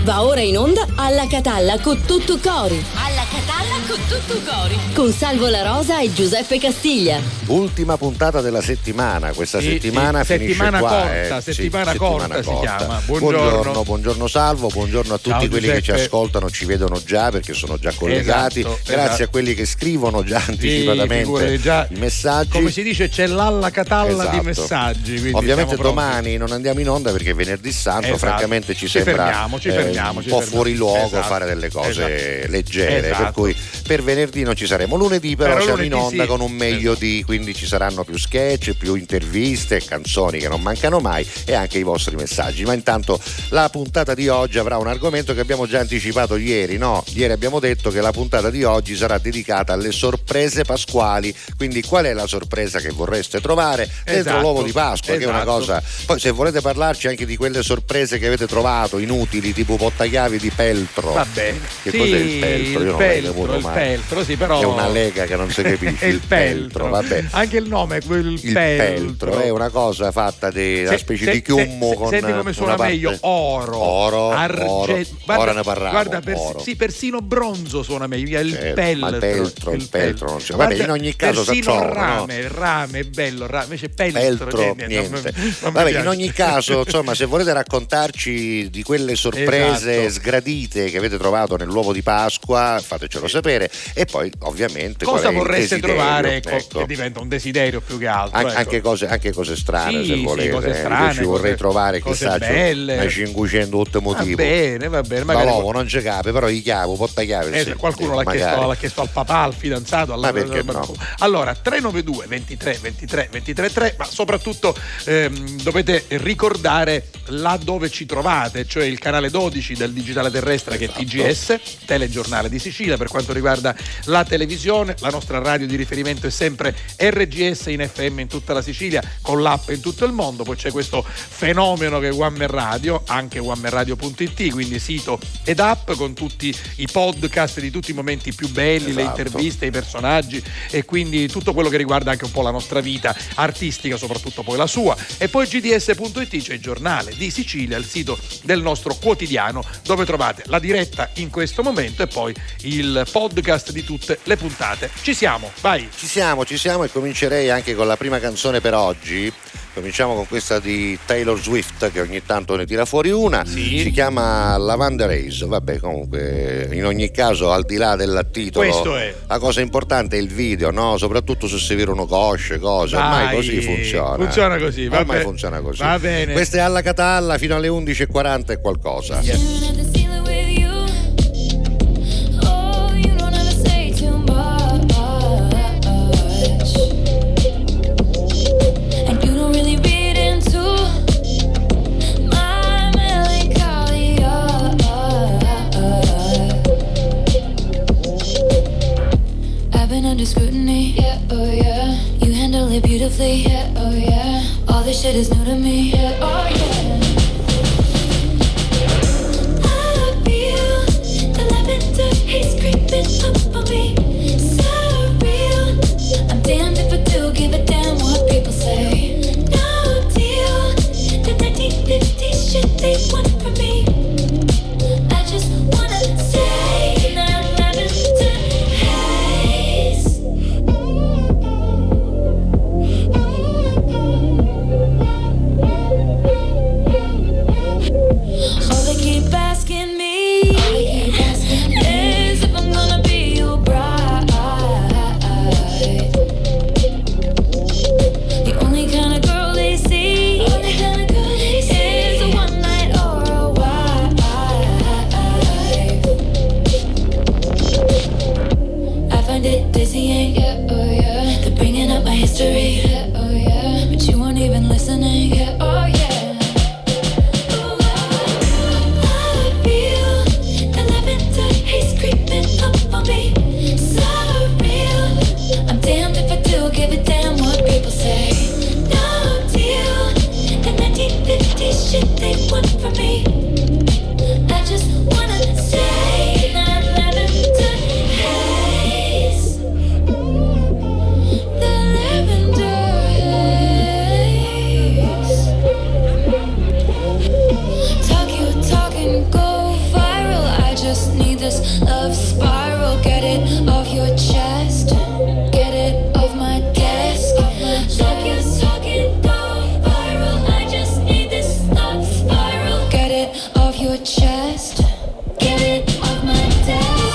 Va ora in onda Alla Catalla con Tuttu Cori. Alla Catalla con Tuttu Cori. Con Salvo La Rosa e Giuseppe Castiglia. Ultima puntata della settimana. Questa settimana finisce settimana qua. Corta, settimana corta si chiama. Buongiorno Salvo, buongiorno a tutti. Ciao, quelli Giuseppe. che ci ascoltano, ci vedono già perché sono già collegati. Grazie a quelli che scrivono già anticipatamente i messaggi. Come si dice, c'è l'alla catalla di messaggi. Ovviamente domani non andiamo in onda perché è venerdì santo, francamente ci sembra un po' fuori luogo fare delle cose leggere, per cui per venerdì non ci saremo. Lunedì però siamo in onda con un meglio di, quindi ci saranno più sketch, più interviste, canzoni che non mancano mai e anche i vostri messaggi. Ma intanto la puntata di oggi avrà un argomento che abbiamo già anticipato ieri, no? Ieri abbiamo detto che la puntata di oggi sarà dedicata alle sorprese pasquali. Quindi qual è la sorpresa che vorreste trovare dentro l'uovo di Pasqua, che è una cosa. Poi se volete parlarci anche di quelle sorprese che avete trovato inutili, tipo portachiavi di peltro. Vabbè. Che cos'è il peltro? Io non l'ho saputo mai. Peltro, sì, però è una lega che non si capisce. il peltro. Vabbè. Anche il nome è il peltro è una cosa fatta di una specie di chiummo con senti come suona meglio, oro, argento. Ora ne parliamo. Guarda, persino bronzo suona meglio. Il peltro. Il peltro non c'è. Vabbè, in ogni caso persino il rame è bello, invece peltro niente. Vabbè, in ogni caso, insomma, se volete raccontarci di quelle sorprese sgradite che avete trovato nell'uovo di Pasqua, fatecelo sapere. E poi ovviamente cosa vorreste trovare, ecco. che diventa un desiderio più che altro, anche cose strane, se volete. Cose strane, io ci vorrei trovare cose belle, una 500 ultimo tipo. Va bene, magari l'uovo non ci cape, però i chiavo, portachiave qualcuno l'ha chiesto al papà, al fidanzato, ma perché no? Allora 392 23 23 23 3, ma soprattutto dovete ricordare là dove ci trovate, cioè il canale 12 del digitale terrestre, che è TGS, telegiornale di Sicilia. Per quanto riguarda la televisione, la nostra radio di riferimento è sempre RGS in FM in tutta la Sicilia, con l'app in tutto il mondo. Poi c'è questo fenomeno che è One Man Radio, anche onemanradio.it, quindi sito ed app con tutti i podcast di tutti i momenti più belli, le interviste, i personaggi e quindi tutto quello che riguarda anche un po' la nostra vita artistica, soprattutto poi la sua. E poi gds.it, c'è il giornale di Sicilia, il sito del nostro quotidiano, dove trovate la diretta in questo momento e poi il podcast di tutte le puntate. Ci siamo, vai! Ci siamo e comincerei anche con la prima canzone per oggi. Cominciamo con questa di Taylor Swift, che ogni tanto ne tira fuori una. Si chiama Lavender Haze. Vabbè, comunque in ogni caso, al di là del titolo, la cosa importante è il video, no? Soprattutto se si virano cosce, cose. Ormai così funziona. Funziona così, ormai funziona così. Va bene. Questa è Alla Catalla fino alle 11:40 e qualcosa. Under scrutiny, yeah, oh yeah. You handle it beautifully, yeah, oh yeah. All this shit is new to me, yeah, oh yeah. I feel the lavender haze creeping up on me, so real. I'm damned if I do give a damn what people say. No deal, the 1950s shit they want from me. I just wanna say that lavender haze. chest, get it off my desk.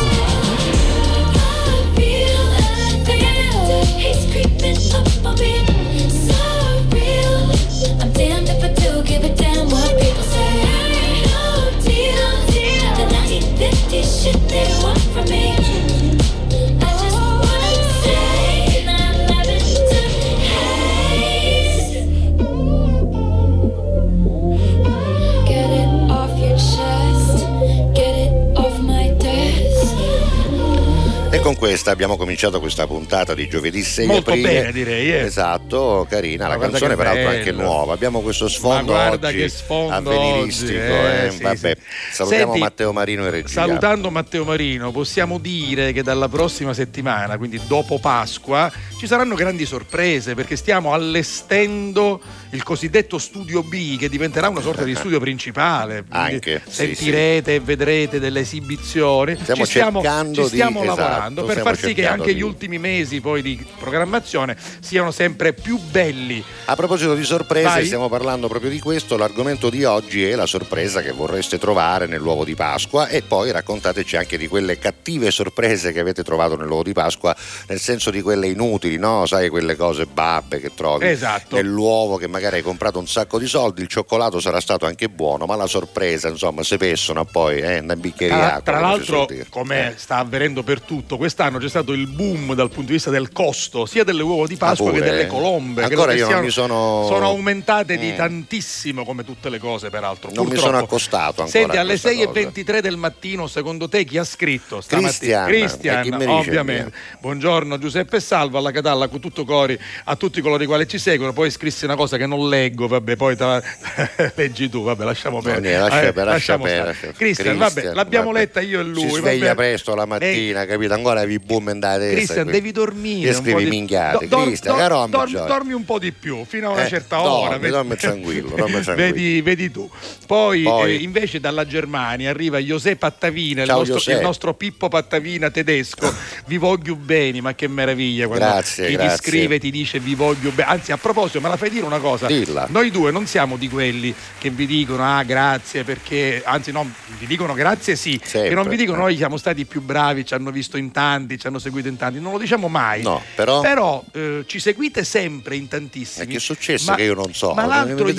I feel he's creeping up on me, so real. I'm damned if I do give a damn what people say. No deal, the 1950 shit they want from me. I just wanna say 9/11 to haze. Get it off your chest, get it off my desk. E con questa abbiamo cominciato questa puntata di giovedì 6 molto aprile. Bene, direi. Esatto, carina, la canzone peraltro anche nuova. Abbiamo questo sfondo oggi che sfondo avveniristico. Oggi, Vabbè, salutiamo Senti, Matteo Marino e regia. Salutando Matteo Marino, possiamo dire che dalla prossima settimana, quindi dopo Pasqua, ci saranno grandi sorprese, perché stiamo allestendo il cosiddetto studio B, che diventerà una sorta di studio principale. Anche, sentirete e vedrete delle esibizioni. Stiamo cercando ci stiamo di, lavorando per stiamo far sì che anche gli ultimi mesi poi di programmazione siano sempre più belli. A proposito di sorprese, Vai. stiamo parlando proprio di questo. L'argomento di oggi è la sorpresa che vorreste trovare nell'uovo di Pasqua, e poi raccontateci anche di quelle cattive sorprese che avete trovato nell'uovo di Pasqua, nel senso di quelle inutili, no? Sai, quelle cose babbe che trovi nell'uovo, che magari hai comprato un sacco di soldi, il cioccolato sarà stato anche buono, ma la sorpresa, insomma, si pessono poi una bicchieria. Tra l'altro, come sta avvenendo per tutto, quest'anno c'è stato il boom dal punto di vista del costo sia delle uova di Pasqua che delle colombe. Ancora io non mi sono aumentate di tantissimo, come tutte le cose peraltro. Non mi sono accostato ancora. Senti, alle 6:23 del mattino, secondo te chi ha scritto stamattina? Cristian, ovviamente. Buongiorno Giuseppe Salvo, alla Catalla con tutto cori a tutti coloro i quali ci seguono. Poi scrisse una cosa che non leggo, vabbè, poi leggi tu, vabbè, lasciamo perdere. Lasciamo stare. Cristian, vabbè, l'abbiamo letta io e lui. Si sveglia presto la mattina, capito? Ancora vi boom in testa. Cristian, devi dormire. E scrivi minchiate. Dormi un po' di più, fino a una certa ora. Dormi tranquillo. Vedi tu. Poi invece dalla Germania arriva José Pattavina, il nostro Pippo Pattavina tedesco. Vi voglio bene, ma che meraviglia quando chi ti scrive ti dice vi voglio bene. Anzi, a proposito, me la fai dire una cosa? Dilla. Noi due non siamo di quelli che vi dicono grazie, perché anzi no, vi dicono grazie sempre, che non vi dicono noi siamo stati più bravi, ci hanno visto in tanti, ci hanno seguito in tanti, non lo diciamo mai. No, però ci seguite sempre in tantissimi. Ma che è successo che io non so? Ma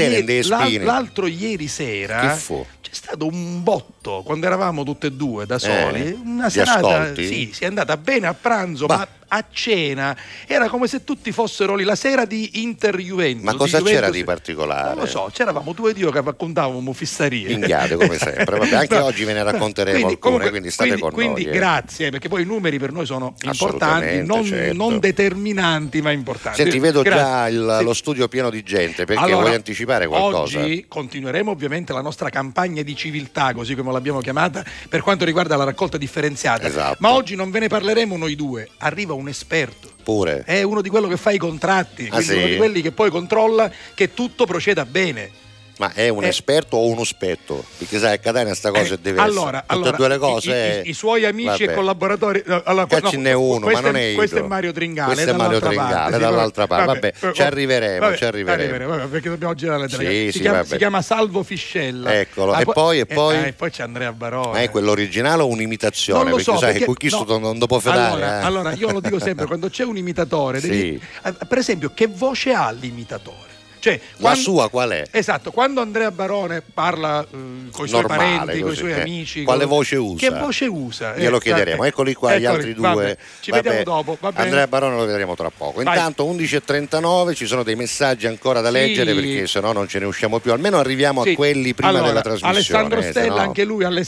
l'altro ieri sera che fu? c'è stato un botto quando eravamo tutte e due da soli, una serata, sì, si è andata bene a pranzo, ma a cena era come se tutti fossero lì la sera di Inter-Juventus. Ma cosa c'era di particolare? Non lo so, c'eravamo due dio che raccontavamo fissarie. Inghiate come sempre. Vabbè, anche oggi ve ne racconteremo alcune, quindi state con noi. Quindi grazie, perché poi i numeri per noi sono importanti, non determinanti, ma importanti. Senti, vedo già lo studio pieno di gente, perché vuoi anticipare qualcosa? Oggi continueremo ovviamente la nostra campagna di civiltà, così come l'abbiamo chiamata, per quanto riguarda la raccolta differenziata. Esatto. Ma oggi non ve ne parleremo noi due, arriva un esperto. Pure. È uno di quello che fa i contratti, quindi uno di quelli che poi controlla che tutto proceda bene. Ma è un esperto o uno spetto? Perché sai, a Catania sta cosa deve essere tutte e due le cose. I suoi amici e collaboratori. Ce n'è uno, ma non è io. Questo è Mario Tringale. Questo è Mario Tringale, dall'altra parte. Vabbè, ci arriveremo. Perché dobbiamo girare le tre. Si chiama Salvo Fiscella. Eccolo. E poi c'è Andrea Barone. Ma è quello originale o un'imitazione? Non lo so, perché sai che questo non può fare. Allora, io lo dico sempre, quando c'è un imitatore, per esempio, che voce ha l'imitatore? Cioè, la sua qual è? Esatto, quando Andrea Barone parla con i suoi parenti, con i suoi amici, quale voce usa? Che voce usa? Glielo chiederemo. Eccoli qua gli altri due. Ci vediamo dopo. Andrea Barone lo vedremo tra poco. Intanto 11:39 ci sono dei messaggi ancora da leggere, perché se no non ce ne usciamo più. Almeno arriviamo a quelli prima della trasmissione. Alessandro Stella, anche lui alle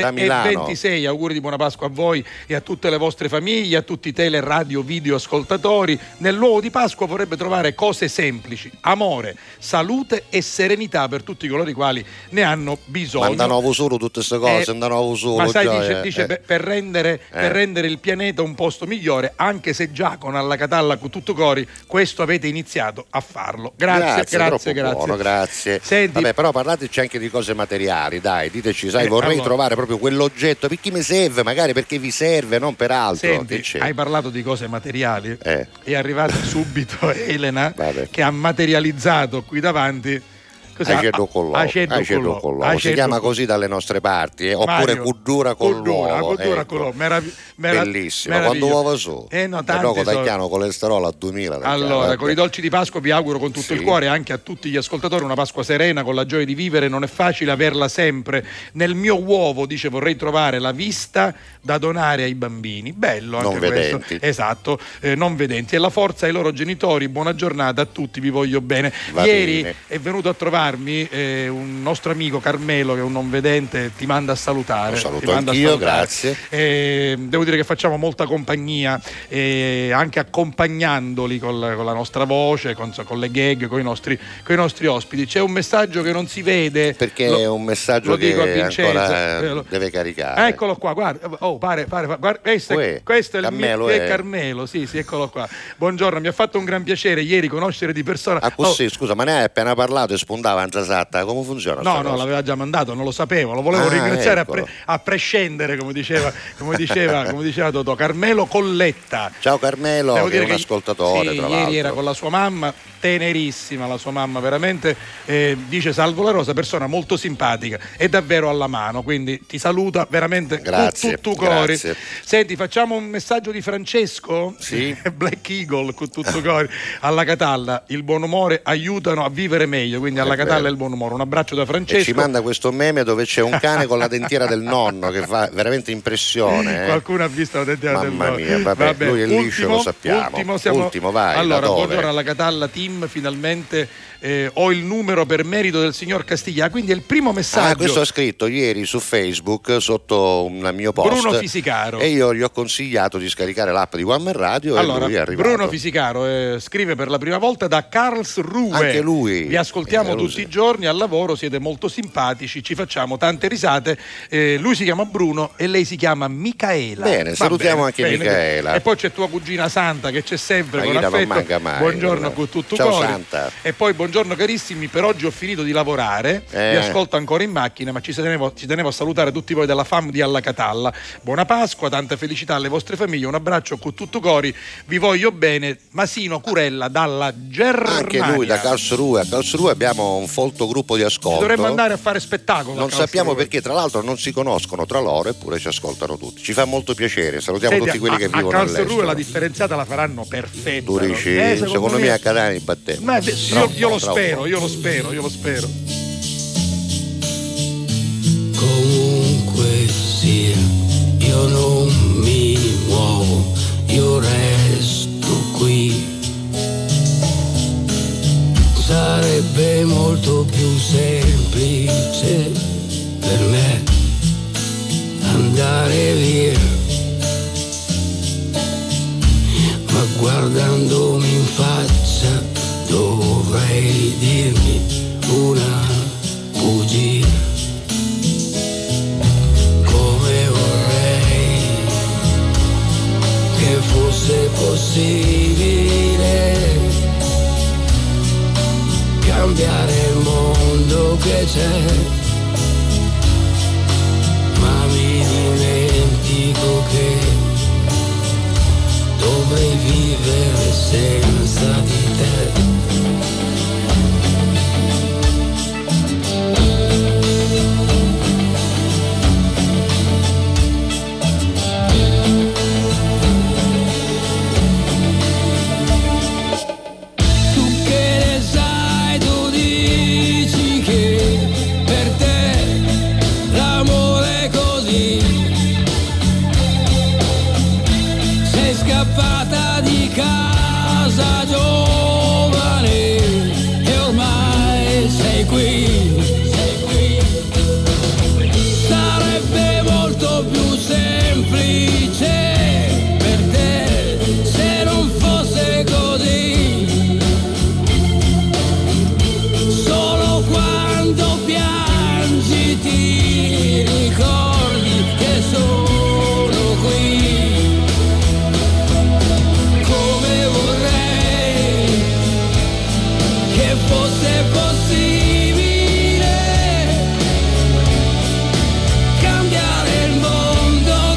7:26. Auguri di buona Pasqua a voi e a tutte le vostre famiglie, a tutti i tele, radio, video ascoltatori. Nell'uovo di Pasqua vorrebbe trovare cose semplici: amore, salute e serenità per tutti coloro i quali ne hanno bisogno. Ma andano solo tutte queste cose, andano solo. Ma sai, dice per rendere il pianeta un posto migliore, anche se già con Alla Catalla con tutto cori questo avete iniziato a farlo. Grazie. Buono, grazie. Senti, vabbè, però parlateci anche di cose materiali, dai, diteci, sai, vorrei trovare proprio quell'oggetto, perché mi serve, magari perché vi serve, non per altro. Senti, hai parlato di cose materiali, è arrivata subito Elena che ha materializzato qui davanti Aceto collò. Si chiama così dalle nostre parti, oppure cudura con l'uovo. Bellissimo. Quando uova su? Dopo tagliano colesterolo a 2000. Allora, con i dolci di Pasqua vi auguro con tutto il cuore, anche a tutti gli ascoltatori, una Pasqua serena, con la gioia di vivere. Non è facile averla sempre. Nel mio uovo, dice, vorrei trovare la vista da donare ai bambini. Bello anche non questo. Vedenti. Esatto, non vedenti. E la forza ai loro genitori. Buona giornata a tutti, vi voglio bene. Va Ieri bene. è venuto a trovarmi un nostro amico Carmelo, che è un non vedente, ti manda a salutare. Lo saluto anch'io, grazie. Devo dire che facciamo molta compagnia, anche accompagnandoli con la nostra voce, con le gag, con i nostri ospiti. C'è un messaggio che non si vede, perché è un messaggio che ancora deve caricare. Eccolo qua, guarda, guarda, questo è il mio Carmelo, sì, eccolo qua. Buongiorno, mi ha fatto un gran piacere ieri conoscere di persona. Sì, scusa, ma ne hai appena parlato e spuntava esatta, come funziona? No, l'aveva già mandato, non lo sapevo, lo volevo ringraziare a prescindere, come diceva Totò. Carmelo Colletta. Ciao Carmelo, che è un ascoltatore, sì, tra ieri l'altro. era con la sua mamma, tenerissima la sua mamma, veramente, dice Salvo La Rosa, persona molto simpatica e davvero alla mano, quindi ti saluta veramente con tutto cuore. Senti, facciamo un messaggio di Francesco? Sì. Black Eagle, con tutto cuore. Alla Catalla il buon umore aiutano a vivere meglio, quindi alla Catalla il buon umore. Un abbraccio da Francesco. E ci manda questo meme dove c'è un cane con la dentiera del nonno che fa veramente impressione. Qualcuno ha visto la dentiera del nonno. Mamma mia, vabbè, lui è liscio, lo sappiamo. Ultimo, vai. Allora, buongiorno alla Catalla team, finalmente ho il numero per merito del signor Castiglia, quindi è il primo messaggio. Questo ha scritto ieri su Facebook sotto un mio post, Bruno Fisicaro, e io gli ho consigliato di scaricare l'app di One Man Radio. Allora, e lui è arrivato. Bruno Fisicaro scrive per la prima volta da Karlsruhe. Anche lui. Vi ascoltiamo tutti i giorni al lavoro, siete molto simpatici, ci facciamo tante risate. Lui si chiama Bruno e lei si chiama Micaela. Bene, salutiamo anche Micaela. E poi c'è tua cugina Santa che c'è sempre con affetto. Non manca mai. Buongiorno con tutto Ciao cuore. Santa. E poi buongiorno carissimi, per oggi ho finito di lavorare, vi ascolto ancora in macchina, ma ci tenevo a salutare tutti voi della fam di Alla Catalla. Buona Pasqua, tanta felicità alle vostre famiglie, un abbraccio con tutto cori, vi voglio bene. Masino Curella dalla Germania. Anche lui da Karlsruhe. A Karlsruhe abbiamo un folto gruppo di ascolto. Dovremmo andare a fare spettacolo. Non sappiamo perché, tra l'altro non si conoscono tra loro, eppure ci ascoltano tutti. Ci fa molto piacere, salutiamo tutti quelli che vivono all'estero. A Karlsruhe la differenziata la faranno perfetta. Tu dici, secondo me a Catania battemo. Ma io lo spero. Comunque sia, io non mi muovo, io resto qui. Sarebbe molto più semplice per me andare via, ma guardandomi in faccia dovrei dirmi una bugia. Come vorrei che fosse possibile cambiare il mondo che c'è, ma mi dimentico che dovrei vivere senza di te. Scappata di casa giovane e ormai sei qui. Sarebbe molto più semplice per te se non fosse così. Solo quando piangi ti ricordi che sono qui. Fosse possibile cambiare il mondo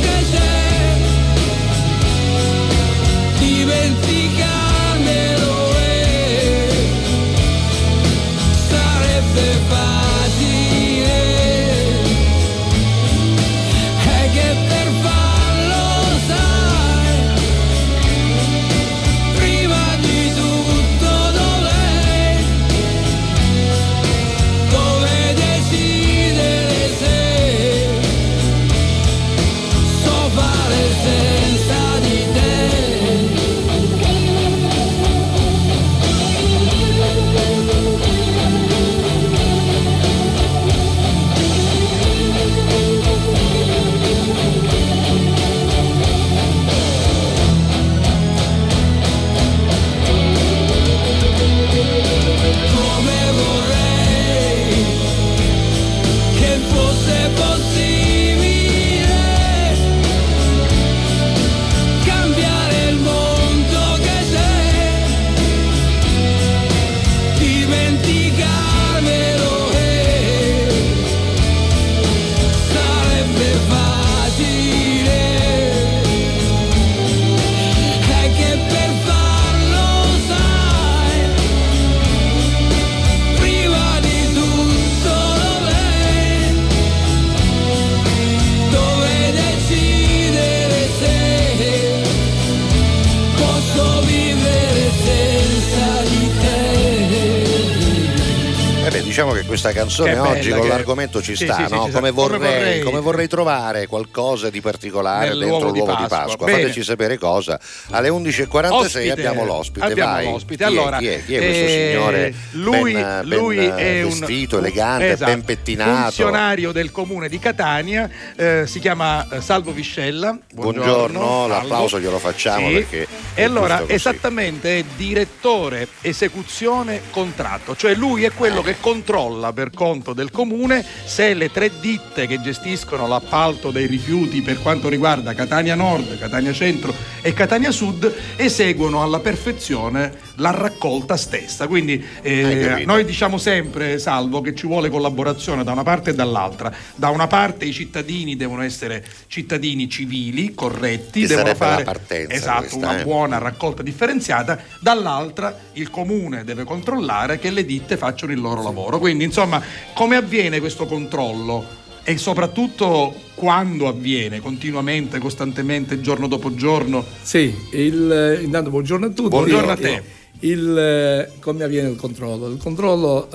questa canzone Che oggi bella, con che- l'argomento ci Sì, sta, sì, no? sì, Come vorrei. vorrei trovare qualcosa di particolare Nell'uovo dentro di l'uovo di Pasqua. Pasqua. Bene. Fateci sapere cosa. Alle 11.46 abbiamo l'ospite. Vai. L'ospite. Chi è? Allora, Chi è questo signore lui ben è un vestito, elegante, esatto, ben pettinato? funzionario del comune di Catania, si chiama Salvo Viscella. Buongiorno, Salvo. l'applauso glielo facciamo Sì. perché E allora giusto così. esattamente è direttore esecuzione contratto, cioè lui è quello che controlla per conto del comune se le 3 ditte che gestiscono l'appalto dei rifiuti per quanto riguarda Catania Nord, Catania Centro e Catania Sud eseguono alla perfezione la raccolta stessa. Quindi noi diciamo sempre, Salvo, che ci vuole collaborazione da una parte e dall'altra. Da una parte i cittadini devono essere cittadini civili, corretti, Che devono sarebbe fare la partenza esatto, questa, una buona raccolta differenziata, dall'altra il comune deve controllare che le ditte facciano il loro lavoro. Quindi insomma, come avviene questo controllo? E soprattutto quando avviene? Continuamente, costantemente, giorno dopo giorno? Sì, intanto buongiorno a tutti. Buongiorno a te. Come avviene il controllo? Il controllo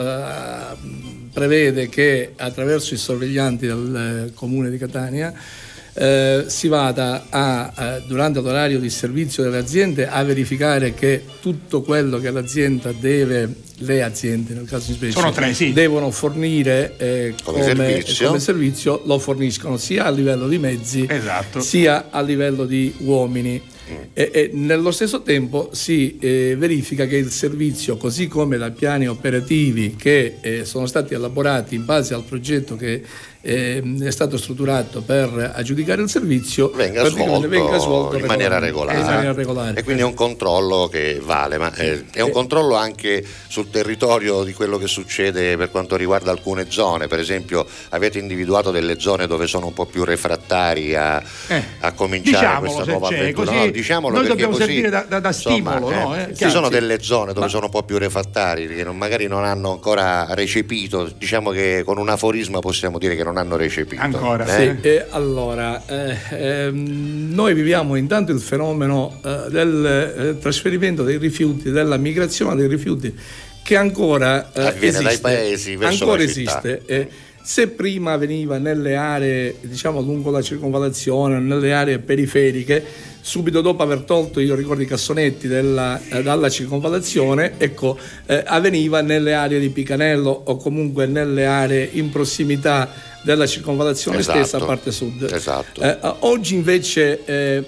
prevede che attraverso i sorveglianti del comune di Catania si vada durante l'orario di servizio delle aziende a verificare che tutto quello che l'azienda deve, le aziende nel caso di specie, Sono 3, sì. devono fornire come servizio, lo forniscono sia a livello di mezzi Esatto. sia a livello di uomini. E nello stesso tempo si verifica che il servizio, così come da piani operativi che sono stati elaborati in base al progetto che è stato strutturato per aggiudicare il servizio, venga svolto in maniera regolare. E quindi è un controllo che vale, ma è un controllo anche sul territorio di quello che succede per quanto riguarda alcune zone. Per esempio, avete individuato delle zone dove sono un po' più refrattari a cominciare questa nuova avventura. Così, Diciamolo, noi perché dobbiamo così, servire da stimolo, no? Ci sono delle zone dove sono un po' più refrattari, che magari non hanno ancora recepito, diciamo che con un aforisma possiamo dire che non hanno recepito. Ancora. Sì, allora, noi viviamo intanto il fenomeno del trasferimento dei rifiuti, della migrazione dei rifiuti, che ancora avviene esiste, dai paesi verso ancora la città. esiste. Se prima avveniva nelle aree, diciamo lungo la circonvallazione, nelle aree periferiche, subito dopo aver tolto, io ricordo, i cassonetti dalla circonvallazione, ecco, avveniva nelle aree di Picanello o comunque nelle aree in prossimità della circonvallazione stessa a parte sud. Esatto. Oggi invece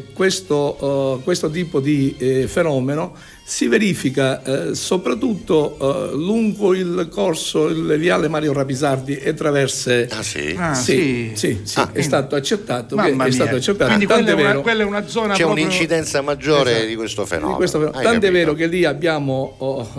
questo tipo di fenomeno si verifica soprattutto lungo il corso, il viale Mario Rapisardi e traverse. Sì, è stato accertato. Quindi quella è una zona. C'è proprio... un'incidenza maggiore di questo fenomeno. Tant'è vero che lì abbiamo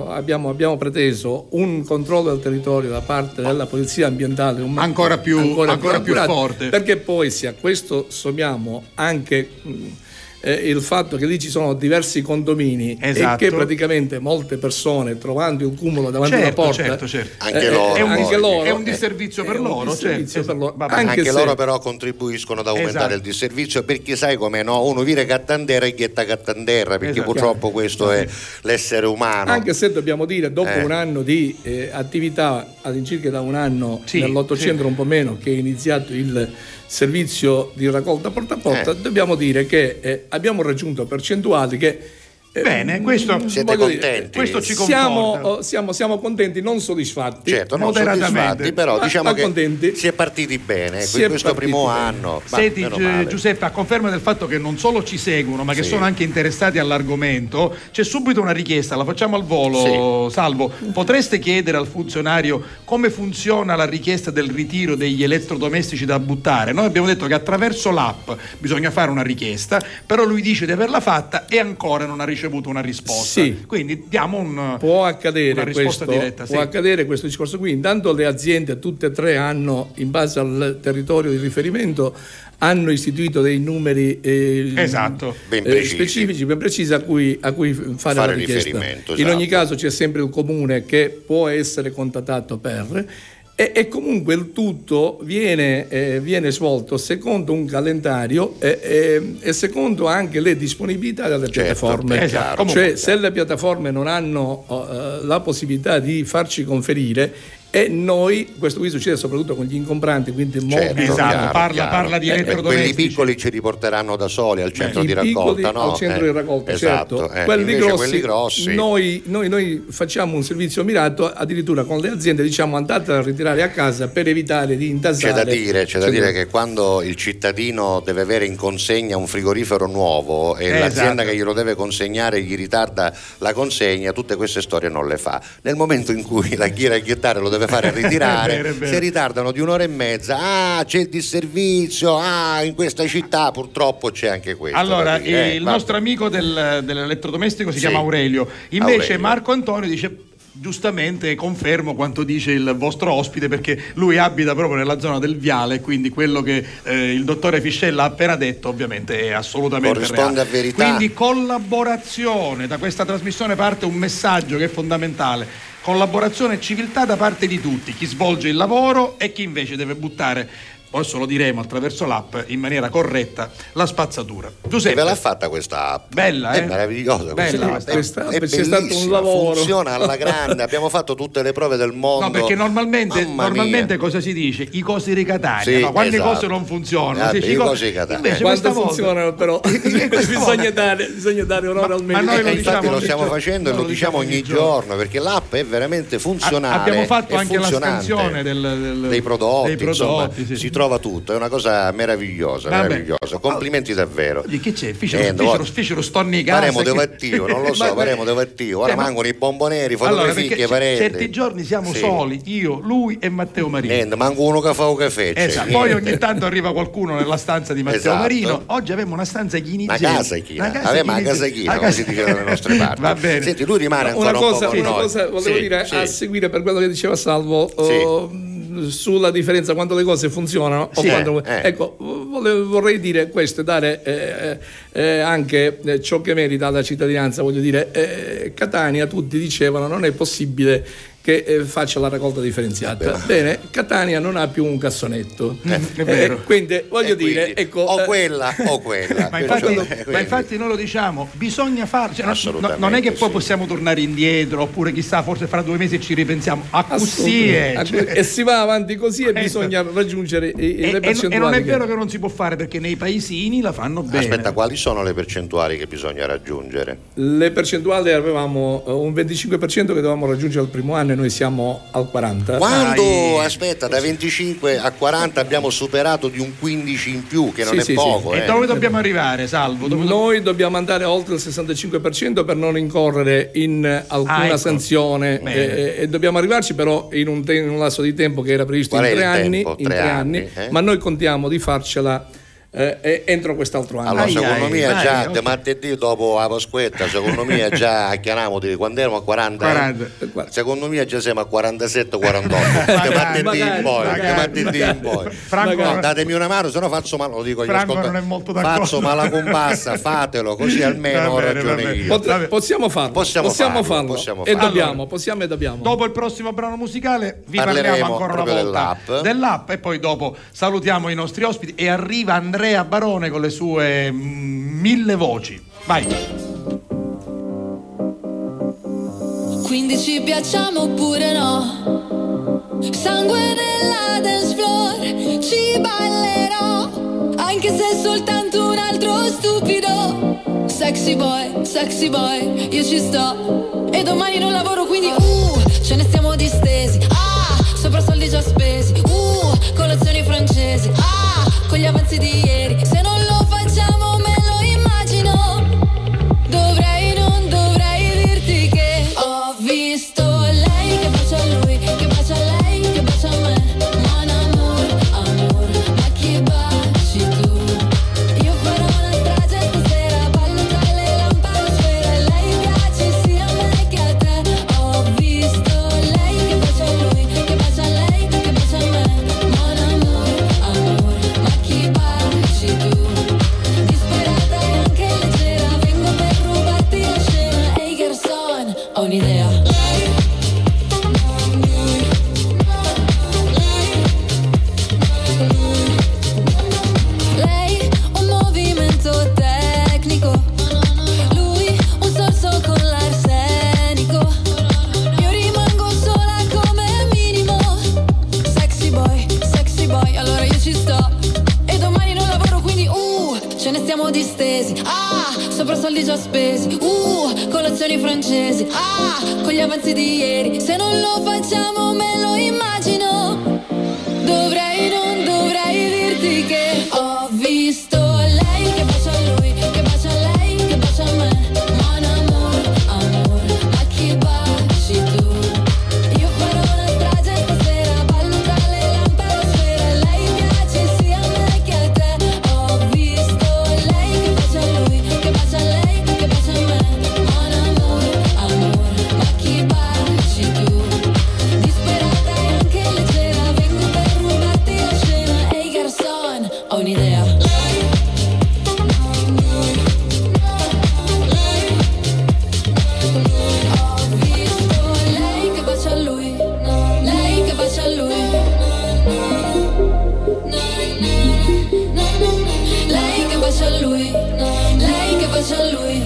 preteso un controllo del territorio da parte della polizia ambientale ancora più forte, perché poi se a questo sommiamo anche il fatto che lì ci sono diversi condomini e che praticamente molte persone, trovando il cumulo davanti alla porta, anche loro è un disservizio per loro, anche loro però contribuiscono ad aumentare il disservizio, perché sai com'è, no? Uno vire cattanderra e ghetta cattanderra, perché purtroppo questo è l'essere umano. Anche se dobbiamo dire, dopo un anno di attività, all'incirca da un anno, nell'800 un po' meno, che è iniziato il servizio di raccolta porta a porta, dobbiamo dire che abbiamo raggiunto percentuali che bene, questo siete contenti? Questo ci conforta. Siamo contenti, non soddisfatti. Certo, non soddisfatti, però diciamo che contenti. Si è partiti bene in questo primo anno. Senti, Giuseppe, a conferma del fatto che non solo ci seguono, ma che sono anche interessati all'argomento, c'è subito una richiesta, la facciamo al volo, Salvo. Potreste chiedere al funzionario come funziona la richiesta del ritiro degli elettrodomestici da buttare? Noi abbiamo detto che attraverso l'app bisogna fare una richiesta, però lui dice di averla fatta e ancora non ha ricevuto una risposta. Quindi diamo una risposta diretta. Può accadere questo discorso qui. Intanto le aziende tutte e tre hanno, in base al territorio di riferimento, hanno istituito dei numeri specifici, ben precisi a cui fare la richiesta. In ogni caso c'è sempre il comune che può essere contattato per. E comunque il tutto viene svolto secondo un calendario e secondo anche le disponibilità delle piattaforme. Cioè, se le piattaforme non hanno la possibilità di farci conferire, E noi, questo qui succede soprattutto con gli incompranti, quindi mobili. Esatto, parla di elettrodomestici. Quelli piccoli ci riporteranno da soli al centro di raccolta, no? Al centro di raccolta, esatto, certo. Quelli grossi. Noi facciamo un servizio mirato, addirittura con le aziende diciamo andate a ritirare a casa per evitare di intasare. C'è da dire che quando il cittadino deve avere in consegna un frigorifero nuovo e l'azienda che glielo deve consegnare gli ritarda la consegna, tutte queste storie non le fa. Nel momento in cui la ghiettare lo deve fare a ritirare, si ritardano di un'ora e mezza. C'è il disservizio, in questa città purtroppo c'è anche questo. Allora, il nostro amico dell'elettrodomestico si chiama Aurelio. Invece Marco Antonio dice: giustamente confermo quanto dice il vostro ospite, perché lui abita proprio nella zona del Viale, quindi quello che il dottore Fiscella ha appena detto ovviamente è assolutamente corrisponde reale. A verità. Quindi collaborazione, da questa trasmissione parte un messaggio che è fondamentale: collaborazione e civiltà da parte di tutti, chi svolge il lavoro e chi invece deve buttare, adesso lo diremo attraverso l'app in maniera corretta, la spazzatura. Giuseppe, ve l'ha fatta questa app? Bella, è meravigliosa questa app. È c'è stato un lavoro, funziona alla grande, abbiamo fatto tutte le prove del mondo. No, perché normalmente cosa si dice? I cosi di Catania, no? Quante cose non funzionano? I cosi di Catania. Invece quando funzionano però bisogna dare onore al merito. Ma noi infatti lo stiamo facendo e lo diciamo ogni giorno, perché l'app è veramente funzionale. Abbiamo fatto anche la scansione dei prodotti, insomma, sì. si trova tutto, è una cosa meravigliosa. Complimenti davvero. Che c'è? Fecero storni casa. Faremo dove attivo, non lo so, faremo dove attivo. Ora mancano i bomboneri, fotografie, pareti. Certi giorni siamo soli, io, lui e Matteo Marino. Manco uno che fa un caffè. Poi ogni tanto arriva qualcuno nella stanza di Matteo Marino. Oggi avevamo una stanza chinizzese. Una casa china, come si dice dalle nostre parti. Va bene. Senti, lui rimane ancora un po' con noi. Una cosa volevo dire, a seguire per quello che diceva Salvo, sulla differenza quando le cose funzionano ecco, vorrei dire questo, dare anche ciò che merita alla cittadinanza. Voglio dire, Catania, tutti dicevano non è possibile che faccia la raccolta differenziata. Bene, Catania non ha più un cassonetto, è vero. Quindi voglio dire, ecco, o quella ma infatti noi lo diciamo, bisogna farlo, cioè, non è che poi possiamo tornare indietro, oppure chissà, forse fra 2 mesi ci ripensiamo e si va avanti così e bisogna raggiungere le percentuali. E non è vero che non si può fare, perché nei paesini la fanno bene. Aspetta, quali sono le percentuali che bisogna raggiungere? Le percentuali avevamo un 25% che dovevamo raggiungere al primo anno, noi siamo al 40. Quando? Aspetta, da 25 a 40 abbiamo superato di un 15 in più, che non è poco. E dove dobbiamo arrivare, Salvo? Noi dobbiamo andare oltre il 65% per non incorrere in alcuna sanzione e dobbiamo arrivarci però in un lasso di tempo che era previsto in 3 anni, ma noi contiamo di farcela entro quest'altro anno. Allora, secondo me già di martedì dopo la Pasquetta, secondo me già chiamiamo di quando eravamo a 40. Secondo me già siamo a 47 48 martedì in poi. Franco, datemi una mano, se no faccio male, lo dico agli ascoltatori, non è molto d'accordo. faccio mala compassa, fatelo così almeno ho ragione io. Possiamo farlo e dobbiamo. Dopo il prossimo brano musicale vi parliamo ancora una volta dell'app e poi dopo salutiamo i nostri ospiti e arriva Andrea Barone con le sue 1000 voci. Vai. Quindi ci piacciamo oppure no? Sangue nella dance floor, ci ballerò, anche se è soltanto un altro stupido. Sexy boy, io ci sto. E domani non lavoro, quindi ce ne stiamo distesi. Sopra soldi già spesi. Colazioni francesi. Con gli avanzi di ieri. Se non lo facciamo me lo immagino. Non dovrei dirti che ho visto lei che bacia a lui, che bacia a lei, che bacia a me. Mon amour, ma chi baci tu? Io farò una strage stasera, ballo tra le lampadosfere. Lei piace sia a me che a te. Ho visto lei che bacia a lui, che bacia a lei, che bacia a me. Mon amour, ma chi baci ce ne stiamo distesi. Sopra soldi già spesi. Colazioni francesi. Con gli avanzi di ieri. Se non lo facciamo me lo immagino. Non dovrei dirti che ho visto lei che bacia a lui, che bacia a lei, che bacia a me. Mon amour, amor, ma chi baci tu? Io farò una strage stasera, ballo tra le lampade a sfera. Lei piace sia a me che a te. Ho visto lei che bacia a lui, che bacia a lei, che bacia a me. Mon amour, amor, ma chi baci tu? Disperata e anche leggera, vengo per rubarti la scena. Ehi garçon, ho un'idea. Ho visto lei che bacia a lui, lei che bacia a lui. Lei che bacia a lui, lei che bacia a lui.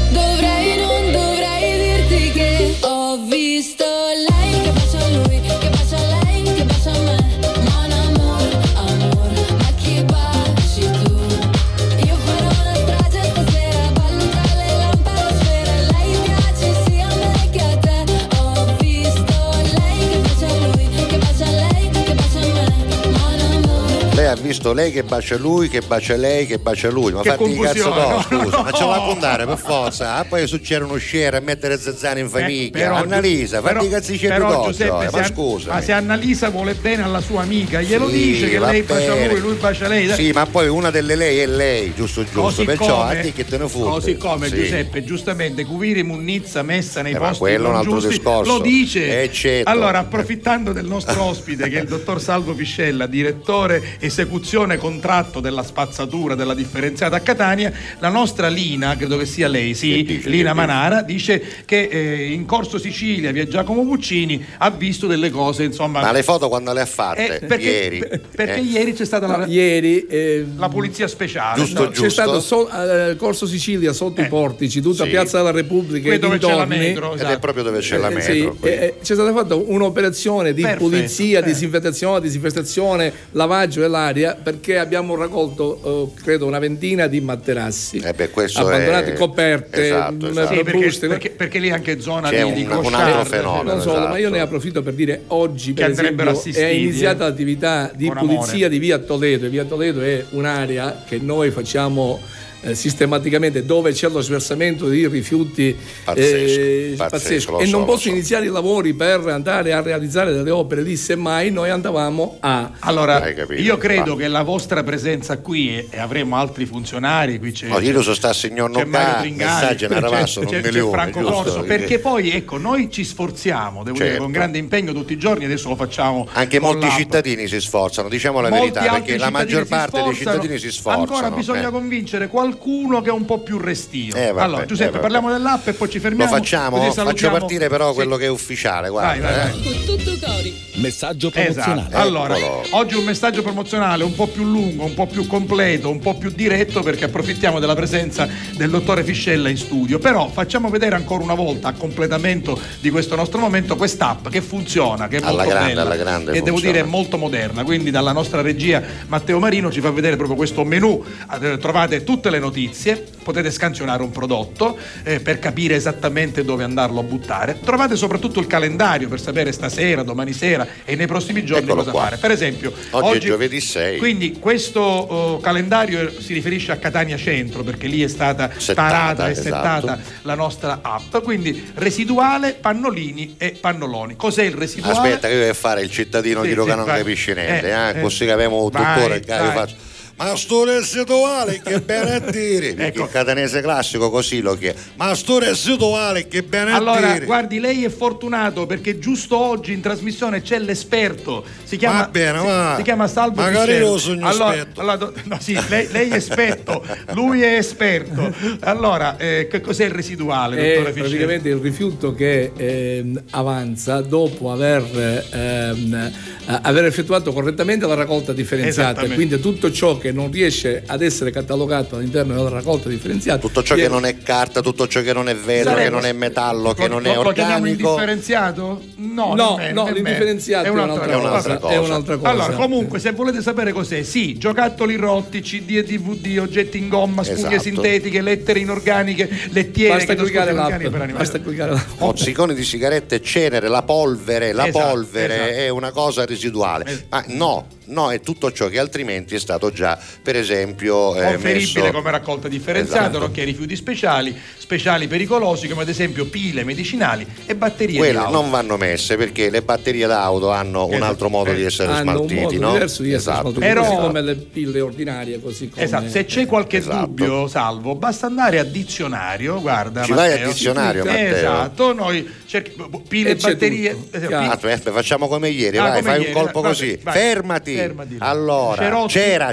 Non dovrei dirti che ho visto lei che bacia a lui, che bacia a lei, che bacia a me. Mon amour, amor, ma chi baci tu? Io farò una strage stasera, ballo tra le lampade a sfera. Lei piace sia a me che a te. Ho visto lei che bacia a lui, che bacia a lei, che bacia a me. Mon amour. Lei ha visto lei che bacia lui, che bacia lei, che bacia lui. Ma Che fatti i cazzo confusione, scusa, no. ma ce la può andare per forza. Poi succede uno share a mettere Zezzani in famiglia. Però- Annalisa, fatti i cazzi c'è però, più Giuseppe, ma scusa. ma se Annalisa vuole bene alla sua amica, glielo Sì, dice che va lei bacia bene. lui bacia lei. Sì, ma poi una delle lei è lei, giusto, Così perciò come- a te che te ne fotte. Così come Sì. Giuseppe, giustamente, cuvire munnizza messa nei Ma posti quello è un non altro giusti, discorso. lo dice. Certo. Allora, approfittando del nostro ospite, che è il dottor Salvo Piscella, direttore esecuzione contratto della spazzatura della differenziata a Catania, la nostra Lina, credo che sia lei, sì, Che dice, Lina che Manara, dice che in Corso Sicilia, via Giacomo Puccini, ha visto delle cose, insomma. Ma le foto quando le ha fatte? perché Ieri. perché ieri c'è stata la polizia speciale. Giusto, C'è stato Corso Sicilia sotto i portici, tutta Sì. Piazza della Repubblica Qui e dove c'è la dintorni. metro, Ed esatto. è proprio dove c'è la metro. Sì, qui. c'è stata fatta un'operazione di Perfetto, pulizia, disinfestazione, lavaggio dell'aria, perché abbiamo raccolto credo una ventina di materassi questo abbandonati, è- coperte, esatto. Sì, buste, perché lì è anche zona C'è di un clochard, altro fenomeno. non solo, esatto. ma io ne approfitto per dire oggi Che per andrebbero esempio è assistiti, iniziata l'attività di con pulizia amore. di via Toledo, e via Toledo è un'area che noi facciamo sistematicamente, dove c'è lo sversamento di rifiuti Pazzesco, lo e so, non lo posso so. iniziare i lavori per andare a realizzare delle opere lì, semmai noi andavamo a Allora, Hai capito? io credo Ma- che la vostra presenza qui e avremo altri funzionari, qui c'è, Io so sta signor c'è Mario Nocca, Tringari, messaggio ne arrivassero c'è un milione, Franco giusto? Corso, perché poi ecco, noi ci sforziamo, devo dire, Certo. con grande impegno tutti i giorni, adesso lo facciamo Anche con molti l'app. cittadini si sforzano, diciamo la Molti verità, altri perché la cittadini maggior si parte dei sforzano. cittadini si sforzano. Ancora bisogna convincere qualcuno che è un po' più restio. Vabbè, allora, Giuseppe, vabbè. parliamo dell'app e poi ci fermiamo. Lo facciamo, così faccio salutiamo- partire però Sì. quello che è ufficiale, guarda. Vai. Con tutto cori. Messaggio promozionale. Esatto. Allora, Eccolo. oggi un messaggio promozionale un po' più lungo, un po' più completo, un po' più diretto, perché approfittiamo della presenza del dottore Fiscella in studio. Però facciamo vedere ancora una volta, a completamento di questo nostro momento, quest'app che funziona, che è molto bella, alla grande e devo funziona. dire è molto moderna. Quindi dalla nostra regia Matteo Marino ci fa vedere proprio questo menu. Trovate tutte le notizie, potete scansionare un prodotto per capire esattamente dove andarlo a buttare. Trovate soprattutto il calendario per sapere stasera, domani sera e nei prossimi giorni Eccolo cosa qua. fare. Per esempio, Oggi è giovedì 6. Quindi questo calendario si riferisce a Catania Centro, perché lì è stata Settata, tarata e esatto. settata la nostra app. Quindi residuale, pannolini e pannoloni. Cos'è il residuale? Aspetta che io devo fare il cittadino Sì, di Rocca sì, non vai. capisce niente, così capiamo Vai, tuttora io vai. faccio. Ma sto residuale che bene a dire, perché Ecco. il catanese classico così lo chiede. Ma sto residuale che bene a Allora, dire. guardi, lei è fortunato perché giusto oggi in trasmissione c'è l'esperto. Si chiama, Va bene, va. si chiama Salvo Magari Fiscella. io sogno allora, esperto. no, sì, lei è esperto, lui è esperto. Allora, che cos'è il residuale, è dottore Fiscella? praticamente il rifiuto che avanza dopo aver effettuato correttamente la raccolta differenziata, Esattamente. quindi tutto ciò che che non riesce ad essere catalogato all'interno della raccolta differenziata. Tutto ciò che non è carta, tutto ciò che non è vetro, che non è metallo, che non è organico. Lo chiamiamo indifferenziato? No, l'indifferenziato è un'altra cosa. Allora, comunque, se volete sapere cos'è, sì, giocattoli rotti, CD e DVD, oggetti in gomma, spughe sintetiche, lettere inorganiche, lettiere. Basta cliccare l'app. Mozziconi di sigarette, cenere, la polvere è una cosa residuale. Ma no, è tutto ciò che altrimenti è stato già, per esempio, conferibile come raccolta differenziata, nonché rifiuti speciali pericolosi, come ad esempio pile medicinali e batterie quelle d'auto. Non vanno messe perché le batterie d'auto hanno un altro modo di essere smaltiti, un modo diverso di essere smaltiti, però, così come le pille ordinarie, così come... se c'è qualche dubbio, Salvo, basta andare a dizionario, guarda, ci vai a dizionario, Matteo. Noi pile e batterie facciamo come ieri, fai un colpo così, fermati. Allora, c'era.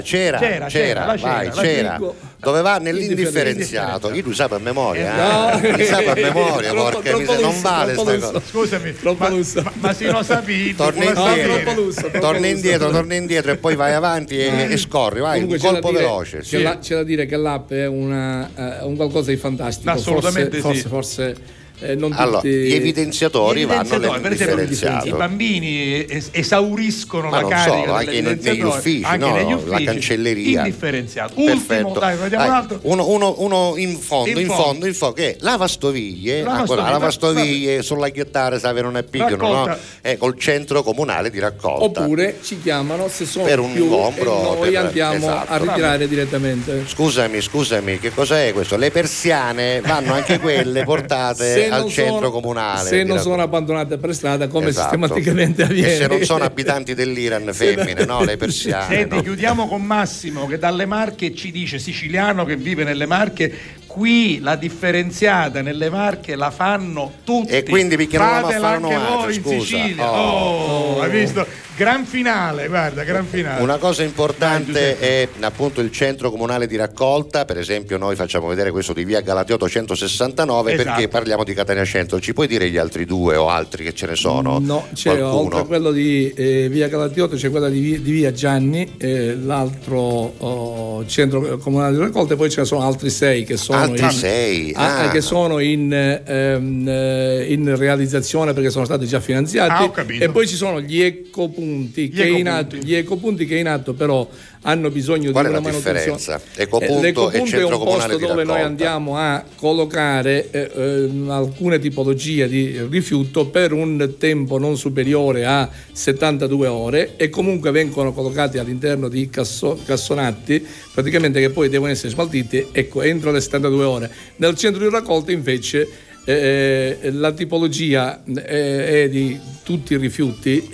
Dove va? Nell'indifferenziato. Io lo sapevo a memoria, porca miseria, non vale sta cosa. Scusami, ma se lo sapevi, torna indietro e poi vai avanti e scorri, vai, un colpo veloce. C'è da dire che l'app è un qualcosa di fantastico. Assolutamente forse non allora, tutti... gli evidenziatori vanno nell'indifferenziato. I bambini esauriscono la carica solo, anche negli uffici, negli uffici, la cancelleria. Indifferenziato. Ultimo, dai, vediamo un altro. Uno in fondo che è lavastoviglie, lavastoviglie sulla ghiattare, sa non è piccolo, col centro comunale di raccolta. Oppure ci chiamano se sono per un più ingombro, noi andiamo a ritirare direttamente. Scusami, che cos'è questo? Le persiane vanno anche quelle portate al centro comunale. Se non sono abbandonate per strada, come sistematicamente avviene. E se non sono abitanti dell'Iran femmine, le persiane. Senti, chiudiamo con Massimo che dalle Marche ci dice, siciliano che vive nelle Marche, qui la differenziata nelle Marche la fanno tutti. E quindi perché non la fanno anche voi in Sicilia. Hai visto? Gran finale. Una cosa importante è appunto il centro comunale di raccolta. Per esempio noi facciamo vedere questo di via Galatiotto 169, perché parliamo di Catania Centro. Ci puoi dire gli altri due o altri che ce ne sono? No, c'è oltre a quello di via Galatiotto c'è quella di via Gianni, l'altro centro comunale di raccolta, e poi ce ne sono altri 6 che sono che sono in realizzazione perché sono stati già finanziati, e poi ci sono gli ecopunti che è in atto però hanno bisogno di una manutenzione. L'ecopunto è un posto dove noi andiamo a collocare alcune tipologie di rifiuto per un tempo non superiore a 72 ore, e comunque vengono collocati all'interno di cassonati praticamente, che poi devono essere smaltiti entro le 72 ore. Nel centro di raccolta invece la tipologia è di tutti i rifiuti,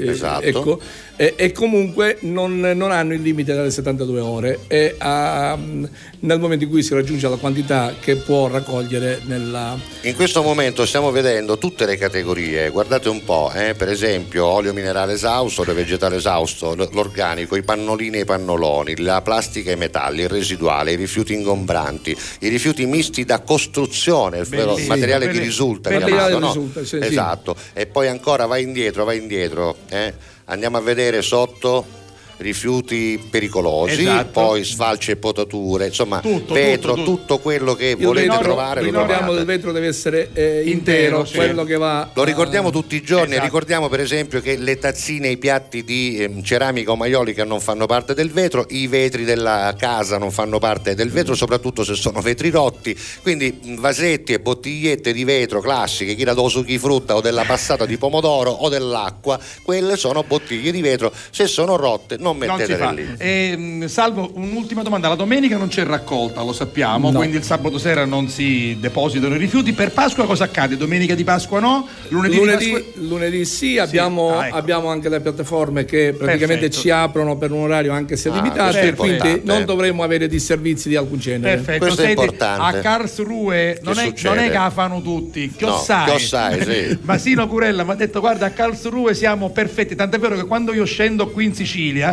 e comunque non hanno il limite delle 72 ore, e nel momento in cui si raggiunge la quantità che può raccogliere in questo momento stiamo vedendo tutte le categorie, guardate un po', per esempio olio minerale esausto, olio vegetale esausto, l'organico, i pannolini e i pannoloni, la plastica e i metalli, il residuale, i rifiuti ingombranti, i rifiuti misti da costruzione, il materiale che risulta, esatto. E poi ancora vai indietro, andiamo a vedere sotto rifiuti pericolosi, poi sfalci e potature, insomma tutto quello che volete trovare. Ricordiamo che il vetro deve essere intero, quello che va. Lo ricordiamo tutti i giorni, ricordiamo per esempio che le tazzine e i piatti di ceramica o maiolica non fanno parte del vetro, i vetri della casa non fanno parte del vetro, soprattutto se sono vetri rotti, quindi vasetti e bottigliette di vetro classiche, chi la do succhi frutta o della passata di pomodoro o dell'acqua, quelle sono bottiglie di vetro, se sono rotte non mettetele lì. Salvo, un'ultima domanda: la domenica non c'è raccolta, lo sappiamo, quindi il sabato sera non si depositano i rifiuti. Per Pasqua cosa accade? Domenica di Pasqua no? Lunedì sì, abbiamo anche le piattaforme che praticamente ci aprono per un orario anche se limitato, e quindi non dovremo avere disservizi di alcun genere. Perfetto. Questo è importante. A Karlsruhe non è che la fanno tutti, sì. Masino Curella mi ha detto: guarda, a Karlsruhe siamo perfetti, tant'è vero che quando io scendo qui in Sicilia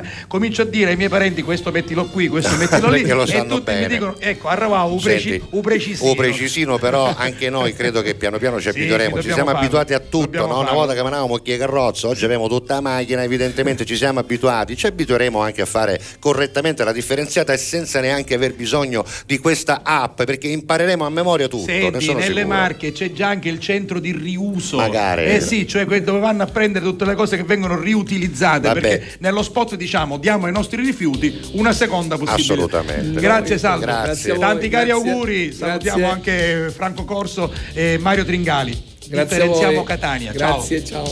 comincio a dire ai miei parenti questo mettilo qui, questo mettilo lì, e tutti bene. Mi dicono ecco, arravavo precisino, però anche noi credo che piano piano ci abitueremo, ci siamo abituati a tutto, no? Una volta camminavamo con le carrozze, oggi abbiamo tutta la macchina, evidentemente ci siamo abituati, ci abitueremo anche a fare correttamente la differenziata e senza neanche aver bisogno di questa app, perché impareremo a memoria tutto. Senti, nelle Marche c'è già anche il centro di riuso, magari sì, cioè dove vanno a prendere tutte le cose che vengono riutilizzate. Vabbè. Perché nello spot diciamo diamo ai nostri rifiuti una seconda possibilità. Assolutamente. Grazie Salvo, grazie. Tanti cari auguri, salutiamo anche Franco Corso e Mario Tringali. Differenziamo Catania. Grazie, ciao.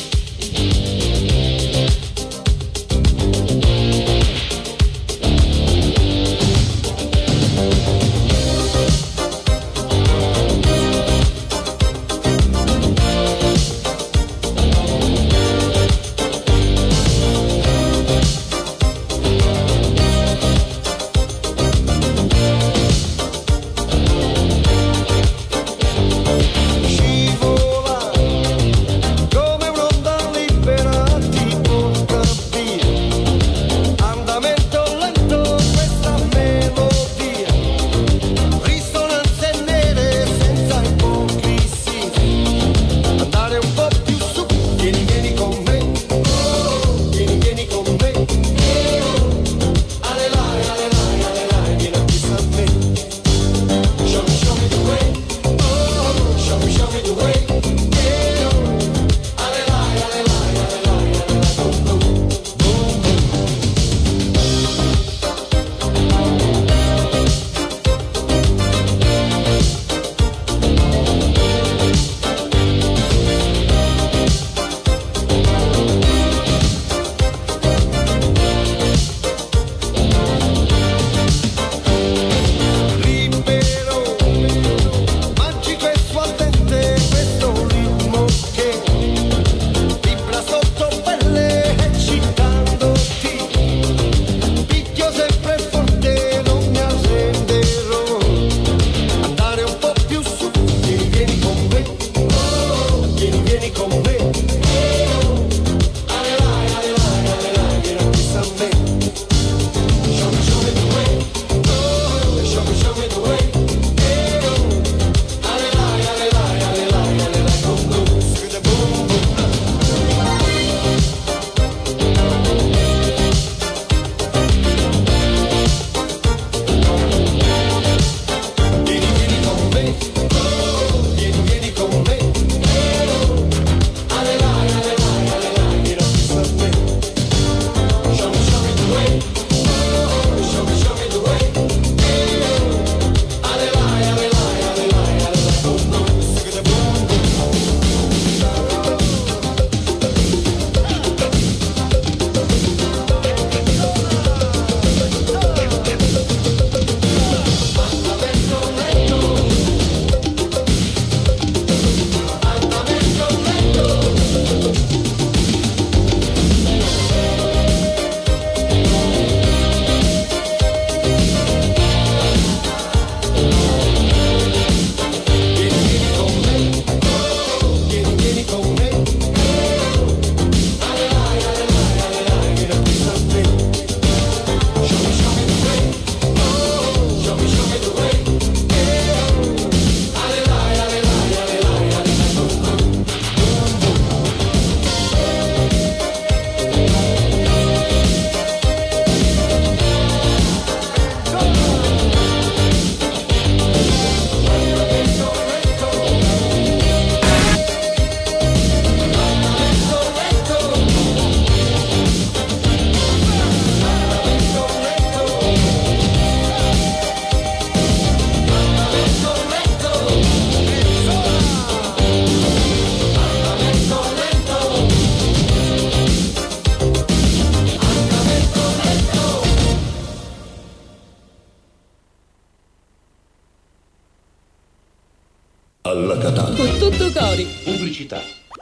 alla Catalla. Con tutto cori. Pubblicità.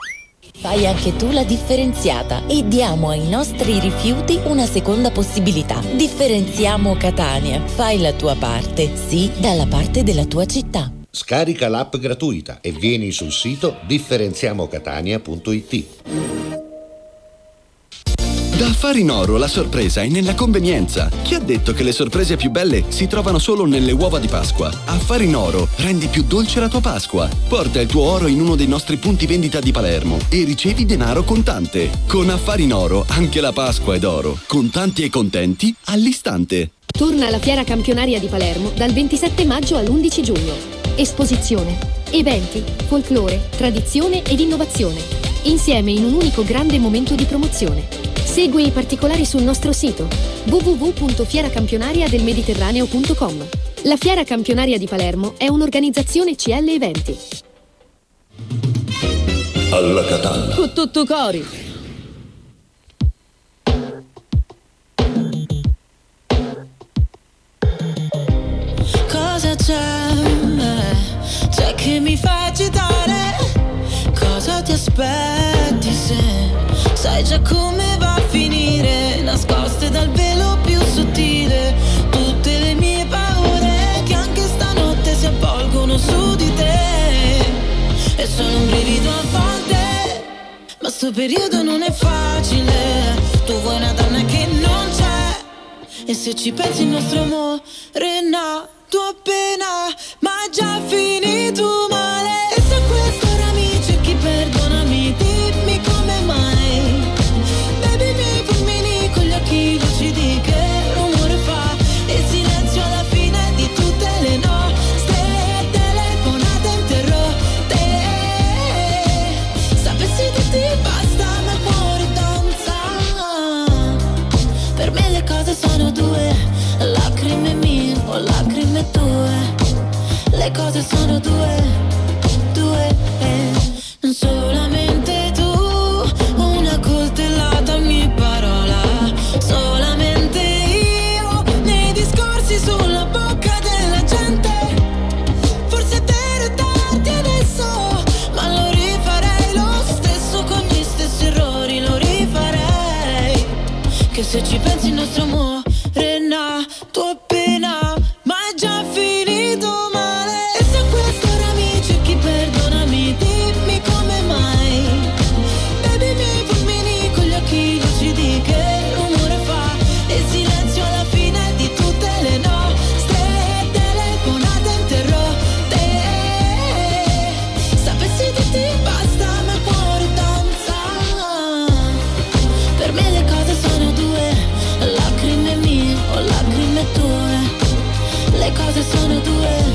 Fai anche tu la differenziata e diamo ai nostri rifiuti una seconda possibilità. Differenziamo Catania. Fai la tua parte, sì, dalla parte della tua città. Scarica l'app gratuita e vieni sul sito differenziamocatania.it. Da Affari in Oro la sorpresa è nella convenienza. Chi ha detto che le sorprese più belle si trovano solo nelle uova di Pasqua? Affari in Oro rendi più dolce la tua Pasqua. Porta il tuo oro in uno dei nostri punti vendita di Palermo e ricevi denaro contante. Con Affari in Oro anche la Pasqua è d'oro. Contanti e contenti all'istante. Torna alla Fiera Campionaria di Palermo dal 27 maggio all'11 giugno. Esposizione, eventi, folklore, tradizione ed innovazione. Insieme in un unico grande momento di promozione. Segui i particolari sul nostro sito www.fieracampionariadelmediterraneo.com. La Fiera Campionaria di Palermo è un'organizzazione CL Eventi. Alla Catalla. Con tutto cori. Cosa c'è? C'è che mi fa agitare? Cosa ti aspetti se sai già come va a finire? Nascoste dal velo più sottile tutte le mie paure che anche stanotte si avvolgono su di te. È solo un brivido a volte, ma sto periodo non è facile. Tu vuoi una donna che non c'è, e se ci pensi il nostro amore è nato appena, ma già finito male. E se questo ora mi cerchi, perdonami, dimmi come mai. Bevi i miei fulmini con gli occhi lucidi, che rumore fa il silenzio alla fine di tutte le nostre telefonate interrotte. Sapessi dirti basta, ma il cuore danza. Per me le cose sono due, lacrime mie o lacrime tue. Le cose sono due, non solamente tu. Una coltellata ogni parola, solamente io nei discorsi sulla bocca della gente. Forse per darti adesso, ma lo rifarei lo stesso con gli stessi errori, lo rifarei. Che se ci pensi il nostro amore è nato appena, ma è già finito male. E se questo ora mi cerchi, perdonami, dimmi come mai. Bevi i miei fulmini con gli occhi lucidi, che rumore fa il silenzio alla fine di tutte le nostre telefonate interrotte. Sapessi dirti basta, ma il cuore danza. Per me le cose sono due, lacrime mie o lacrime tue. Le cose sono due,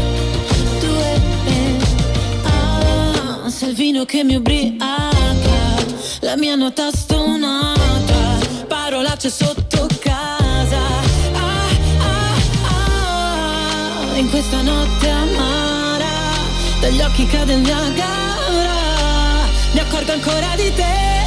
ah, se il vino che mi ubriaca, la mia nota stonata, parolacce sotto casa. In questa notte amara, dagli occhi cade il Niagara, mi accorgo ancora di te.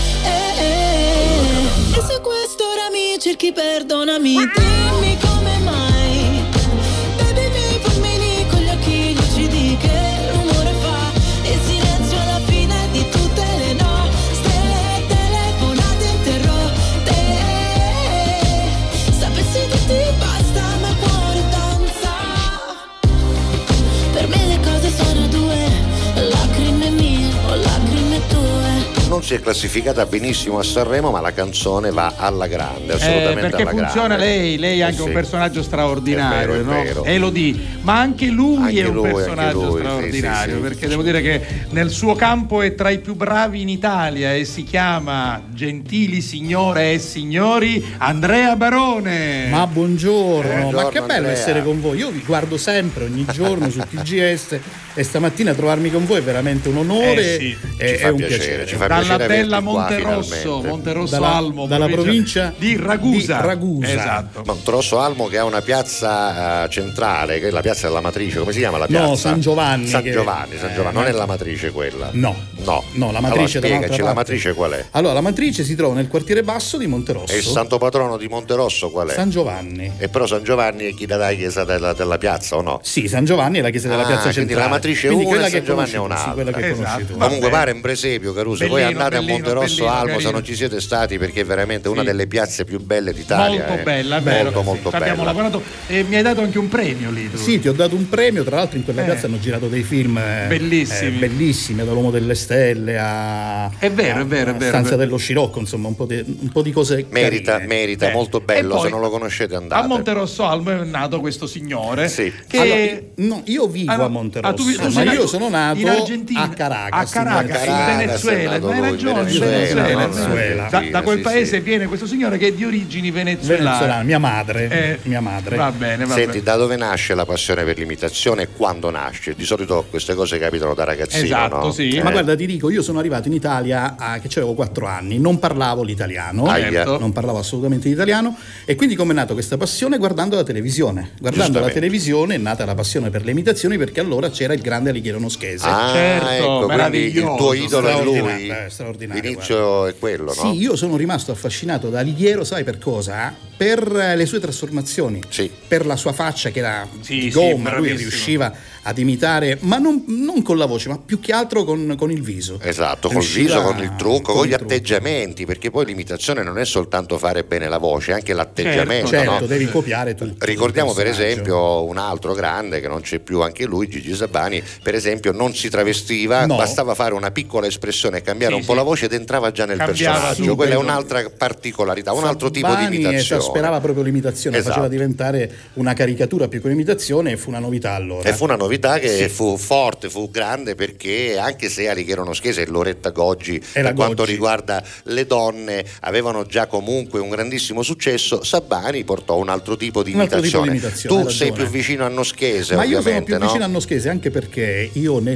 E se questo ora mi cerchi, perdonami, dimmi come mai. Bevi i miei fulmini con gli occhi lucidi, che rumore fa il silenzio alla fine di tutte le nostre telefonate interrotte. Sapessi dirti basta, ma il cuore danza. Per me le cose sono due, lacrime mie o lacrime tue. Non si è classificata benissimo a Sanremo, ma la canzone va alla grande, assolutamente perché alla funziona grande. lei è anche un personaggio straordinario, è vero. Elodie, ma anche lui è un lui, personaggio straordinario, sì, perché devo dire che nel suo campo è tra i più bravi in Italia e si chiama, gentili signore e signori, Andrea Barone. Ma buongiorno, ma che bello Andrea. essere con voi. Io vi guardo sempre, ogni giorno su TGS, e stamattina trovarmi con voi è veramente un onore e un piacere. Ci fa dalla piacere bella Monterosso Almo, dalla provincia di Ragusa. Esatto. Monterosso Almo, che ha una piazza centrale, che è la piazza della Matrice. Come si chiama la piazza? No, San Giovanni. San Giovanni, non è la Matrice quella. No, la Matrice. Allora, spiegaci, la Matrice qual è? Allora, la Matrice si trova nel quartiere basso di Monterosso. E il santo patrono di Monterosso qual è? San Giovanni. E però San Giovanni è chi dà la chiesa della piazza, o no? Sì, San Giovanni è la chiesa della piazza centrale. Quindi la Matrice è una e San Giovanni è un'altra. Sì, quella che conosci tu. Comunque pare un presepio, Caruso. Poi a andate a Monterosso Almo se non ci siete stati, perché è veramente una delle piazze più belle d'Italia. Molto bella, vero. Molto bella. Abbiamo lavorato e mi hai dato anche un premio lì. Sì, ti ho dato un premio, tra l'altro in quella piazza hanno girato dei film bellissimi, dall'Uomo delle Stelle a è vero. Stanza dello Scirocco, insomma un po' di cose merita, molto bello, se non lo conoscete andate. A Monterosso Almo è nato questo signore che allora, io vivo a Monterosso, ma io sono nato in Argentina, a Caracas, in Venezuela. Ma hai ragione, Venezuela. Da quel paese viene questo signore che è di origini venezuelane. Mia madre. Va bene. Senti, da dove nasce la passione per l'imitazione e quando nasce? Di solito queste cose capitano da ragazzino, esatto, no? Sì. Ma guarda, ti dico, io sono arrivato in Italia che avevo 4 anni, non parlavo l'italiano, non parlavo assolutamente l'italiano, e quindi come è nata questa passione? Guardando la televisione. Guardando la televisione è nata la passione per le imitazioni, perché allora c'era il grande Alighiero Noschese. Ecco, quindi il tuo idolo è lui. Straordinario. L'inizio è quello, no? Sì, io sono rimasto affascinato da Alighiero, sai per cosa? Per le sue trasformazioni, per la sua faccia che era di gomma, lui riusciva ad imitare, ma non con la voce, ma più che altro con il viso. Esatto, col viso, con il trucco, con gli atteggiamenti, perché poi l'imitazione non è soltanto fare bene la voce, anche l'atteggiamento. Certo, devi copiare tutto. Ricordiamo per esempio un altro grande che non c'è più, anche lui, Gigi Sabani, per esempio non si travestiva, bastava fare una piccola espressione e cambiare un po' la voce ed entrava già nel personaggio. Quella è un'altra particolarità, un altro tipo di imitazione. Esasperava proprio l'imitazione, faceva diventare una caricatura più che un'imitazione, e fu una novità allora. E fu una novità che fu forte, fu grande, perché anche se Alighiero Noschese e Loretta Goggi per quanto riguarda le donne avevano già comunque un grandissimo successo, Sabani portò un altro tipo di imitazione. Tu sei più vicino a Noschese, ma ovviamente, io sono più vicino a Noschese, anche perché io nel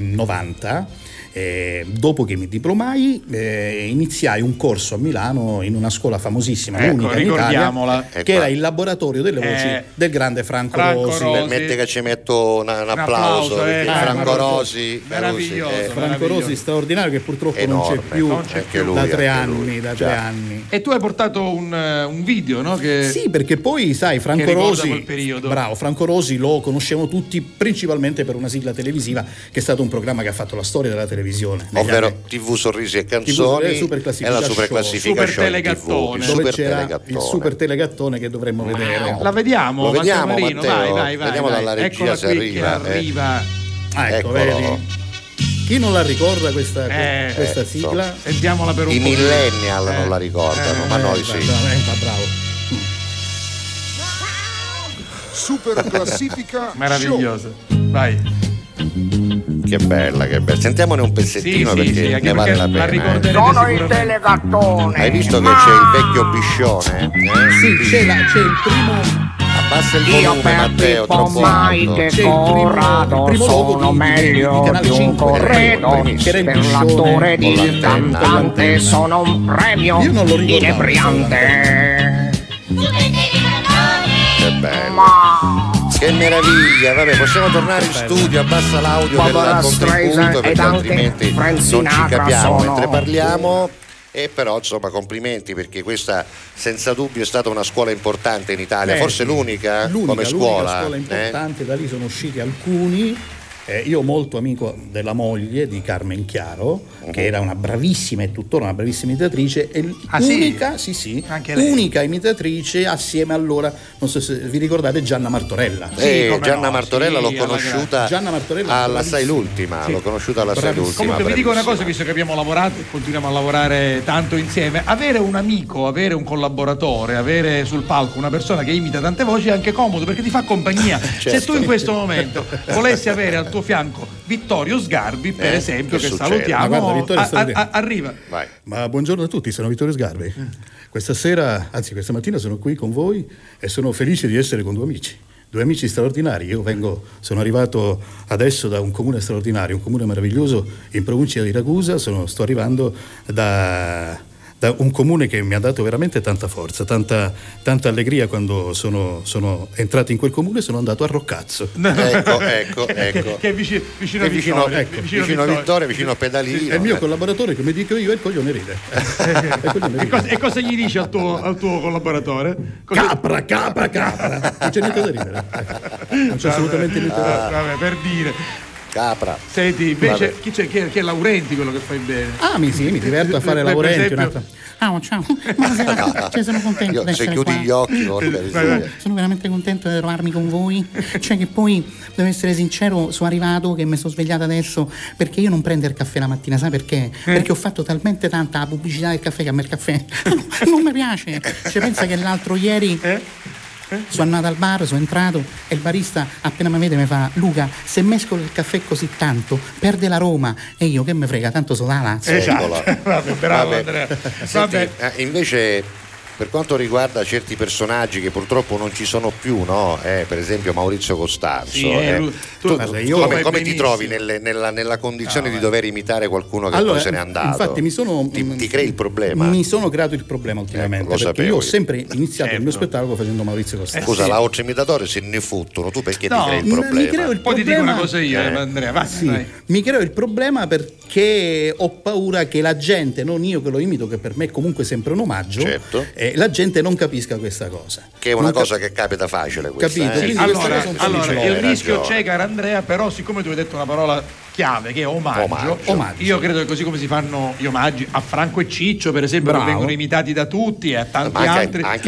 90 dopo che mi diplomai iniziai un corso a Milano in una scuola famosissima, l'unica in Italia, che era il laboratorio delle voci del grande Franco Rosi. Permette che ci metto un applauso, Franco Rosi, meraviglioso, Franco Rosi straordinario, che purtroppo non c'è più da 3 anni. E tu hai portato un video, no? Sì, perché poi sai, Franco Rosi, bravo, Franco Rosi lo conosciamo tutti principalmente per una sigla televisiva che è stato un programma che ha fatto la storia della televisione, ovvero TV Sorrisi e Canzoni, e la Super Classifica Show Telegattone, dove c'era il Super Telegattone che dovremmo vedere. La vediamo, lo vediamo, Matteo, vai. Vediamo dalla regia se arriva. Ecco, vedi? Chi non la ricorda questa sigla? Sentiamola per un po'. I millennial non la ricordano, ma noi sì. Bravo. Super Classifica meraviglioso. Vai. Che bella. Sentiamone un pezzettino, perché ne vale la pena. Sono il Telegattone. Hai visto che c'è il vecchio Biscione? Sì, c'è il primo. Abbassa il volume, Matteo, troppo alto. Decorato, sono meglio di un corredo. Per l'attore di cantante sono un premio inebriante. Che bello. Che meraviglia, vabbè, possiamo tornare in studio, abbassa l'audio per dare contributo, perché altrimenti non ci capiamo mentre parliamo. E però insomma complimenti, perché questa senza dubbio è stata una scuola importante in Italia, forse l'unica come scuola. L'unica scuola importante, da lì sono usciti alcuni. Io molto amico della moglie di Carmen Chiaro, che era una bravissima e tuttora una bravissima imitatrice, e unica imitatrice assieme allora, non so se vi ricordate, Gianna Martorella. Gianna Martorella l'ho conosciuta alla Sai l'Ultima, l'ho conosciuta alla Sai l'Ultima. Comunque vi dico una cosa, visto che abbiamo lavorato e continuiamo a lavorare tanto insieme, avere un amico, avere un collaboratore, avere sul palco una persona che imita tante voci è anche comodo, perché ti fa compagnia. Se tu in questo momento volessi avere al tuo fianco Vittorio Sgarbi, per esempio, che salutiamo, arriva. Vai. Ma buongiorno a tutti, sono Vittorio Sgarbi. Questa mattina sono qui con voi e sono felice di essere con due amici straordinari. Io sono arrivato adesso da un comune straordinario, un comune meraviglioso in provincia di Ragusa. Sto arrivando da un comune che mi ha dato veramente tanta forza, tanta allegria. Quando sono entrato in quel comune sono andato a Roccazzo. Ecco. Che è vicino a Vittorio, vicino a Pedalino. È il mio collaboratore, come dico io, è il coglione ride. E cosa gli dici al tuo collaboratore? Capra! Non c'è niente da ridere. Non c'è assolutamente niente da ridere. Vabbè, per dire. capra. Senti, invece chi è Laurenti, quello che fai bene? Mi diverto a fare Laurenti. Ciao. Buonasera. Sono contento di essere chiudi qua. gli occhi, Sono veramente contento di trovarmi con voi. Che poi devo essere sincero, sono arrivato che mi sono svegliato adesso perché io non prendo il caffè la mattina, sai perché? Perché ho fatto talmente tanta pubblicità del caffè che a me il caffè non mi piace. Pensa che l'altro ieri sono andato al bar, sono entrato e il barista appena mi vede mi fa: Luca, se mescolo il caffè così tanto perde l'aroma. E io che me frega, tanto sono la Lazio. Esatto. Vabbè, bravo Andrea. Senti, invece per quanto riguarda certi personaggi che purtroppo non ci sono più, no? Per esempio Maurizio Costanzo, come ti trovi nella condizione di dover imitare qualcuno che poi se n'è andato? Infatti ti crei il problema? Mi sono creato il problema ultimamente, perché io ho sempre iniziato il mio spettacolo facendo Maurizio Costanzo. Scusa, la voce imitatore se ne fottono, tu perché ti crei il problema? Mi creo il Poi ti dico una cosa io, Andrea, vai. Mi creo il problema perché ho paura che la gente, non io che lo imito, che per me è comunque sempre un omaggio, la gente non capisca questa cosa. Che è una cosa che capita facile questa, capito? Allora il rischio c'è, caro Andrea, però siccome tu hai detto una parola chiave che è omaggio. Io credo che così come si fanno gli omaggi a Franco e Ciccio, per esempio, che vengono imitati da tutti, e a tanti altri, anche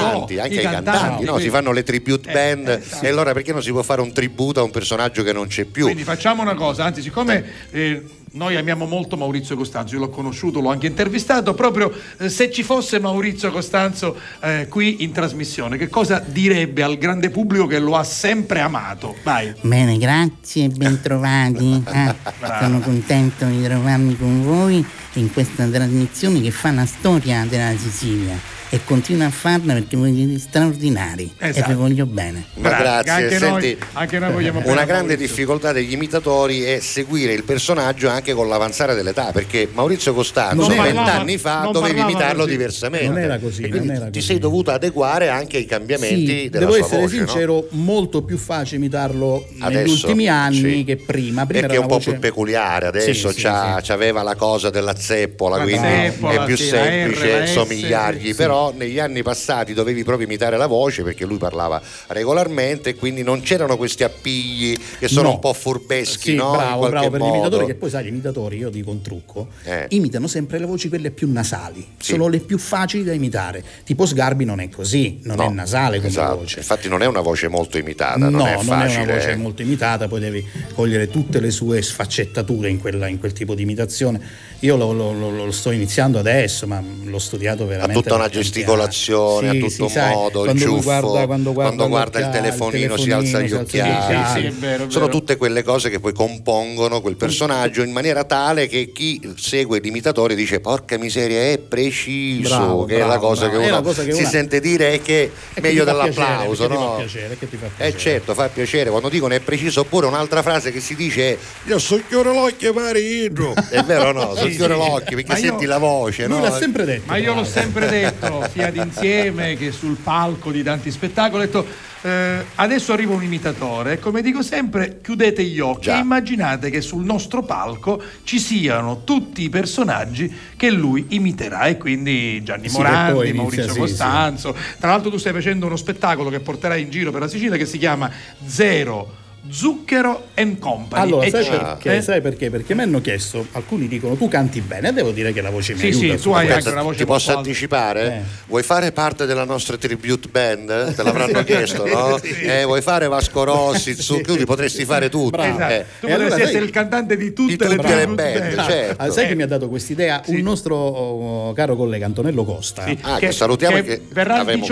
i cantanti, no? Si fanno le tribute band, e allora perché non si può fare un tributo a un personaggio che non c'è più? Quindi facciamo una cosa, anzi, siccome noi amiamo molto Maurizio Costanzo, io l'ho conosciuto, l'ho anche intervistato, proprio se ci fosse Maurizio Costanzo qui in trasmissione, che cosa direbbe al grande pubblico che lo ha sempre amato? Vai. Bene, grazie, bentrovati. Sono contento di trovarmi con voi in questa trasmissione che fa la storia della Sicilia e continua a farla perché voi siete straordinari e vi voglio bene. Ma grazie. Anche noi vogliamo bene. Una grande difficoltà degli imitatori è seguire il personaggio anche con l'avanzare dell'età, perché Maurizio Costanzo 20 anni fa dovevi imitarlo diversamente. Non era così. Ti sei dovuto adeguare anche ai cambiamenti della sua voce. Devo essere sincero, molto più facile imitarlo negli ultimi anni che prima. Perché è un po' più peculiare, adesso c'aveva la cosa della zeppola, quindi è più semplice somigliargli, però negli anni passati dovevi proprio imitare la voce perché lui parlava regolarmente e quindi non c'erano questi appigli che sono un po' furbeschi, no? Bravo per gli imitatori, che poi sai, gli imitatori, io dico un trucco, imitano sempre le voci quelle più nasali, sono le più facili da imitare. Tipo Sgarbi non è così, non è nasale come voce. Infatti non è una voce molto imitata, non è facile. Non è una voce molto imitata, poi devi cogliere tutte le sue sfaccettature in quel tipo di imitazione. Io lo sto iniziando adesso, ma l'ho studiato veramente. Ha tutta una gesticolazione, ha tutto un modo, il ciuffo, quando guarda il telefonino si alza gli occhiali. È vero. Sono tutte quelle cose che poi compongono quel personaggio in maniera tale che chi segue l'imitatore dice: porca miseria, è preciso, è la cosa che uno si sente dire, è che è meglio dell'applauso, no? Che ti fa piacere. Certo, fa piacere quando dicono è preciso. Oppure un'altra frase che si dice è: io socchioro l'occhio marino. È vero o no? Socchioro l'occhio perché senti la voce, lui no? l'ha sempre detto. Ma io l'ho sempre detto, sia d'insieme che sul palco di tanti spettacoli, ho detto adesso arriva un imitatore, come dico sempre, chiudete gli occhi e immaginate che sul nostro palco ci siano tutti i personaggi che lui imiterà, e quindi Gianni Morandi, Maurizio Costanzo. Tra l'altro tu stai facendo uno spettacolo che porterai in giro per la Sicilia che si chiama Zero Zucchero and Company. Allora, sai perché? Perché mi hanno chiesto, alcuni dicono tu canti bene, devo dire che la voce mi aiuta. Sì, tu hai anche una voce. Ti posso anticipare? Vuoi fare parte della nostra tribute band? Te l'avranno chiesto, no? Vuoi fare Vasco Rossi, tu li potresti fare tutti. Esatto. Tu potresti essere il cantante di tutte le band. Certo. Sai che mi ha dato quest'idea? Un nostro caro collega Antonello Costa, che salutiamo, che verrà il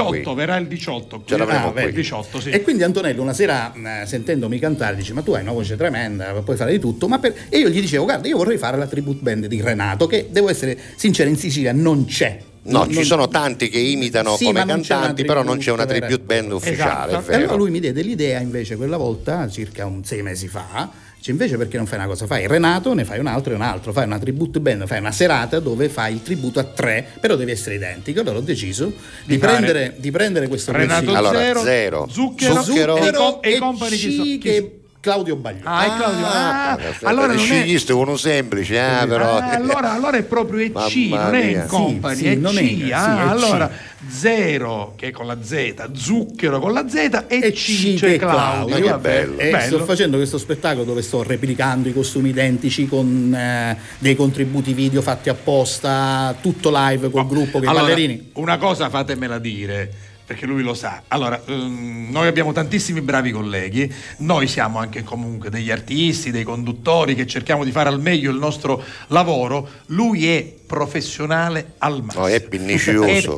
18. Ce l'avremo qui. Il 18, sì. E quindi Antonello una sera, sentendomi cantare, dice: ma tu hai una voce tremenda, puoi fare di tutto, e io gli dicevo: guarda, io vorrei fare la tribute band di Renato, che devo essere sincero, in Sicilia non c'è. Ci sono tanti che imitano come cantanti, però non c'è una tribute band ufficiale. Esatto. E allora lui mi diede l'idea invece quella volta, circa 6 mesi fa, dice: invece perché non fai una cosa? Fai Renato, ne fai un altro, fai una tribute band, fai una serata dove fai il tributo a 3, però devi essere identico. Allora ho deciso di prendere questo Renato consiglio. Zero, Zucchero e Company, che Claudio Baglioni. Allora non è uno semplice, però. Allora è proprio EC, non è in company, è C. Allora Zero, che è con la Z, Zucchero con la Z e C, cioè Claudio. Che bello. Sto facendo questo spettacolo dove sto replicando i costumi identici con dei contributi video fatti apposta, tutto live col gruppo, che i ballerini. Una cosa fatemela dire, perché lui lo sa. Allora, noi abbiamo tantissimi bravi colleghi, noi siamo anche comunque degli artisti, dei conduttori che cerchiamo di fare al meglio il nostro lavoro. Lui è professionale al massimo. È pinnicioso.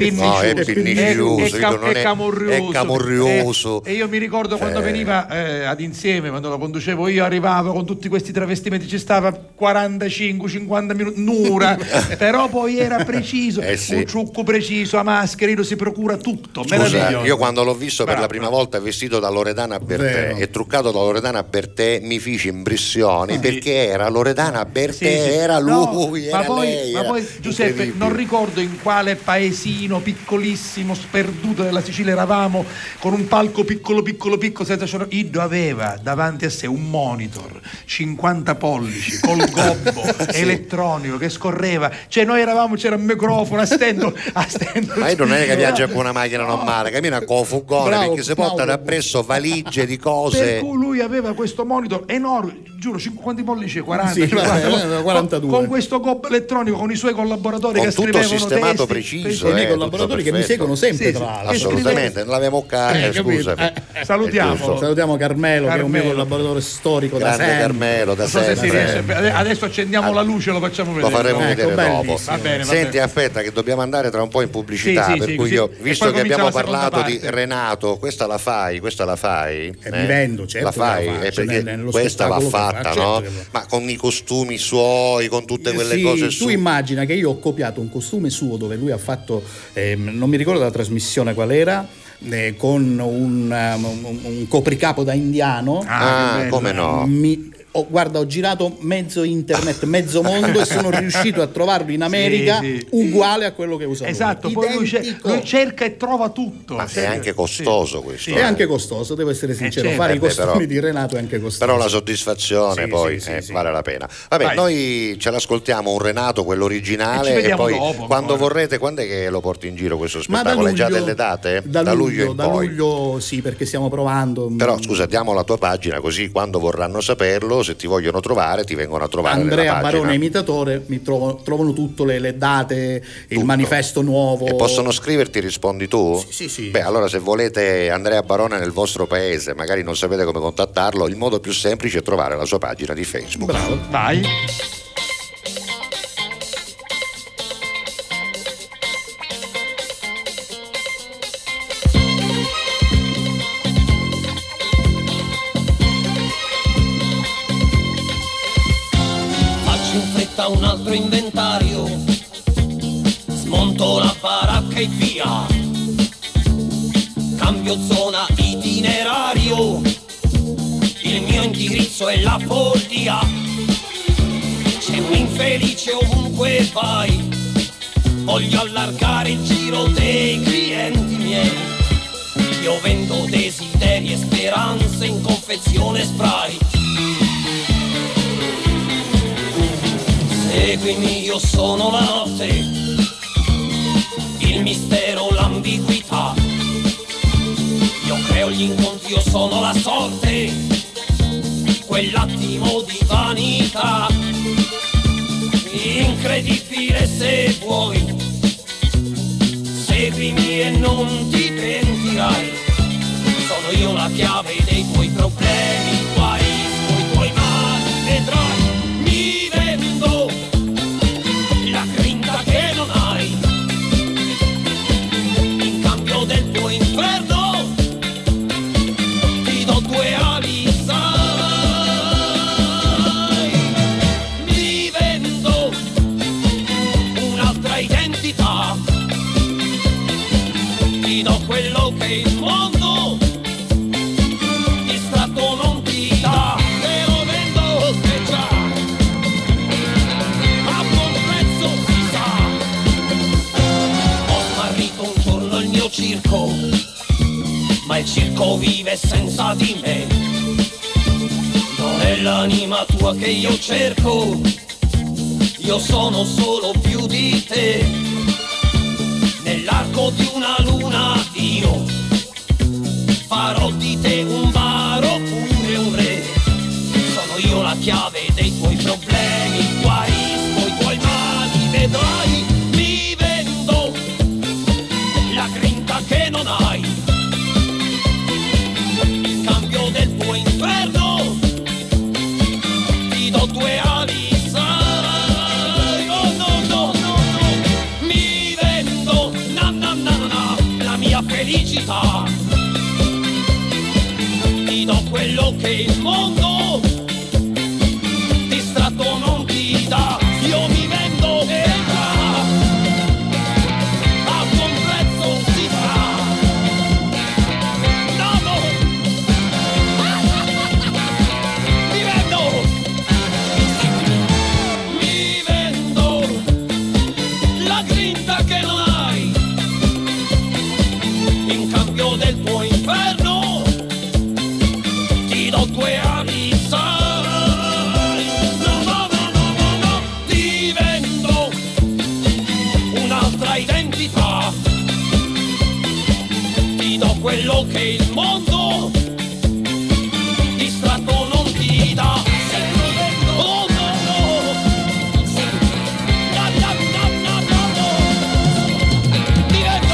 È camorrioso. E io mi ricordo quando veniva ad Insieme, quando lo conducevo io, arrivavo con tutti questi travestimenti, ci stava 45-50 minuti, un'ora, però poi era preciso, un trucco preciso, a mascherino, si procura tutto. Scusa, io quando l'ho visto per la prima volta vestito da Loredana Bertè e truccato da Loredana Bertè mi feci impressioni, perché era Loredana Bertè, era lui, era lei. Ma poi Giuseppe, non ricordo in quale paesino piccolissimo sperduto della Sicilia eravamo, con un palco piccolo senza Iddo aveva davanti a sé un monitor 50 pollici col gobbo elettronico che scorreva, cioè noi eravamo, c'era un microfono a stendo. Ma io non è che viaggia con una macchina normale, cammina con un furgone, perché si portano appresso valigie di cose, per cui lui aveva questo monitor enorme, giuro, 50 pollici, 40, 42 con questo gobbo elettronico, con i suoi collaboratori con che tutto scrivevano sistemato testi, preciso, i miei collaboratori che mi seguono sempre, tra l'altro. Assolutamente, non l'avevo scusami. Salutiamo Carmelo, che è un mio collaboratore storico, grande da sempre. Carmelo, da sempre. Adesso accendiamo la luce e lo facciamo vedere. Lo faremo vedere dopo. Va bene. Senti, aspetta che dobbiamo andare tra un po' in pubblicità, per cui io, visto che abbiamo parlato di Renato, questa la fai? Mi vendo, certo. La fai? Perché questa va fatta, no? Ma con i costumi suoi, con tutte quelle cose tu immagina che io ho copiato un costume suo dove lui ha fatto, non mi ricordo la trasmissione qual era, con un copricapo da indiano. Come no? Guarda, ho girato mezzo internet, mezzo mondo e sono riuscito a trovarlo in America uguale a quello che usavo. Esatto, poi lui cerca e trova tutto. Ma è anche costoso questo. È anche costoso, devo essere sincero. Fare i costumi di Renato è anche costoso. Però la soddisfazione poi vale la pena. Vabbè, noi ce l'ascoltiamo un Renato, quello originale, e poi dopo, quando vorrete, quando è che lo porti in giro questo spettacolo? Hai già delle date? Da luglio in poi. Da luglio sì, perché stiamo provando. Però scusa, diamo la tua pagina, così quando vorranno saperlo, se ti vogliono trovare, ti vengono a trovare. Andrea Barone Imitatore, mi trovano tutto, le date, tutto. Il manifesto nuovo. E possono scriverti, rispondi tu? Sì. Beh, allora se volete Andrea Barone nel vostro paese, magari non sapete come contattarlo, il modo più semplice è trovare la sua pagina di Facebook. Bravo. Vai. Un altro inventario, smonto la baracca e via, cambio zona itinerario, il mio indirizzo è la follia, c'è un infelice ovunque vai, voglio allargare il giro dei clienti miei, io vendo desideri e speranze in confezione spray. Seguimi, io sono la notte, il mistero, l'ambiguità. Io creo gli incontri, io sono la sorte, quell'attimo di vanità. Incredibile se vuoi, seguimi e non ti pentirai. Sono io la chiave dei tuoi problemi, guai, coi tuoi mali vedrai. Che non hai in cambio del tuo inferno ti do due ali, sai, mi vendo un'altra identità, ti do quello che il mondo distratto non ti dà, te lo vendo che già a buon prezzo. Il mio circo, ma il circo vive senza di me. quell'anima tua che io cerco, io sono solo più di te. Nell'arco di una luna io farò di te un baro oppure un re. Sono io la chiave dei tuoi problemi, guarisco i tuoi mali, vedrai. Mi vendo la grinta che non hai, in cambio del tuo inferno ti do 2 ali, sai. Oh no no no no, mi vendo na na na na la mia felicità, ti do quello che il mondo distratto non ti dà. Io mi vendo e a buon prezzo si sa. No no, mi vendo la grinta che non hai, in cambio del tuo inferno ti do 2 ali, sai. No no no no no no, ti vendo un'altra identità, ti do quello che il mondo distratto non ti dà. Oh no no, na na na na na no, ti vendo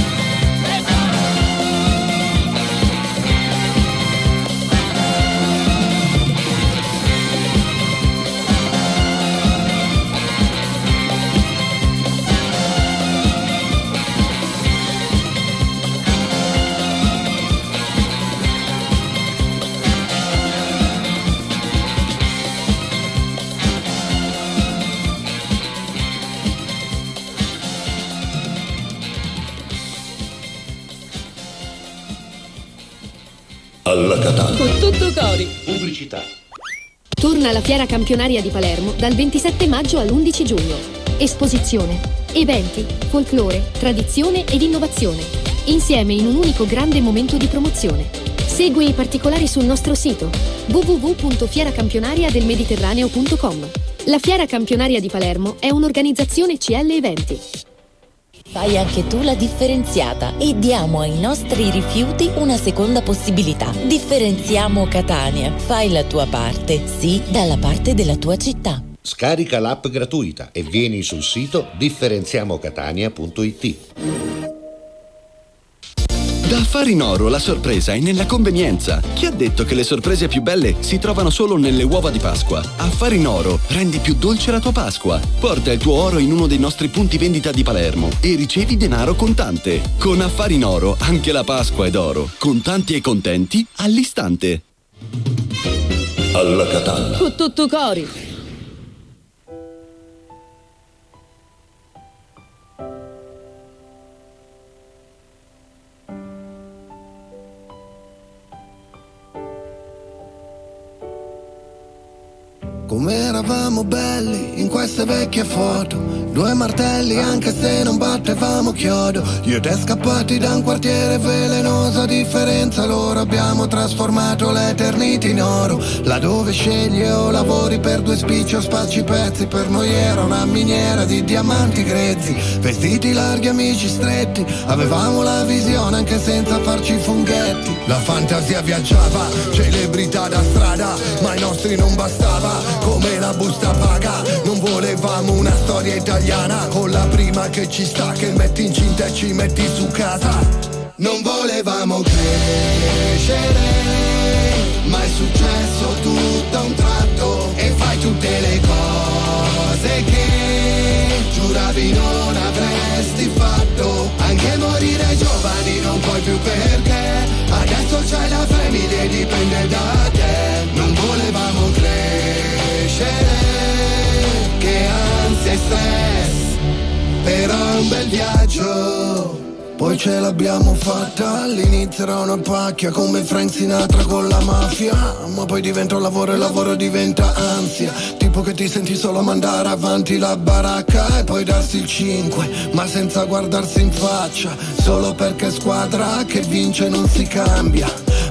alla Catania. Con tutto cori. Pubblicità. Torna alla Fiera Campionaria di Palermo dal 27 maggio all'11 giugno. Esposizione, eventi, folklore, tradizione ed innovazione. Insieme in un unico grande momento di promozione. Segui i particolari sul nostro sito www.fieracampionariadelmediterraneo.com. La Fiera Campionaria di Palermo è un'organizzazione CL Eventi. Fai anche tu la differenziata e diamo ai nostri rifiuti una seconda possibilità. Differenziamo Catania. Fai la tua parte, sì, dalla parte della tua città. Scarica l'app gratuita e vieni sul sito differenziamocatania.it. Da Affari in Oro la sorpresa è nella convenienza. Chi ha detto che le sorprese più belle si trovano solo nelle uova di Pasqua? Affari in Oro rendi più dolce la tua Pasqua. Porta il tuo oro in uno dei nostri punti vendita di Palermo e ricevi denaro contante. Con Affari in Oro anche la Pasqua è d'oro. Contanti e contenti all'istante. Alla Catania. Con tutto cori. Come eravamo belli in queste vecchie foto, 2 martelli anche se non battevamo chiodo. Io e te scappati da un quartiere velenoso, a differenza loro abbiamo trasformato l'eternità in oro. Laddove scegli o lavori per 2 spicci o spacci pezzi, per noi era una miniera di diamanti grezzi. Vestiti larghi, amici stretti, avevamo la visione anche senza farci funghetti. La fantasia viaggiava, celebrità da strada, ma ai nostri non bastava. Come la busta paga, non volevamo una storia italiana con la prima che ci sta, che metti incinta e ci metti su casa. Non volevamo crescere, ma è successo tutto a un tratto. E fai tutte le cose che giuravi non avresti fatto. Anche morire giovani non puoi più, perché adesso c'hai la famiglia e dipende da te. Non volevamo crescere, che ansia e stress, però è un bel viaggio. Poi ce l'abbiamo fatta, all'inizio era una pacchia come Frank Sinatra con la mafia, ma poi diventa un lavoro e il lavoro diventa ansia. Tipo che ti senti solo mandare avanti la baracca e poi darsi il 5, ma senza guardarsi in faccia, solo perché squadra che vince non si cambia.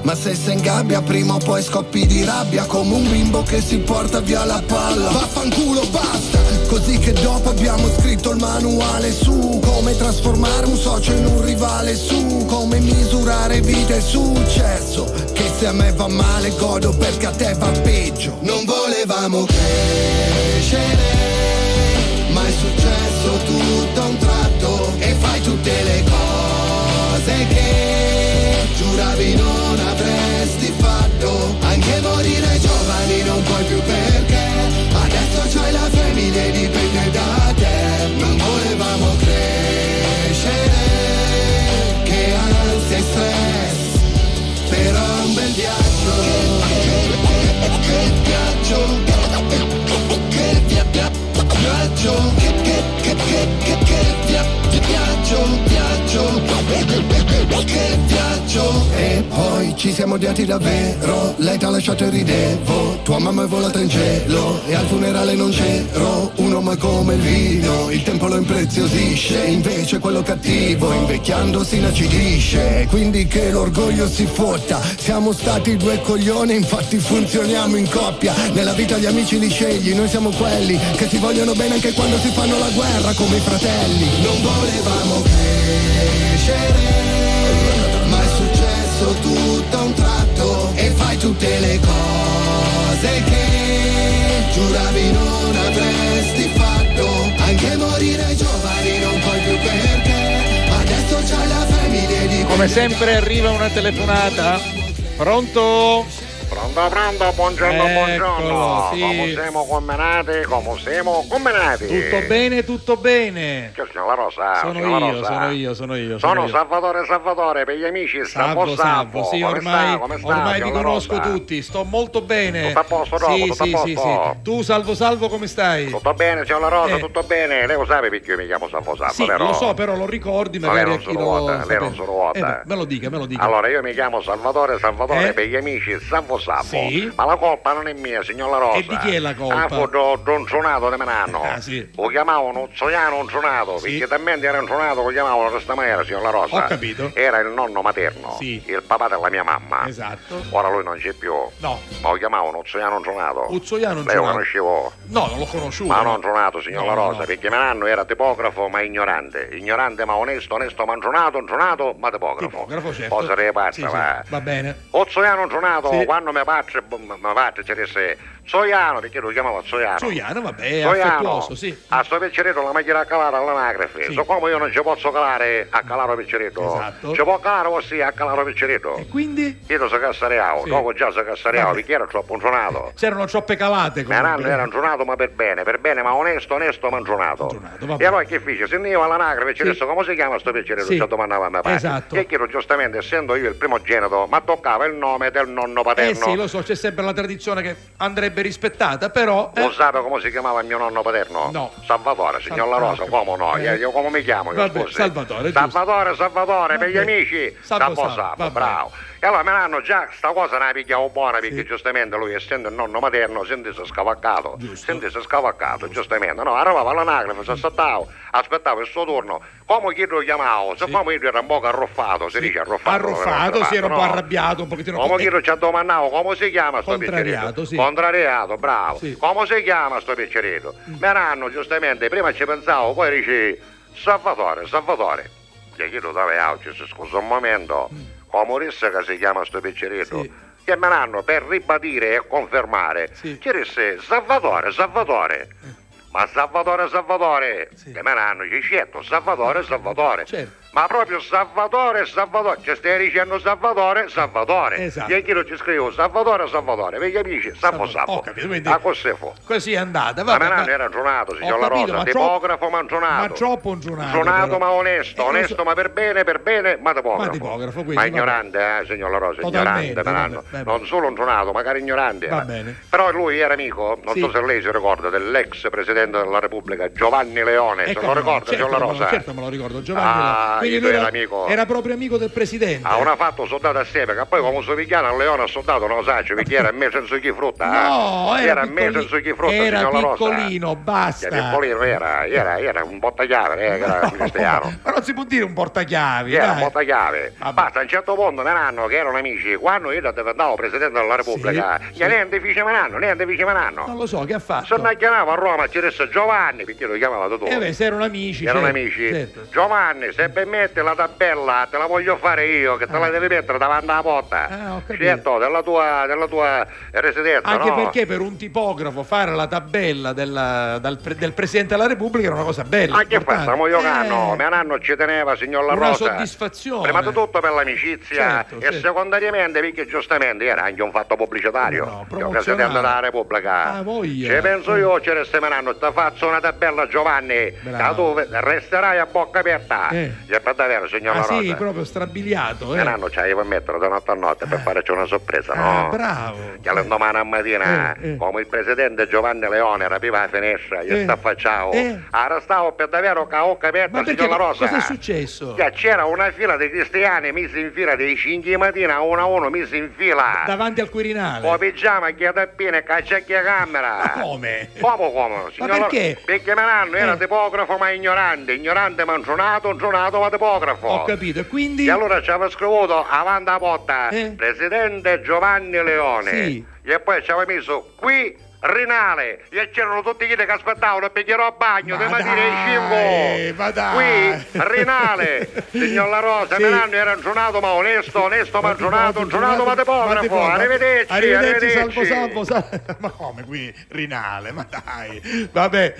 Ma se sei in gabbia prima o poi scoppi di rabbia, come un bimbo che si porta via la palla. Vaffanculo, basta, così che dopo abbiamo scritto il manuale su come trasformare un socio in un rivale, su come misurare vita e successo, che se a me va male godo perché a te va peggio. Non volevamo crescere, ma è successo tutto a un tratto, e fai tutte le cose che giuravi non avresti fatto. Anche morire giovani non puoi più perché adesso c'hai la famiglia e dipende da te. Non volevamo crescere, che ansia e stress, però è un bel viaggio. Che viaggio, che viaggio, che viaggio. E poi ci siamo odiati davvero, lei t'ha lasciato e ridevo, tua mamma è volata in cielo e al funerale non c'ero. Un uomo è come il vino, il tempo lo impreziosisce, invece quello cattivo invecchiando si inacidisce. Quindi che l'orgoglio si fotta, siamo stati due coglioni, infatti funzioniamo in coppia. Nella vita gli amici li scegli, noi siamo quelli che si vogliono bene anche quando si fanno la guerra come i fratelli. Non volevamo crescere, ma è successo tutto a un tratto, e fai tutte le cose che giuravi non avresti fatto. Anche morire giovani non puoi più perché adesso c'hai la famiglia di... Come sempre arriva una telefonata. Pronto? Pronto, buongiorno, buongiorno. Sì. Come siamo combinati? Tutto bene. Che signora Rosa? Sono io. Sono Salvatore, per gli amici Salvo. Sì, ormai vi conosco tutti, sto molto bene. Tutto a posto, tutto a posto. Sì. Tu Salvo come stai? Tutto bene, signora Rosa, tutto bene. Lei lo sa perché io mi chiamo Salvo, sì, vero? Lo so, però lo ricordi magari a chi lo... Lei non sono vuota. Me lo dica. Allora, io mi chiamo Salvatore per gli amici Salvo. Sì. Ma la colpa non è mia, signora Rosa. E di chi è la colpa? Don Suonato di Menanno. Sì. Lo chiamavano Zoiano Suonato, perché talmente era un suonato, lo chiamavano in questa maniera, signora Rosa. Ho capito. Era il nonno materno, il papà della mia mamma. Esatto. Ora lui non c'è più. No. Ma lo chiamavano Zoiano Suonato. Lei lo conoscevo? No, non l'ho conosciuto. Ma non Suonato, signora Rosa, perché Menanno era tipografo ma ignorante ma onesto ma Suonato ma tipografo. Certo. Poi sarebbe pazza, va bene. O Zoiano Suonato, quando mi padre ci disse Zoiano, perché lo chiamava Zoiano, vabbè, affettuoso, sì. A sto pecceretto la macchina a calare all'anagrafe. Sì. So come io non ci posso calare a calare pecceretto. Esatto. Ci può calare così a calare pecceretto. E quindi? Io si cassareavo, dopo già si cassareavo, perché era troppo suonato. C'erano troppe calate comunque. Menanno era un suonato ma per bene, ma onesto ma un suonato. E allora che fece? Se andiamo all'anagrafe ci disse come si chiama sto pecceretto? Ci domandava a mia padre. Esatto. E chiedo giustamente, essendo io il primogenito, ma toccava il nome del nonno paterno. Sì, lo so, c'è sempre la tradizione che andrebbe rispettata, però... Lo sapete come si chiamava il mio nonno paterno? No. Salvatore, signor La Rosa, come no? Io come mi chiamo? Vabbè, Salvatore, Salvatore, per gli amici. Salvo, bravo. E allora me l'hanno già, sta cosa ne pigliavo buona, perché giustamente lui, essendo il nonno materno, sentisse scavaccato, giustamente. No, arrivava all'anagrafe, si aspettavo il suo turno. Come chi lo chiamavo? Se come io era un po' arruffato, si dice arruffato. Si era un po' arrabbiato, un pochettino... Come chi lo ci domandavo, come si chiama sto pecceretto? Contrariato, bravo. Sì. Come si chiama sto pecceretto? Me l'hanno giustamente, prima ci pensavo, poi dici Salvatore. Che chi lo dava oggi, scusa un momento, come disse che si chiama sto pecceretto? Che me l'hanno per ribadire e confermare, ci disse Salvatore. Ma Salvatore, che me l'hanno cicetto, Salvatore. Certo. Ma proprio Salvatore, ci stai dicendo Salvatore. Esatto. E chi lo ci scrivo, Salvatore, per gli amici, Salvo. Ho capito, quindi così è andata. Ma Menanno era un suonato, signor La Rosa, tipografo ma un suonato. Ma troppo un suonato. Suonato ma onesto ma per bene, ma tipografo. Ma ignorante, signor La Rosa, ignorante, Menanno. Non solo un suonato, magari ignorante. Va bene. Però lui era amico, non so se lei si ricorda, dell'ex presidente della Repubblica, Giovanni Leone, se lo ricorda, signor La Rosa? Certo me lo ricordo, Giovanni Leone. quindi era amico. Era proprio amico del presidente. Una fatto soldato assieme, che poi come so picchiano a Leone a soldato non lo sa, perché era a me senza chi frutta. No, era a me senza chi frutta, era signor La Rosa. piccolino, basta. Piccolino era un portachiave, era cristiano. Ma non si può dire un portachiavi. Era un portachiave. Basta, a un certo punto Menanno, che erano amici, quando io diventavo presidente della Repubblica, niente vice Menanno. Non lo so, che ha fatto? Se ne chiamava a Roma, ci resta Giovanni, perché lo chiamava tutto. Se erano amici. Erano amici. Certo. Giovanni, se per mettere la tabella, te la voglio fare io, che te la devi mettere davanti alla porta. Ho capito. Certo, della tua residenza. Anche no? perché per un tipografo fare la tabella del Presidente della Repubblica era una cosa bella. Anche fa, stiamo giocando, Menanno ci teneva, signor La Rosa. Una soddisfazione. Prima di tutto per l'amicizia Certo, e secondariamente perché giustamente era anche un fatto pubblicitario. Il Presidente della Repubblica. Voglia. Ci penso io, ci resta Menanno, ti faccio una tabella Giovanni, che tu resterai a bocca aperta. È per davvero, signor La Rosa. Sì, proprio strabiliato. Menanno ci avevo mettere da notte a notte per farci una sorpresa, no? Bravo. Che all'indomani a mattina, come il presidente Giovanni Leone rapiva la finestra, gli staffacciavo, arrestavo per davvero a bocca aperta, signor La Rosa. Cosa è successo? Che c'era una fila di cristiani messi in fila dei 5 di mattina, uno a uno, messi in fila. Davanti al Quirinale. Con pigiama, chiatappine e cacciacchia camera. Ma come? Come? Ma perché? Perché Menanno era tipografo ma ignorante ma intronato ma tipografo. Ho capito, e quindi? E allora ci aveva scritto avanti alla porta, Presidente Giovanni Leone. Sì. E poi ci aveva messo qui Rinale, e c'erano tutti quelli che aspettavano perché ero a bagno di mattina ai 5. Ma dai. Qui Rinale, signor La Rosa, Menanno era intronato ma onesto ma intronato ma tipografo. Arrivederci. Salvo. Ma come qui Rinale? Ma dai. Vabbè.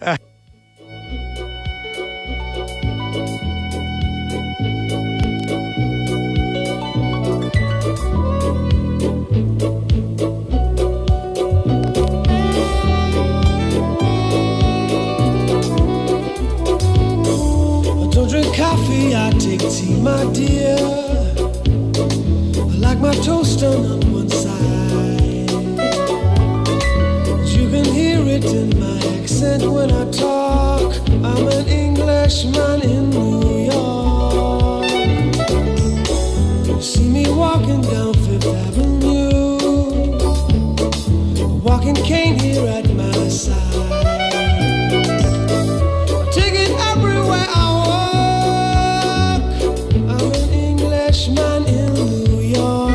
Coffee, I take tea, my dear. I like my toast on one side. You can hear it in my accent when I talk. I'm an Englishman in New York. You see me walking down Fifth Avenue, a walking cane here at my side. I take it everywhere I man in New York.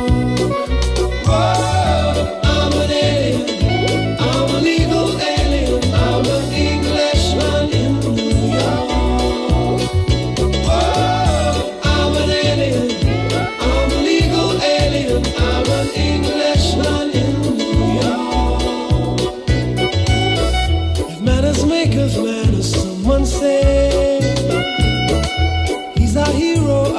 Whoa, I'm an alien, I'm a legal alien, I'm an Englishman in New York. Whoa, I'm an alien, I'm a legal alien, I'm an Englishman in New York. If manners make us manners, someone say he's our hero.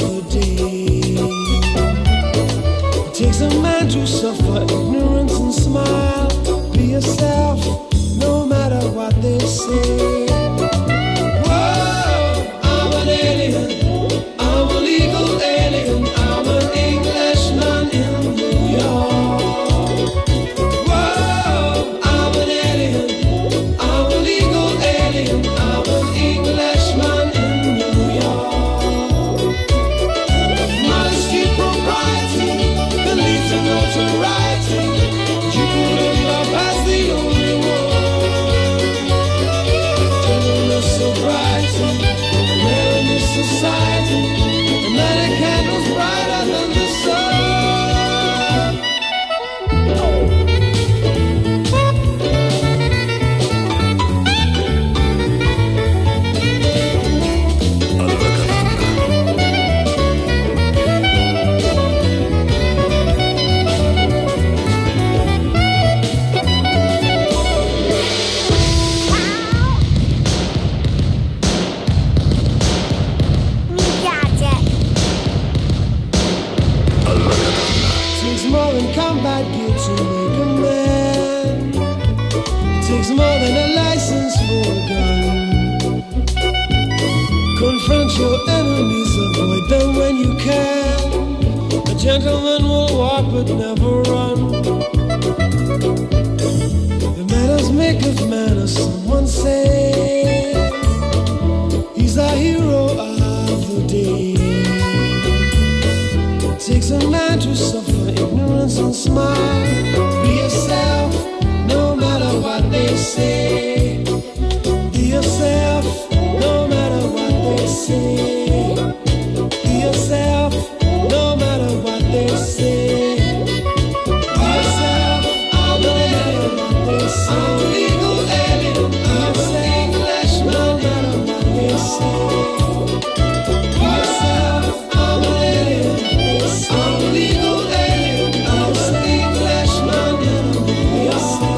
Takes a man to suffer ignorance and smile. Be yourself, no matter what they say. Whoa, I'm an alien, I'm a legal alien, I'm an Englishman in New York. Whoa, I'm an alien, I'm a legal alien, I'm an Englishman in New York. Modesty, propriety, notoriety, you couldn't love as the only one. Gentleness, sobriety, man in this society, and that a candle's brighter than the sun. Combat gear to make a man. It takes more than a license for a gun. Confront your enemies, avoid them when you can. A gentleman will walk but never run. The manners make of manners, someone say. He's our hero. smile. Be yourself, no matter what they say. Be yourself, no matter what they say. Be yourself, no matter what they say. Be yourself, no matter what they say. I'm a legal alien, I'm an English, no matter what they say. Be yourself, I'm an alien, I'm a legal alien, I'm an English, no matter what they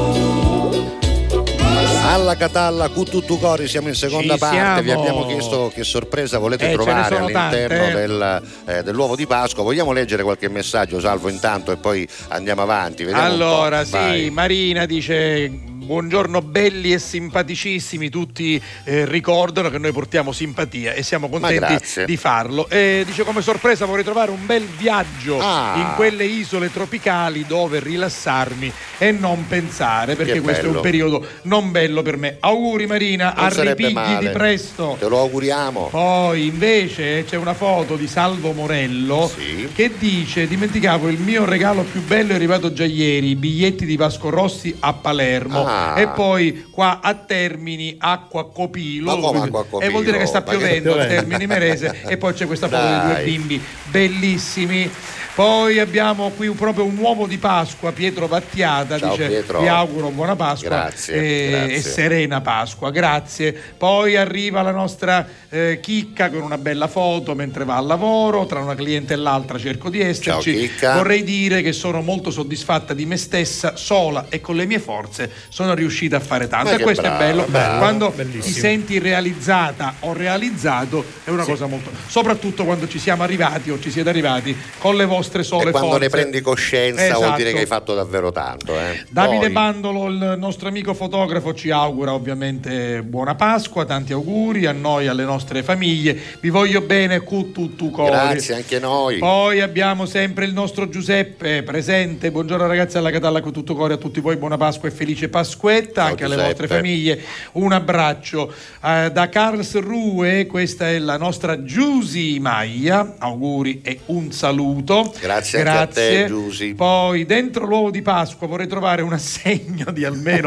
say. Alla Catalla, cu tutto cori, siamo in seconda parte. Siamo. Vi abbiamo chiesto che sorpresa volete trovare all'interno dell'uovo di Pasqua. Vogliamo leggere qualche messaggio, Salvo, intanto, e poi andiamo avanti? Vediamo allora, un po'. sì, Vai. Marina dice: buongiorno belli e simpaticissimi, tutti ricordano che noi portiamo simpatia e siamo contenti di farlo. Dice: come sorpresa vorrei trovare un bel viaggio in quelle isole tropicali dove rilassarmi e non pensare, perché questo è un periodo non bello per me. Auguri Marina, Non sarebbe arripigli male. di presto. Te lo auguriamo. Poi invece c'è una foto di Salvo Morello che dice: dimenticavo, il mio regalo più bello è arrivato già ieri, i biglietti di Vasco Rossi a Palermo. E poi qua a Termini acqua Copilo, e vuol dire che sta piovendo a Termini Merese. E poi c'è questa foto di due bimbi bellissimi. Poi abbiamo qui proprio un uovo di Pasqua, Pietro Vattiata. Ciao, dice: Pietro. vi auguro buona Pasqua Grazie. e serena Pasqua, grazie. Poi arriva la nostra Chicca con una bella foto mentre va al lavoro, tra una cliente e l'altra cerco di esserci. Ciao, Chicca. Vorrei dire che sono molto soddisfatta di me stessa, sola e con le mie forze sono riuscita a fare tanto. Ma E che questo brava, è bello, brava. quando Bellissimo. ti senti realizzata o realizzato, è una cosa molto, soprattutto quando ci siamo arrivati o ci siete arrivati con le vostre sole E quando forze. ne prendi coscienza vuol dire Esatto. che hai fatto davvero tanto. Davide Poi- Bandolo, il nostro amico fotografo, ci augura ovviamente buona Pasqua, tanti auguri a noi, alle nostre famiglie, vi voglio bene cu tutto cori. Grazie anche noi. Poi abbiamo sempre il nostro Giuseppe presente. Buongiorno ragazzi alla Catalla con tutto cuore a tutti voi, buona Pasqua e felice Pasquetta. Ciao, anche alle Giuseppe. vostre famiglie un abbraccio. Da Karlsruhe, questa è la nostra Giusy Maglia, auguri e un saluto. Grazie anche a te, Giusy. Poi dentro l'uovo di Pasqua vorrei trovare un assegno di almeno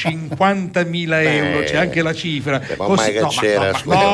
50.000 euro, c'è anche la cifra. Ma ormai che c'era,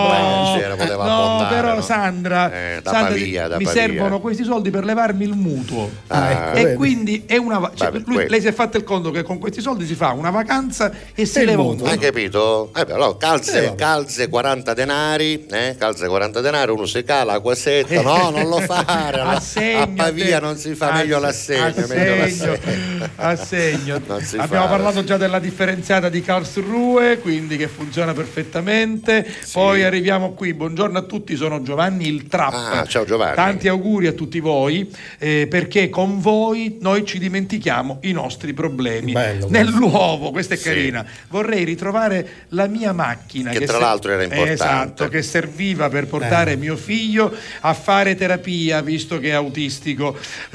poteva no, abbondare, però no? Sandra, Da Sandra, Pavia, da mi Pavia. servono questi soldi per levarmi il mutuo. Ah, e vedi. quindi è una lei si è fatto il conto che con questi soldi si fa una vacanza e si leva un mutuo. Hai capito? Allora, calze 40 denari, calze 40 denari, uno si cala, quasetta, no, non lo fare. Assegno, a Pavia non si fa meglio l'assegno, meglio l'assegno. Assegno. Non si Abbiamo fa. parlato già della differenziata di Karlsruhe, quindi che funziona perfettamente. Poi arriviamo qui, buongiorno a tutti, sono Giovanni il Trap. Ciao Giovanni. Tanti auguri a tutti voi, perché con voi noi ci dimentichiamo i nostri problemi. Bello, Nell'uovo, questa è Sì. carina. Vorrei ritrovare la mia macchina Che tra l'altro era importante. Esatto, che serviva per portare mio figlio a fare terapia, visto che è autistico.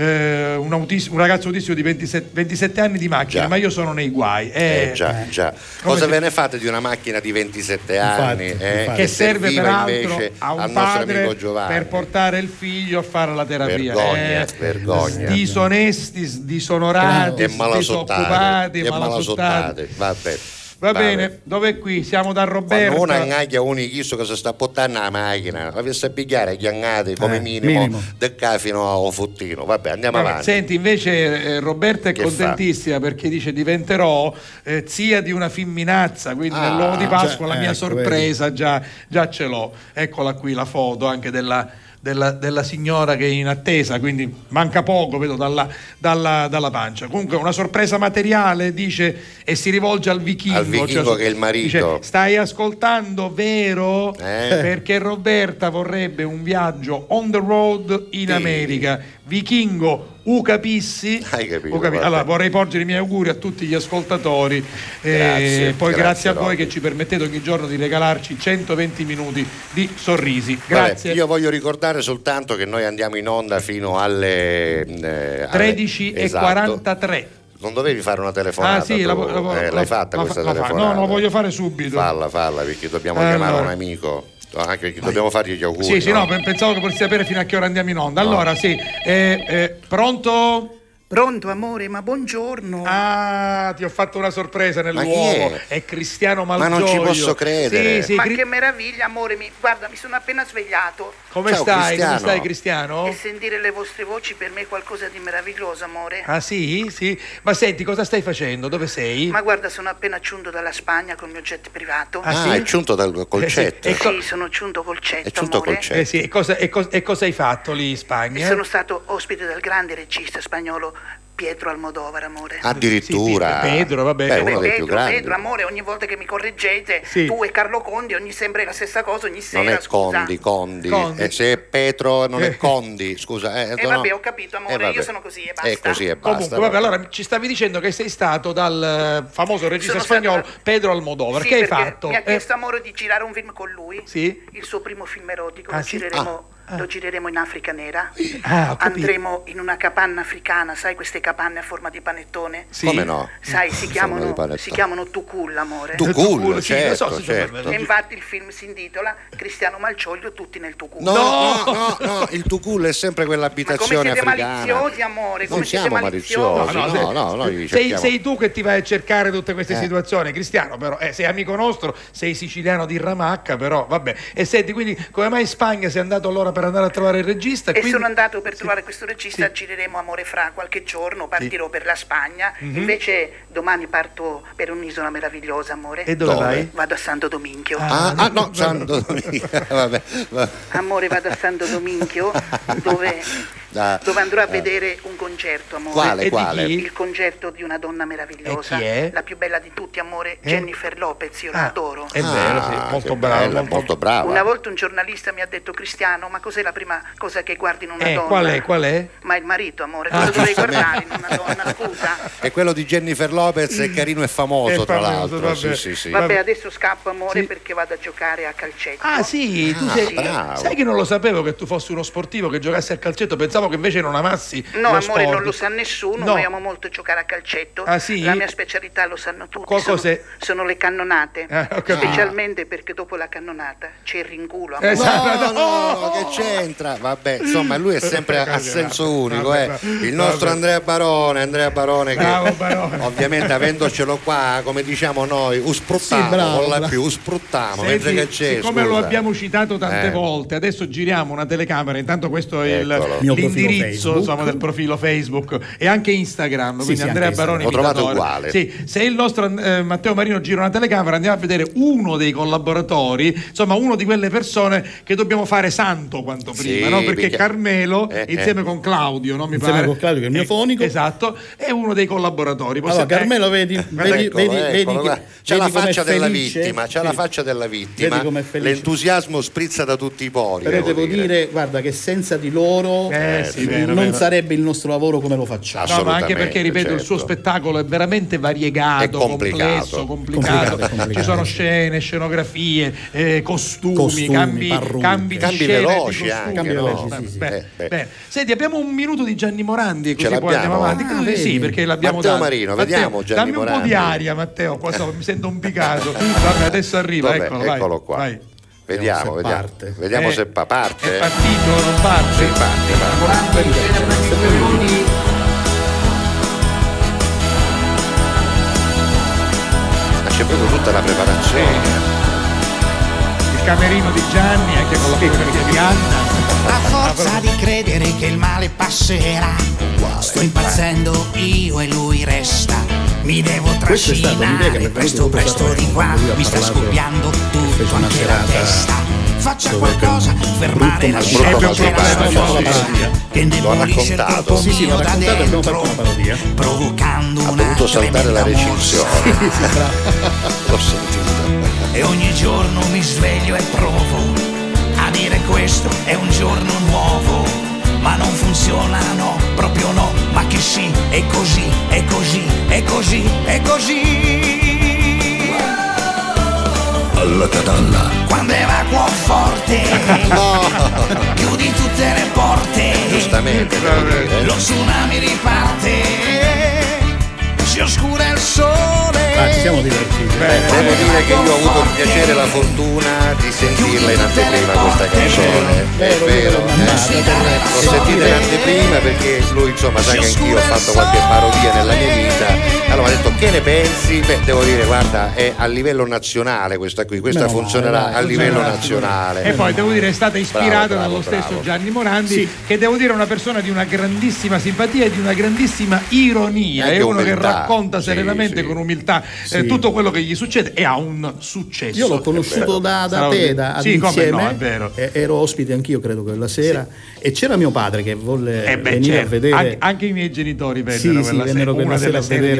Un ragazzo autistico di 27 anni di macchina, Già. ma io sono nei guai. Già. Cosa ve ne fate di una macchina di 27 anni che serve peraltro invece a un al nostro padre amico Giovanni? per portare il figlio a fare la terapia. Vergogna. Disonesti, disonorati, e malasottati. disoccupati, malasottati. Vabbè. Va bene, dov'è qui? Siamo da Roberta. Quando una angaglia uno chiesto che si sta portando la macchina, avesse a pigliare gli angati come minimo del qua fino a Fottino. Vabbè, andiamo avanti. Senti, invece Roberta è Che contentissima perché dice: diventerò zia di una femminazza, quindi nell'uovo di Pasqua la mia sorpresa già ce l'ho. Eccola qui la foto anche della signora che è in attesa, quindi manca poco, vedo dalla pancia. Comunque una sorpresa materiale, dice, e si rivolge al vichingo. Al vichingo che è il marito. Dice: stai ascoltando, vero? Perché Roberta vorrebbe un viaggio on the road in America. Vichingo, capissi? Hai capito? Allora vorrei porgere i miei auguri a tutti gli ascoltatori. Poi grazie a voi che ci permettete ogni giorno di regalarci 120 minuti di sorrisi. Grazie. Vabbè, io voglio ricordare soltanto che noi andiamo in onda fino alle 13:43. Non dovevi fare una telefonata? Ah sì, l'hai fatta questa telefonata? No, la voglio fare subito. Falla perché dobbiamo chiamare un amico. Anche perché dobbiamo fargli gli auguri. Sì, no, pensavo che potessi sapere fino a che ora andiamo in onda. Allora, sì, pronto? Pronto amore, ma buongiorno. Ah, ti ho fatto una sorpresa nell'uovo. È Cristiano Malgioglio. Ma non ci posso credere. Sì, ma che meraviglia amore, guarda, mi sono appena svegliato. Come stai? Cristiano. Come stai Cristiano? E sentire le vostre voci per me è qualcosa di meraviglioso amore. Ah sì? Sì. Ma senti, cosa stai facendo? Dove sei? Ma guarda, sono appena giunto dalla Spagna con il mio jet privato. Sì? È giunto col jet? Sì, sono giunto col jet. È giunto amore. col jet. Sì. E cosa hai fatto lì in Spagna? Sono stato ospite del grande regista spagnolo Pietro Almodovar, amore. Addirittura. Pedro, vabbè. Beh, uno dei più grandi. Pedro, amore, ogni volta che mi correggete, tu e Carlo Condi, ogni sempre la stessa cosa, ogni sera. Non è Condi. Se è Petro non è Condi, scusa. Vabbè, ho capito, amore, io sono così e basta. È così e basta. Comunque, vabbè, allora ci stavi dicendo che sei stato dal famoso regista spagnolo Pedro Almodovar. Sì, che hai fatto? Mi ha chiesto amore di girare un film con lui. Sì. Il suo primo film erotico. Lo gireremo in Africa nera. Ho capito. Andremo in una capanna africana, sai queste capanne a forma di panettone? Sì. Come no? Sai, si chiamano Tukul, amore. Tukul, certo. E infatti il film si intitola Cristiano Malgioglio, tutti nel Tukul. No, il Tukul è sempre quell'abitazione africana. Ma come siete maliziosi, amore? Non siamo maliziosi. No, sei tu che ti vai a cercare tutte queste situazioni, Cristiano, però sei amico nostro, sei siciliano di Ramacca, però vabbè. E senti, quindi come mai in Spagna sei andato allora per andare a trovare il regista? Sono andato per trovare questo regista, gireremo amore fra qualche giorno, partirò per la Spagna, invece domani parto per un'isola meravigliosa, amore. E dove vai? Vado a Santo Domingo. No, Santo Domingo. Vabbè. Amore, vado a Santo Domingo dove andrò a vedere un concerto, amore. Quale? Il concerto di una donna meravigliosa. E chi è? La più bella di tutti, amore, Jennifer Lopez, io la adoro. È vero, sì, molto brava. Una volta un giornalista mi ha detto: Cristiano, ma cos'è la prima cosa che guardi in una donna? Qual è? Ma il marito, amore, cosa dovrei guardare in una donna, scusa? E quello di Jennifer Lopez è carino e famoso, tra l'altro. Vabbè. Sì. Vabbè, adesso scappo, amore, perché vado a giocare a calcetto. Ah sì, tu sei bravo. Sai che non lo sapevo che tu fossi uno sportivo che giocassi a calcetto, pensavo che invece non amassi No, amore, sport. non lo sa nessuno, ma amo molto giocare a calcetto. Ah sì? La mia specialità lo sanno tutti. Sono le cannonate. Specialmente perché dopo la cannonata c'è il rinculo. No, che c'entra? Vabbè, insomma, lui è sempre a senso unico, Il nostro Andrea Barone che ovviamente avendocelo qua, come diciamo noi, usfruttiamo con la più, usfruttiamo mentre che c'è. Come lo abbiamo citato tante volte, adesso giriamo una telecamera, intanto questo è l'indirizzo insomma, del profilo Facebook e anche Instagram, quindi Andrea Barone l'ho trovato uguale. Sì, se il nostro Matteo Marino gira una telecamera andiamo a vedere uno dei collaboratori, insomma uno di quelle persone che dobbiamo fare santo quanto prima, no? Perché Carmelo insieme con Claudio, non mi pare? Insieme con Claudio che è il mio fonico. Esatto, è uno dei collaboratori. Allora, Carmelo vedi c'è la faccia della vittima, l'entusiasmo sprizza da tutti i pori. Però devo dire, guarda, che senza di loro non sarebbe il nostro lavoro come lo facciamo. No, ma anche perché, ripeto, il suo spettacolo è veramente variegato, complesso, complicato. Ci sono scene, scenografie, costumi, cambi di scene, veloci anche. Bene. Senti, abbiamo un minuto di Gianni Morandi, così poi andiamo avanti. Sì, perché l'abbiamo Matteo Marino, vediamo Gianni Morandi. Dammi un po' di aria, Matteo, qua mi sento impiccato. Vabbè, adesso arriva, eccolo qua. Vai. Vediamo se parte. È partito, non parte? Sì, parte. Ma c'è proprio tutta la preparazione. Il camerino di Gianni, anche con la fotografia di Anna. A forza di credere che il male passerà, sto impazzendo io e lui resta. Mi devo trascinare presto di qua, mi sta scoppiando tutto anche la testa. Faccia qualcosa, fermare la scena che indebolisce il corpo mio da dentro, provocando una dovuto saltare la recinzione. L'ho sentito. E ogni giorno mi sveglio e provo a dire questo è un giorno nuovo, ma non funziona, no, proprio no, ma che sì, è così, è così, è così, è così. Alla catalla. Quando evacuo forte, chiudi tutte le porte, giustamente, lo tsunami riparte, si oscura il sole. ci siamo divertiti. Devo dire che io ho avuto il piacere e la fortuna di sentirla in anteprima questa canzone. È vero. L'ho sentita in anteprima perché lui insomma sa che anch'io ho fatto qualche parodia nella mia vita. Allora ha detto che ne pensi? Beh, devo dire, guarda, è a livello nazionale questa qui, questa funzionerà a livello nazionale. E poi devo dire è stata ispirata dallo stesso Gianni Morandi, che devo dire è una persona di una grandissima simpatia e di una grandissima ironia, è uno che racconta serenamente con umiltà tutto quello che gli succede e ha un successo. Io l'ho conosciuto da Teda insieme, è vero. Ero ospite anch'io credo quella sera e c'era mio padre che volle venire a vedere, anche i miei genitori vennero quella sera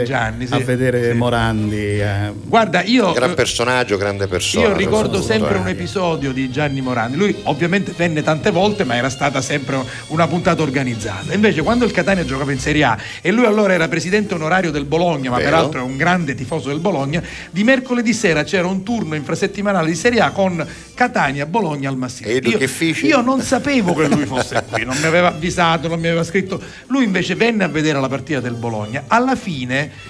a vedere Morandi. Guarda, io gran personaggio, grande persona. Io ricordo sempre un episodio di Gianni Morandi. Lui ovviamente venne tante volte, ma era stata sempre una puntata organizzata. Invece quando il Catania giocava in Serie A e lui allora era presidente onorario del Bologna, ma peraltro è un grande tifoso del Bologna, di mercoledì sera c'era un turno infrasettimanale di Serie A con Catania Bologna al Massimo. Io non sapevo che lui fosse qui, non mi aveva avvisato, non mi aveva scritto. Lui invece venne a vedere la partita del Bologna. Alla fine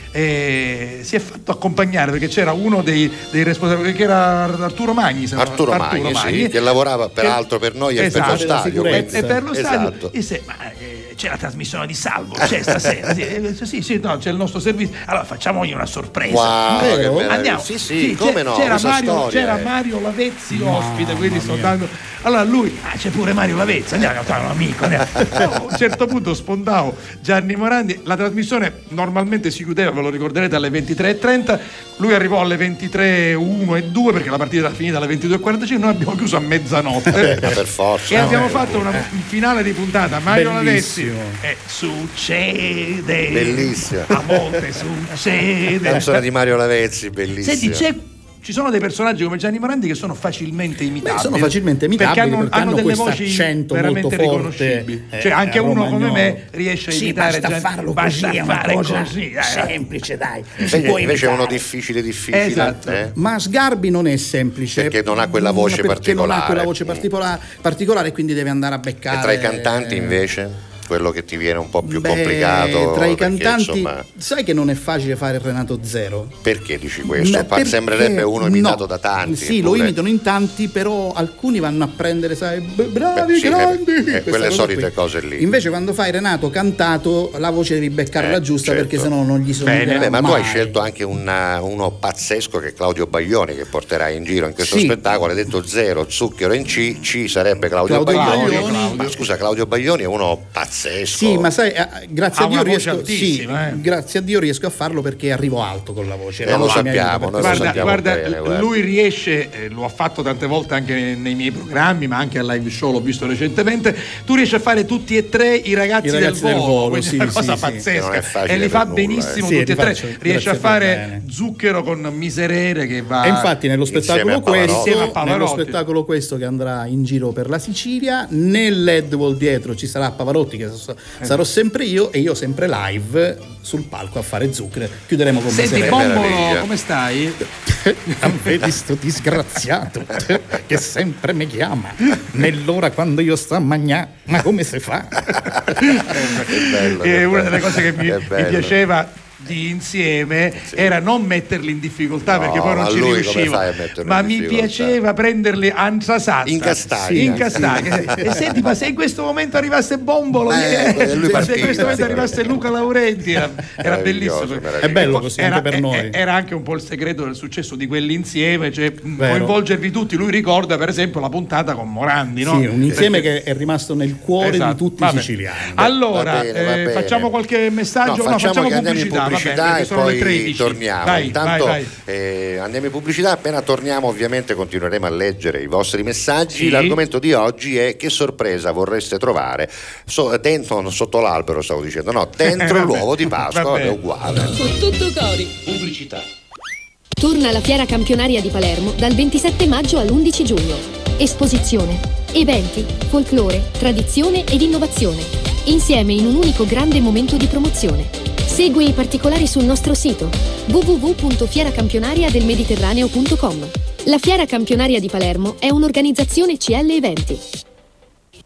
si è fatto accompagnare perché c'era uno dei responsabili che era Arturo Magni, Arturo Magni. Sì, che lavorava peraltro per noi e per lo stadio. E per lo stadio disse, ma c'è la trasmissione di Salvo, c'è stasera? Sì, no, c'è il nostro servizio. Allora facciamogli una sorpresa. Andiamo. Sì, come no? C'era Mario Lavezzi ospite, quindi sto dando. Allora lui, c'è pure Mario Lavezzi, andiamo, un amico. A un certo punto sfondavo Gianni Morandi, la trasmissione normalmente si chiudeva, ve lo ricorderete, alle 23:30, lui arrivò alle 23:01 e 2 perché la partita era finita alle 22:45, noi abbiamo chiuso a mezzanotte. Per forza. E abbiamo fatto un finale di puntata, Mario Lavezzi. E succede. Bellissimo. A volte succede. Canzone di Mario Lavezzi, bellissimo. Senti, ci sono dei personaggi come Gianni Morandi che sono facilmente imitabili. Sono facilmente imitabili perché hanno delle voci accento veramente molto forte, riconoscibili. Cioè anche uno come me riesce a imitare basta farlo così, è una cosa semplice, dai. Invece è uno difficile. Esatto. Ma Sgarbi non è semplice perché non ha quella voce particolare. Non ha quella voce particolare, quindi deve andare a beccare. E tra i cantanti invece? Quello che ti viene un po' più complicato tra i perché, cantanti, insomma, sai che non è facile fare Renato Zero. Perché dici questo? Sembrerebbe uno imitato da tanti. Sì, lo imitano in tanti, però alcuni vanno a prendere, sai, bravi, grandi, quelle solite cose lì. Invece quando fai Renato cantato la voce devi beccarla giusta, perché sennò non gli sono bene. Ma tu hai scelto anche uno pazzesco che è Claudio Baglioni, che porterai in giro in questo spettacolo. Hai detto zero, zucchero in C sarebbe Claudio Baglioni. Ma scusa, Claudio Baglioni è uno pazzesco. Sì, ma sai, grazie a Dio riesco a farlo perché arrivo alto con la voce. Lo sappiamo, guarda, lui riesce, lo ha fatto tante volte anche nei miei programmi, ma anche al live show, l'ho visto recentemente. Tu riesci a fare tutti e tre i ragazzi del volo, quindi è una cosa pazzesca. E li fa benissimo tutti e tre. Riesce a fare Zucchero con Miserere che va. E infatti nello spettacolo questo che andrà in giro per la Sicilia, nel LED Wall dietro ci sarà Pavarotti, che sarò sempre io, e io sempre live sul palco a fare Zucchero. Chiuderemo con Senti, Bombolo, come stai? Vedi sto disgraziato che sempre mi chiama nell'ora quando io sto a mangiare, ma come si fa? È una delle cose che mi piaceva di insieme era non metterli in difficoltà, perché poi non ci riuscivo, ma mi piaceva prenderli in castagna. E senti, ma se in questo momento arrivasse Bombolo, se in questo momento arrivasse Luca Laurenti, era bellissimo. È bello così anche per noi. Era anche un po' il segreto del successo di quelli insieme, cioè coinvolgervi tutti. Lui ricorda per esempio la puntata con Morandi, no? Sì, un insieme che è rimasto nel cuore di tutti i siciliani. Allora, facciamo qualche messaggio? No, facciamo pubblicità. E poi torniamo. Intanto andiamo in pubblicità. Appena torniamo ovviamente continueremo a leggere i vostri messaggi. L'argomento di oggi è: che sorpresa vorreste trovare dentro, sotto l'albero, stavo dicendo, no, dentro l'uovo di Pasqua. È uguale. Con tutto cori. Pubblicità. Torna la Fiera Campionaria di Palermo dal 27 maggio all'11 giugno. Esposizione, eventi, folklore, tradizione ed innovazione, insieme in un unico grande momento di promozione. Segui i particolari sul nostro sito www.fieracampionariadelmediterraneo.com. La Fiera Campionaria di Palermo è un'organizzazione CL Eventi.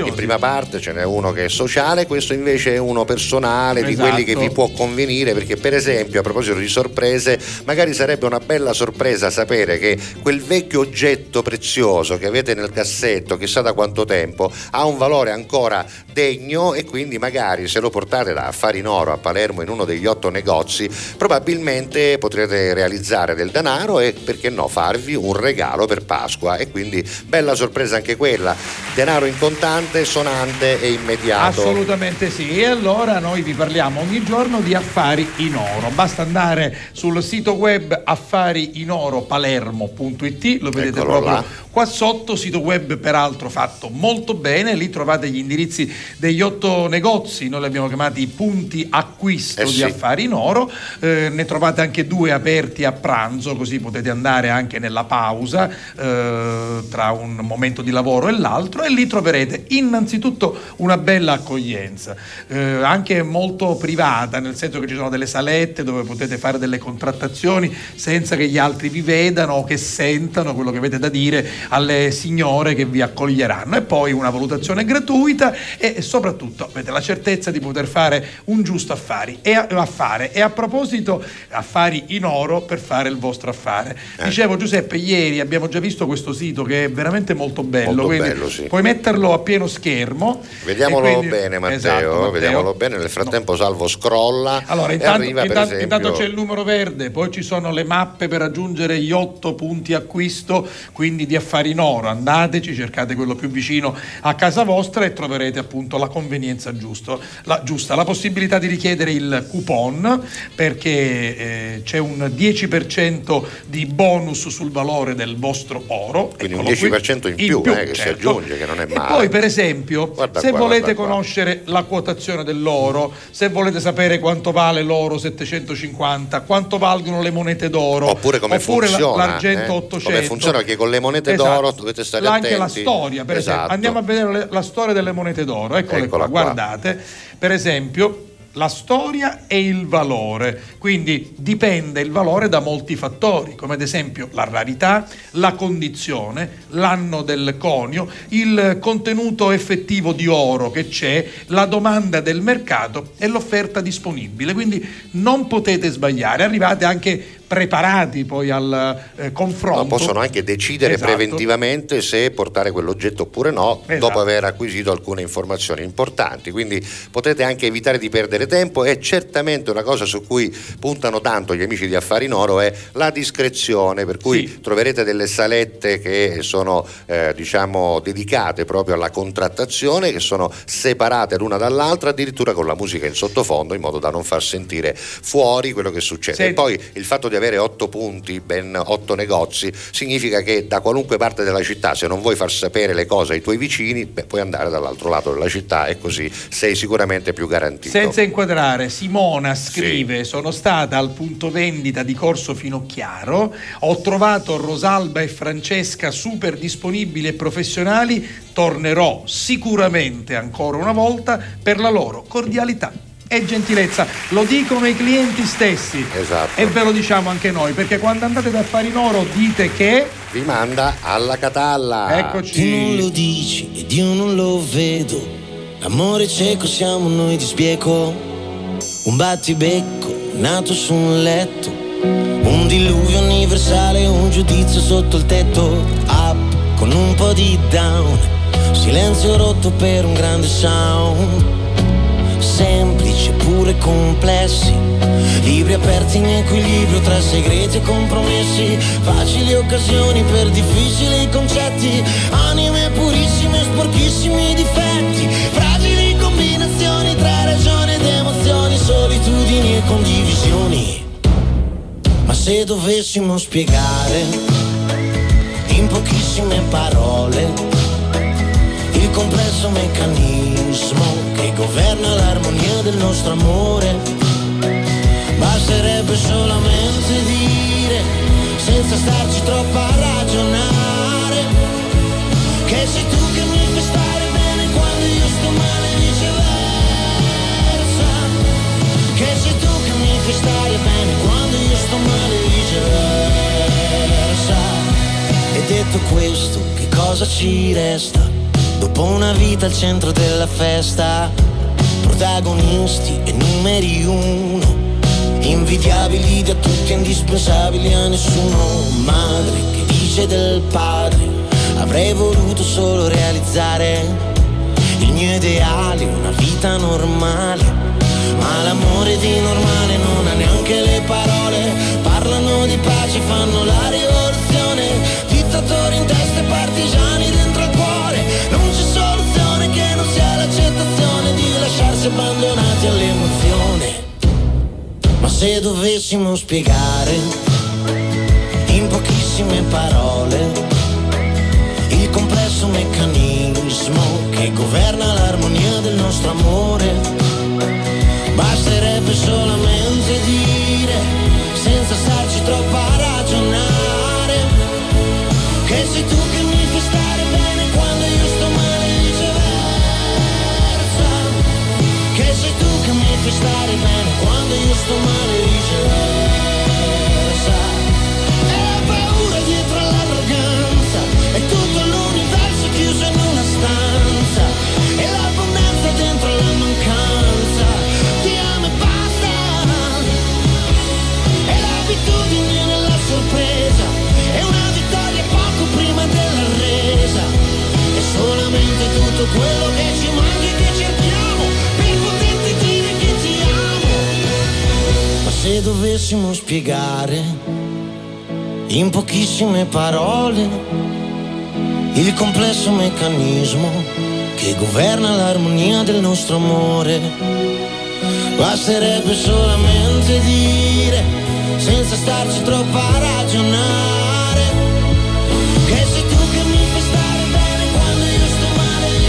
In prima parte ce n'è uno che è sociale, questo invece è uno personale, di quelli che vi può convenire, perché per esempio, a proposito di sorprese, magari sarebbe una bella sorpresa sapere che quel vecchio oggetto prezioso che avete nel cassetto, chissà da quanto tempo, ha un valore ancora degno, e quindi magari se lo portate da Affari in Oro a Palermo in uno degli 8 negozi, probabilmente potrete realizzare del denaro e, perché no, farvi un regalo per Pasqua. E quindi bella sorpresa anche quella, denaro in contante, sonante e immediato. Assolutamente sì. E allora noi vi parliamo ogni giorno di Affari in Oro. Basta andare sul sito web affariinoropalermo.it, lo vedete Eccolo proprio là. qua sotto, sito web peraltro fatto molto bene, lì trovate gli indirizzi degli 8 negozi, noi li abbiamo chiamati punti acquisto di Affari in Oro, ne trovate anche 2 aperti a pranzo, così potete andare anche nella pausa tra un momento di lavoro e l'altro, e lì troverete innanzitutto una bella accoglienza, anche molto privata, nel senso che ci sono delle salette dove potete fare delle contrattazioni senza che gli altri vi vedano o che sentano quello che avete da dire alle signore che vi accoglieranno, e poi una valutazione gratuita, e soprattutto avete la certezza di poter fare un giusto affare. E a proposito, Affari in Oro per fare il vostro affare. Dicevo, Giuseppe, ieri abbiamo già visto questo sito che è veramente molto bello, molto bello, sì. Puoi metterlo a pieno schermo. Vediamolo bene, Matteo. Esatto, vediamolo bene. Nel frattempo Salvo scrolla. Allora, intanto intanto c'è il numero verde, poi ci sono le mappe per raggiungere gli 8 punti acquisto, quindi di Affari in Oro. Andateci, cercate quello più vicino a casa vostra e troverete appunto la convenienza giusta, la possibilità di richiedere il coupon, perché c'è un 10% di bonus sul valore del vostro oro. Quindi un 10% in più, che certo. si aggiunge, che non è male. E poi, per esempio, se volete conoscere la quotazione dell'oro, se volete sapere quanto vale l'oro 750, quanto valgono le monete d'oro, oppure funziona l'argento 800, come funziona, perché con le monete d'oro dovete stare attenti. Anche la storia, per esempio, andiamo a vedere la storia delle monete d'oro, eccola qua. Guardate, per esempio, la storia e il valore, quindi dipende il valore da molti fattori, come ad esempio la rarità, la condizione, l'anno del conio, il contenuto effettivo di oro che c'è, la domanda del mercato e l'offerta disponibile, quindi non potete sbagliare, arrivate anche preparati poi al confronto. Possono anche decidere preventivamente se portare quell'oggetto oppure no, dopo aver acquisito alcune informazioni importanti, quindi potete anche evitare di perdere tempo. E certamente una cosa su cui puntano tanto gli amici di Affari in Oro è la discrezione, per cui troverete delle salette che sono dedicate proprio alla contrattazione, che sono separate l'una dall'altra, addirittura con la musica in sottofondo, in modo da non far sentire fuori quello che succede. E poi il fatto di avere 8 punti, ben 8 negozi, significa che da qualunque parte della città, se non vuoi far sapere le cose ai tuoi vicini, puoi andare dall'altro lato della città, e così sei sicuramente più garantito. Senza inquadrare, Simona scrive: sono stata al punto vendita di Corso Finocchiaro, ho trovato Rosalba e Francesca super disponibili e professionali, tornerò sicuramente ancora una volta per la loro cordialità e gentilezza. Lo dicono i clienti stessi, e ve lo diciamo anche noi, perché quando andate da Affari in Oro dite che vi manda alla Catalla. Eccoci. Tu non lo dici ed io non lo vedo, l'amore cieco siamo noi di sbieco, un battibecco nato su un letto, un diluvio universale, un giudizio sotto il tetto, up con un po' di down, silenzio rotto per un grande sound, semplici eppure complessi, libri aperti in equilibrio tra segreti e compromessi, facili occasioni per difficili concetti, anime purissime, sporchissimi difetti, fragili combinazioni tra ragione ed emozioni, solitudini e condivisioni. Ma se dovessimo spiegare in pochissime parole il complesso meccanismo che governa l'armonia del nostro amore, basterebbe solamente dire, senza starci troppo a ragionare, che sei tu che mi fai stare bene quando io sto male e viceversa, che sei tu che mi fai stare bene quando io sto male e viceversa. E detto questo, che cosa ci resta? dopo una vita al centro della festa, protagonisti e numeri uno, invidiabili da tutti, indispensabili a nessuno. Madre che dice del padre, avrei voluto solo realizzare il mio ideale, una vita normale, ma l'amore di normale non ha neanche le parole. Parlano di pace, fanno la rivoluzione, dittatori in testa e partigiani dentro il cuore. Non c'è soluzione che non sia l'accettazione di lasciarsi abbandonati all'emozione. Ma se dovessimo spiegare in pochissime parole il complesso meccanismo che governa l'armonia del nostro amore, basterebbe solamente dire, senza starci troppo a ragionare, che sei tu che mi fai stare bene quando io sto male e viceversa, che sei tu che mi fai stare bene quando io sto male e viceversa. E la paura dietro all'arroganza è tutto l'universo chiuso in una stanza, e l'abbondanza dentro la mancanza ti amo e basta, e l'abitudine nella sorpresa è una vittoria poco prima della resa, è solamente tutto quello che ci manca e che cerchiamo per poterti dire che ti amo. Ma se dovessimo spiegare in pochissime parole il complesso meccanismo che governa l'armonia del nostro amore, basterebbe solamente dire, senza starci troppo a ragionare, che sei tu che mi fai stare bene quando io sto male e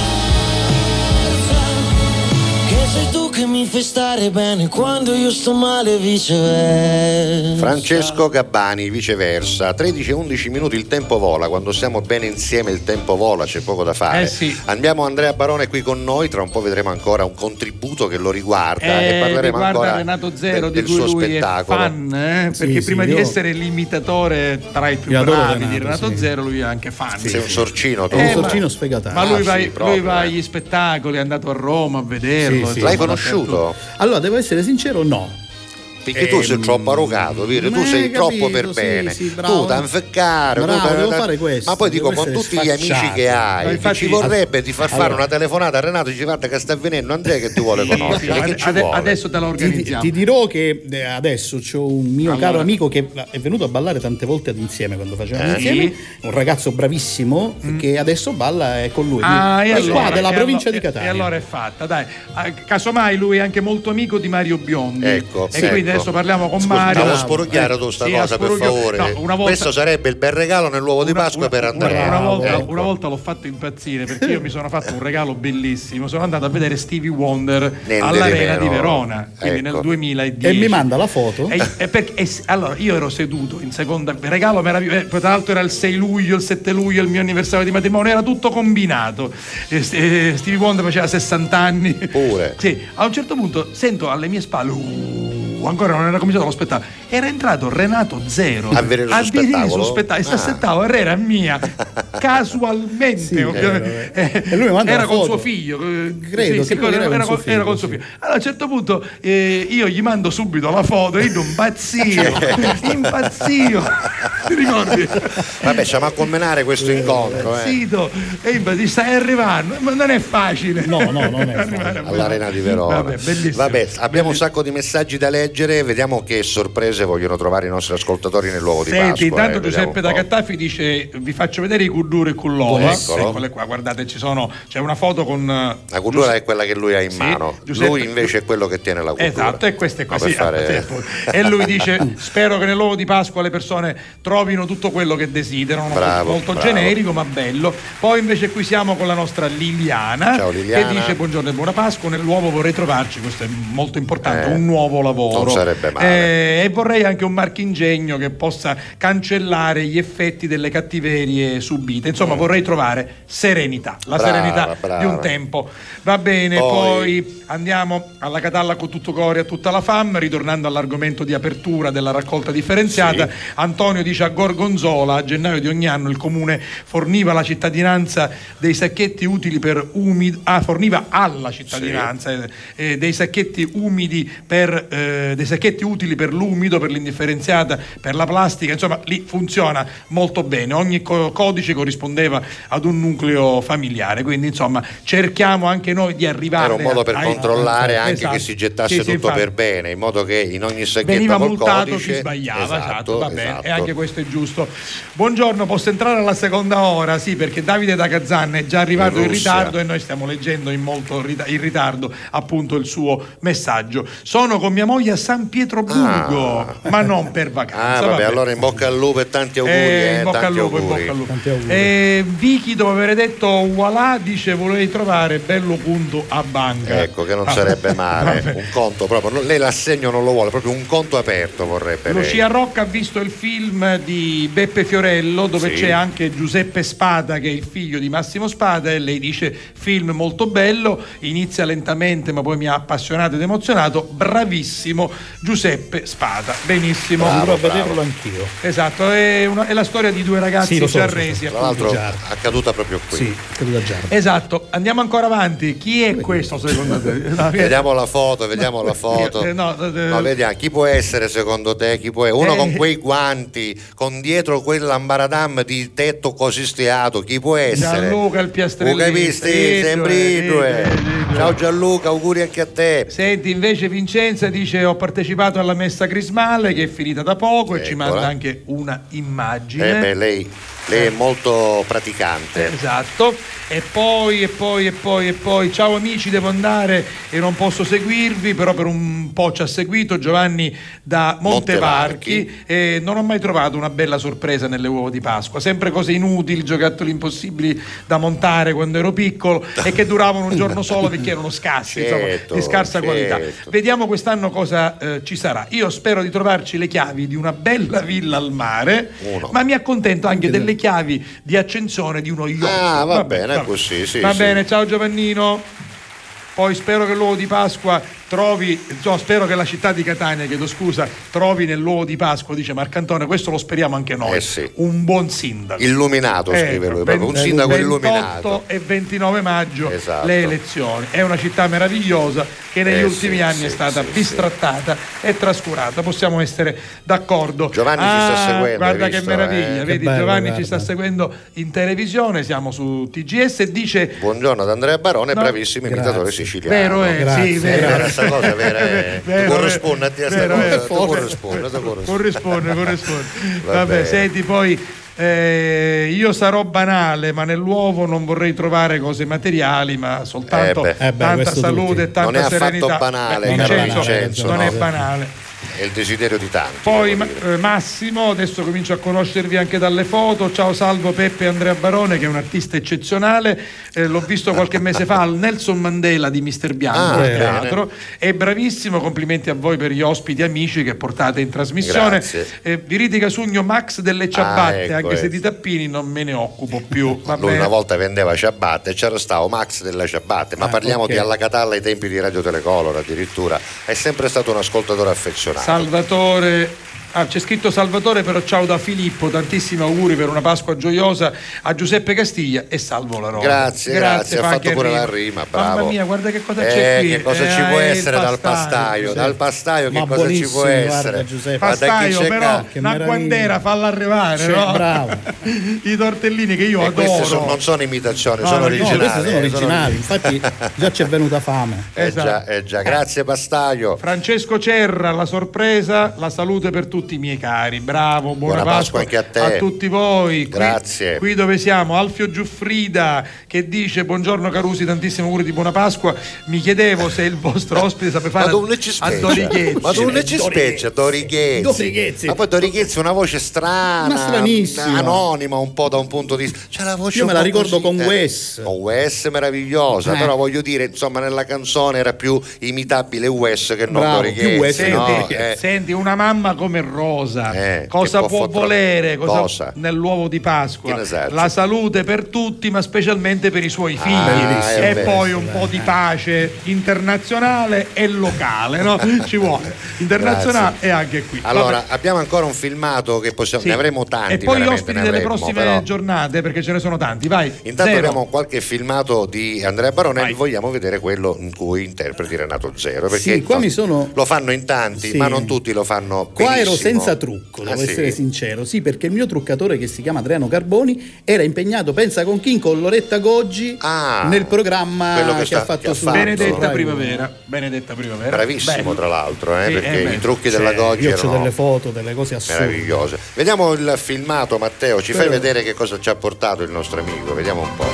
viceversa, che sei tu che mi fai stare bene quando io sto male e viceversa. Francesco Gabbani, Viceversa. 13-11 minuti, il tempo vola, quando stiamo bene insieme il tempo vola, c'è poco da fare. Sì. Andiamo, Andrea Barone qui con noi, tra un po' vedremo ancora un contributo che lo riguarda e parleremo ancora Renato Zero, del di cui suo lui spettacolo. è fan, perché prima di essere l'imitatore tra i più bravi di Renato Zero, lui è anche fan. Sei un sorcino, tu. Un sorcino sfegatato. Ma lui va agli spettacoli, è andato a Roma a vederlo. L'hai conosciuto? Allora, devo essere sincero, no. Perché tu sei troppo arrogato, tu sei troppo per bene, tu da inficcare, devo fare questo, ma poi dico con tutti gli amici che hai, infatti, ci vorrebbe di fare una telefonata a Renato, dici guarda che sta avvenendo Andrea che ti vuole conoscere. Adesso te lo organizziamo. Ti dirò che adesso c'ho un mio caro amico che è venuto a ballare tante volte insieme quando facevamo insieme, un ragazzo bravissimo che adesso balla con lui. È qua della provincia di Catania. E allora è fatta, dai. Casomai lui è anche molto amico di Mario Biondi. Ecco, e quindi adesso parliamo con Mario. Devo sporchiare tu sta cosa per favore. No, una volta, questo sarebbe il bel regalo nell'uovo di Pasqua per Andrea. Una volta l'ho fatto impazzire perché io mi sono fatto un regalo bellissimo. Sono andato a vedere Stevie Wonder all'Arena di Verona, quindi nel 2010. E mi manda la foto. Allora io ero seduto in seconda, regalo meraviglioso. Tra l'altro era il 6 luglio, il 7 luglio, il mio anniversario di matrimonio, era tutto combinato. Stevie Wonder faceva 60 anni. Pure. Sì, a un certo punto sento alle mie spalle ancora non era cominciato lo spettacolo, era entrato Renato Zero a vedere il suo spettacolo e si aspettava era mia casualmente ovviamente. E lui era con suo figlio, credo era con suo figlio. Allora a un certo punto io gli mando subito la foto e io impazzio ti ricordi? Vabbè, stiamo a commenare questo incontro Sito, e stai arrivando, ma non è facile. No, non è facile. All'Arena di Verona. Vabbè, abbiamo un sacco di messaggi da leggere, vediamo che sorprese vogliono trovare i nostri ascoltatori nell'uovo di Pasqua. Intanto Giuseppe da Cattafi dice vi faccio vedere i Kullur e Kullova. Eccole qua, guardate, c'è una foto con la Kullura è quella che lui ha in mano. Giuseppe, lui invece è quello che tiene la Kullura. Esatto, e questa è così. E lui dice spero che nell'uovo di Pasqua le persone trovino tutto quello che desiderano. Molto generico ma bello. Poi invece qui siamo con la nostra Liliana. Ciao Liliana. Che dice buongiorno e buona Pasqua, nell'uovo vorrei trovarci, questo è molto importante, un nuovo lavoro. Non sarebbe male. E vorrei anche un marchingegno che possa cancellare gli effetti delle cattiverie subite proibite. Insomma, vorrei trovare serenità, serenità di un tempo. Va bene, poi andiamo alla Catalla con tutto cuore a tutta la fam, ritornando all'argomento di apertura della raccolta differenziata. Sì. Antonio dice: a Gorgonzola a gennaio di ogni anno il comune forniva la cittadinanza dei sacchetti utili per forniva alla cittadinanza dei sacchetti umidi dei sacchetti utili per l'umido, per l'indifferenziata, per la plastica. Insomma, lì funziona molto bene, ogni codice corrispondeva ad un nucleo familiare, quindi insomma cerchiamo anche noi di arrivare. Era un modo per controllare anche che si gettasse tutto per bene, in modo che in ogni sacchetto veniva col multato codice chi sbagliava. Va bene, e anche questo è giusto. Buongiorno, posso entrare alla seconda ora? Sì, perché Davide da Kazan è già arrivato in ritardo e noi stiamo leggendo in ritardo appunto il suo messaggio. Sono con mia moglie a San Pietroburgo, ma non per vacanza. Vabbè, allora in bocca al lupo e tanti auguri. In bocca al lupo. Vicky, dopo aver detto voilà, dice: volevi trovare bello punto a banca. Ecco, che non sarebbe male. Un conto proprio, lei l'assegno non lo vuole, proprio un conto aperto vorrebbe. Lucia Rocca ha visto il film di Beppe Fiorello, dove c'è anche Giuseppe Spada, che è il figlio di Massimo Spada, e lei dice: film molto bello, inizia lentamente ma poi mi ha appassionato ed emozionato. Bravissimo Giuseppe Spada, benissimo. Dovrò vederlo anch'io. Esatto, è la storia di due ragazzi giarresi. Tra l'altro accaduta proprio qui. Sì, accaduta già. Esatto, andiamo ancora avanti. Chi è questo secondo te? Vediamo la foto. No, vediamo, chi può essere secondo te? Chi può? Uno con quei guanti, con dietro quell'ambaradam di tetto così stiato, chi può essere? Gianluca il Piastrellini. Ciao Gianluca, auguri anche a te. Senti, invece Vincenza dice: ho partecipato alla messa crismale che è finita da poco, e ci manda anche una immagine. Lei è molto praticante. Esatto. E poi ciao amici, devo andare e non posso seguirvi, però per un po' ci ha seguito Giovanni da Montevarchi. E non ho mai trovato una bella sorpresa nelle uova di Pasqua, sempre cose inutili, giocattoli impossibili da montare quando ero piccolo e che duravano un giorno solo perché erano scarsi, insomma, di scarsa qualità. Vediamo quest'anno cosa ci sarà. Io spero di trovarci le chiavi di una bella villa al mare, ma mi accontento anche delle chiavi di accensione di uno yacht. Va bene, così, sì. Va bene, ciao Giovannino. Poi spero che l'uovo di Pasqua spero che la città di Catania, trovi nell'uovo di Pasqua, dice Marcantonio, questo lo speriamo anche noi, un buon sindaco. Illuminato, scrive lui, proprio un sindaco illuminato. 28 e 29 maggio le elezioni. È una città meravigliosa che negli ultimi anni è stata bistrattata e trascurata, possiamo essere d'accordo. Giovanni ci sta seguendo. Guarda che meraviglia, vedi, bello, Giovanni ci sta seguendo in televisione, siamo su TGS e dice: buongiorno ad Andrea Barone, bravissimo imitatore siciliano. Vero è, sì, vero. Cosa vera corrisponde a te, corrisponde. Vabbè, senti, poi io sarò banale, ma nell'uovo non vorrei trovare cose materiali, ma soltanto tanta salute e tanta serenità. Non è affatto banale, Vincenzo, non è banale. È il desiderio di tanti. Poi Massimo, adesso comincio a conoscervi anche dalle foto. Ciao, salvo Peppe Andrea Barone, che è un artista eccezionale, l'ho visto qualche mese fa al Nelson Mandela di Mister Bianco al teatro, è bravissimo, complimenti a voi per gli ospiti amici che portate in trasmissione. Viridica Sugno Max delle ciabatte, anche se di tappini non me ne occupo più. Lui una volta vendeva ciabatte e c'era stato Max delle ciabatte, ma parliamo di Alla Catalla ai tempi di Radio Telecolor, addirittura è sempre stato un ascoltatore affezionato. Salvatore, c'è scritto Salvatore, però ciao da Filippo, tantissimi auguri per una Pasqua gioiosa a Giuseppe Castiglia e Salvo La Rosa. Grazie, ha fatto pure la rima, bravo. Mamma mia, guarda che cosa c'è qui. Che cosa ci può essere dal pastaio? Dal pastaio che cosa ci può essere? Pastaio, però una guandera falla arrivare, no? Bravo. I tortellini che io adoro. Queste non sono imitazioni, sono originali. Queste sono originali, infatti già ci è venuta fame. Già, grazie pastaio. Francesco Cerra, la sorpresa, la salute per tutti i miei cari, bravo, buona Pasqua anche a te, a tutti voi. Grazie. Qui dove siamo, Alfio Giuffrida che dice: buongiorno Carusi, tantissimi auguri di buona Pasqua. Mi chiedevo se il vostro ospite sapeva fare a Dorighezzi. Ma tu non ci specie a Dorighezzi. Ma poi Dorighezzi una voce strana, stranissima, anonima un po' da un punto di vista. C'è la voce, io me la ricordo con Wes. Con Wes meravigliosa, però voglio dire, insomma, nella canzone era più imitabile Wes che non Dorighezzi. Senti, una mamma come rosa. Cosa può volere nell'uovo di Pasqua? La salute per tutti, ma specialmente per i suoi figli. E poi un po' di pace internazionale e locale, no? Ci vuole internazionale e anche qui. Allora, abbiamo ancora un filmato che possiamo, ne avremo tanti. E poi gli ospiti delle prossime giornate, perché ce ne sono tanti. Vai. Intanto abbiamo qualche filmato di Andrea Barone e vogliamo vedere quello in cui interpreti Renato Zero, perché qua lo fanno in tanti, ma non tutti lo fanno benissimo. Qua ero senza trucco, devo essere sincero, perché il mio truccatore, che si chiama Adriano Carboni, era impegnato, pensa con chi, con Loretta Goggi nel programma che ha fatto su Benedetta Primavera. Bravissimo, tra l'altro, perché i trucchi della Goggi io ho delle foto, delle cose assurde, meravigliose. Vediamo il filmato, Matteo, ci fai vedere che cosa ci ha portato il nostro amico, vediamo un po'.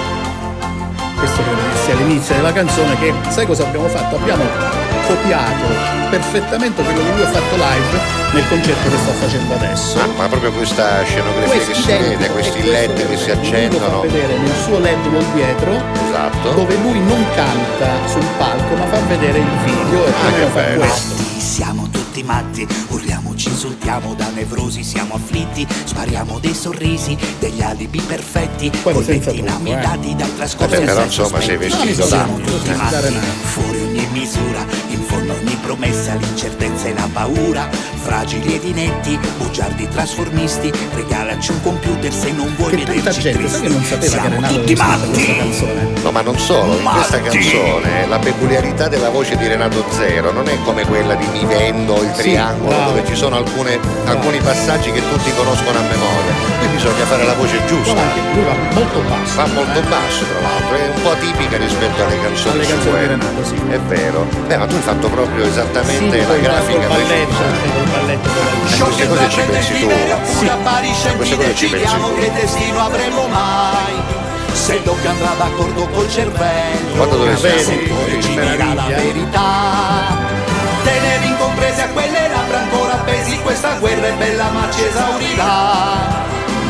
Questo credo che sia l'inizio della canzone, che sai cosa abbiamo fatto? Abbiamo copiato perfettamente quello che lui ha fatto live nel concerto che sta facendo adesso. Ma proprio questa scenografia che si vede, questi LED che si accendono. Lo fa vedere nel suo LED nel dietro, dove lui non canta sul palco, ma fa vedere il video e come fa questo. Siamo tutti matti, urliamo, ci insultiamo, da nevrosi siamo afflitti, spariamo dei sorrisi, degli alibi perfetti, colletti inamidati dal trascorso. Però insomma sei vestito tanto. Fuori ogni misura, in fondo ogni promessa, l'incertezza e la paura, fragili ed inetti, bugiardi trasformisti, regalaci un computer se non vuoi vederci tristi. Non sapeva siamo che tutti matti. No, ma non solo, in questa canzone la peculiarità della voce di Renato Zero non è come quella di Mi Vendo, il triangolo, dove ci sono alcuni passaggi che tutti conoscono a memoria. Qui bisogna fare la voce giusta. Lui va molto basso. Va molto basso, tra l'altro, è un po' atipica rispetto alle canzoni di Renato, sì. È vero. Ma tu hai fatto proprio esattamente la grafica balletto. Queste cose ci pensi tu. Queste cose ci pensi tu. Che destino avremo mai? Se il doc andrà d'accordo col cervello, guarda dove sei, ci dirà la verità. Tenere incomprese a quelle labbra ancora appesi, questa guerra è bella ma ci esaurirà.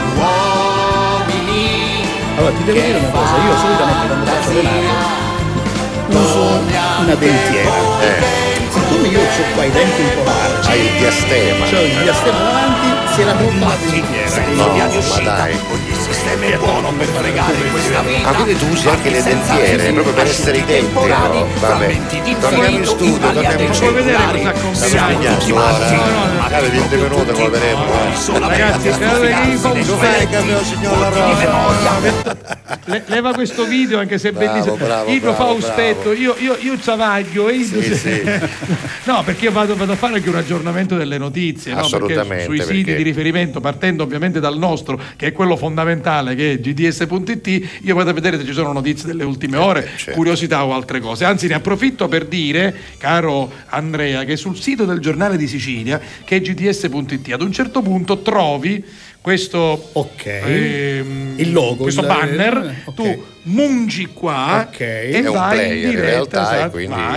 Uomini. Allora ti devo dire una cosa, io solitamente quando faccio le navi uso una dentiera. Siccome io ho qua i denti un po' larghi, hai il diastema, c'ho il diastema davanti, si era bombato la dentiera. No, ma dai. È buono per fregare questa vita. Quindi tu usi anche le dentiere proprio per essere identico. Vabbè, torniamo in studio, Puoi vedere cosa combiniamo. Magari 20 minuti lo vedremo. Ragazzi, leva questo video, anche se è bellissimo. Ivo Fauspetto, io Zavaglio, no, perché io vado a fare anche un aggiornamento delle notizie, no? Perché sui siti di riferimento, partendo ovviamente dal nostro, che è quello fondamentale, che è gds.it, io vado a vedere se ci sono notizie delle ultime ore, curiosità o altre cose. Anzi, ne approfitto per dire, caro Andrea, che sul sito del Giornale di Sicilia, che è gds.it, ad un certo punto trovi questo il logo, questo banner, tu mungi qua e vai in diretta,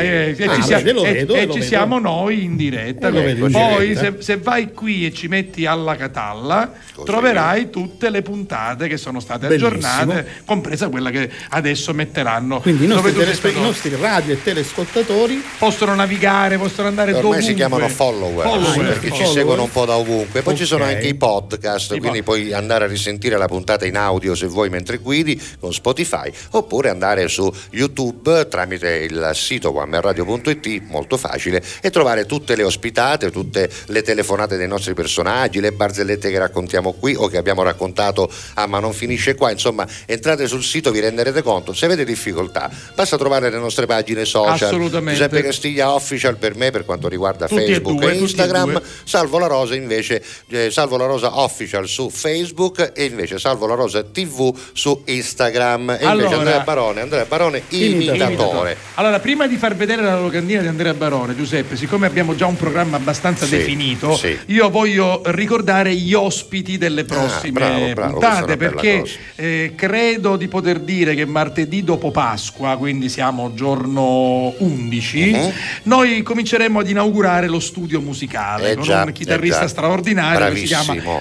ci siamo noi in diretta. Poi se vai qui e ci metti alla Catalla, troverai tutte le puntate che sono state aggiornate, compresa quella che adesso metteranno. Quindi i nostri radio e telescoltatori possono navigare, possono andare ormai dovunque. Si chiamano follower perché ci seguono un po' da ovunque. Poi ci sono anche i podcast, quindi puoi andare a risentire la puntata in audio se vuoi mentre guidi con Spotify, oppure andare su YouTube tramite il sito onemanradio.it, molto facile, e trovare tutte le ospitate, tutte le telefonate dei nostri personaggi, le barzellette che raccontiamo qui o che abbiamo raccontato ma non finisce qua. Insomma, entrate sul sito, vi renderete conto. Se avete difficoltà, basta trovare le nostre pagine social. Assolutamente. Giuseppe Castiglia Official per me, per quanto riguarda Facebook e Instagram, Salvo La Rosa invece, Salvo La Rosa Official su Facebook e invece Salvo La Rosa TV su Instagram, e invece Andrea Barone imitatore. Allora, prima di far vedere la locandina di Andrea Barone, Giuseppe, siccome abbiamo già un programma abbastanza definito, io voglio ricordare gli ospiti delle prossime puntate, perché credo di poter dire che martedì dopo Pasqua, quindi siamo giorno 11, noi cominceremo ad inaugurare lo studio musicale con un chitarrista straordinario che si chiama Alfredo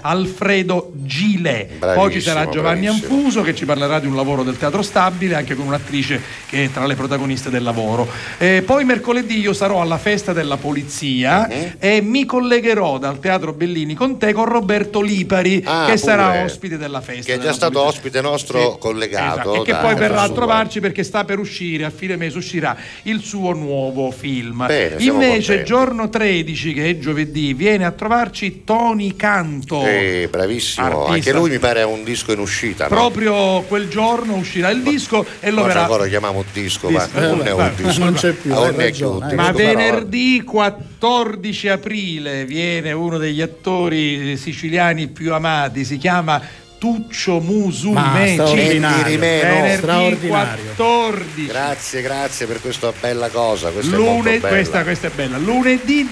Alfredo Gile. Poi ci sarà Giovanni Anfuso che ci parlerà di un lavoro del Teatro Stabile, anche con un'attrice che è tra le protagoniste del lavoro. Poi mercoledì io sarò alla festa della polizia e mi collegherò dal Teatro Bellini con te con Roberto Lipari, che sarà ospite della festa. Che è già stato ospite nostro collegato. Esatto. E che poi verrà a trovarci perché sta per uscire, a fine mese uscirà il suo nuovo film. Invece giorno 13, che è giovedì, viene a trovarci Tony Canto. Bravissimo, artista. Anche lui mi pare ha un disco in uscita. Proprio quel giorno uscirà il disco e lo verrà. Ancora lo chiamiamo disco, ma non è un disco. Non c'è più. Ma venerdì 14 aprile viene uno degli attori siciliani più amati, si chiama Tuccio Musumeci. Venerdì 14. Grazie per questa bella cosa. Questa è bella. Lunedì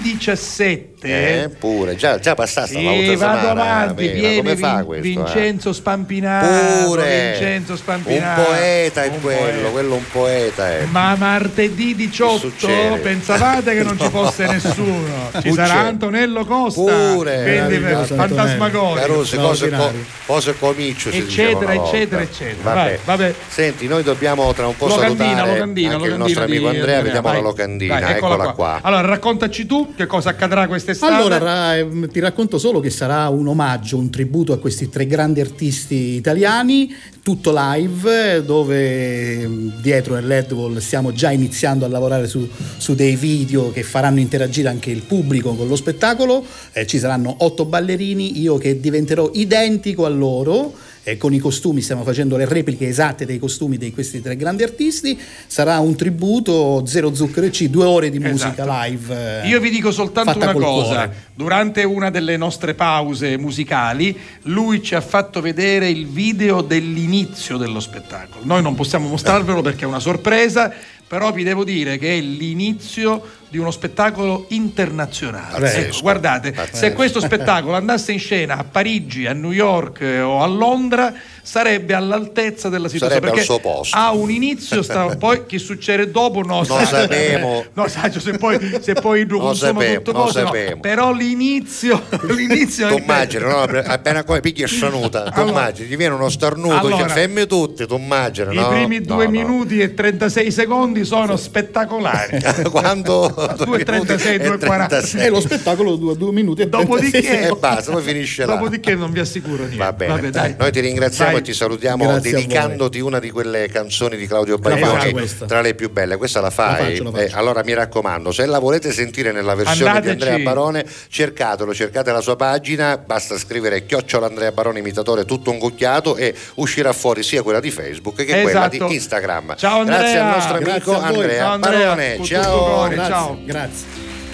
17. Pure già passata la volta vado avanti. Viene Vincenzo Spampinato. Un poeta è quello un poeta è. Ma martedì 18 pensavate che non ci fosse nessuno? Ci sarà Antonello Costa. Quindi fantasmagorico. Cose comicio, eccetera. Vabbè. Senti, noi dobbiamo tra un po' salutare anche il nostro amico Andrea. Vediamo la locandina, eccola qua. Allora raccontaci tu che cosa accadrà quest'estate. Allora ti racconto solo che sarà un omaggio, un tributo a questi 3 grandi artisti italiani, tutto live, dove dietro nell'Edwall stiamo già iniziando a lavorare su dei video che faranno interagire anche il pubblico con lo spettacolo. Ci saranno 8 ballerini, io che diventerò identico a loro, e con i costumi stiamo facendo le repliche esatte dei costumi di questi 3 grandi artisti. Sarà un tributo, zero zucchero e 2 ore di musica live. Io vi dico soltanto una cosa: durante una delle nostre pause musicali lui ci ha fatto vedere il video dell'inizio dello spettacolo. Noi non possiamo mostrarvelo perché è una sorpresa, però vi devo dire che è l'inizio di uno spettacolo internazionale. Ecco, guardate, se questo spettacolo andasse in scena a Parigi, a New York o a Londra, sarebbe all'altezza della situazione, sarebbe perché al suo posto. ha un inizio, poi che succede dopo non sapemo. No, se poi il consumo tutto cosa, no. Però l'inizio tu immagini, no? Appena poi picchi e sanuta, tu immagini, ti viene uno starnuto, fermi tutti, tu immagini, i primi 2 minuti e 36 secondi sono spettacolari. Quando 2,36, 2,40 lo spettacolo dura 2 minuti e 36 e basta, poi finisce là. Dopodiché non vi assicuro niente. Va bene. Dai. Noi ti ringraziamo e ti salutiamo dedicandoti una di quelle canzoni di Claudio Baglioni tra le più belle. Questa la fai? La faccio. Allora mi raccomando, se la volete sentire nella versione di Andrea Barone, cercate la sua pagina, basta scrivere @ Barone imitatore tutto un cucchiato e uscirà fuori sia quella di Facebook che quella di Instagram. Ciao Andrea. Grazie al nostro amico Andrea Barone. Ciao. Grazie.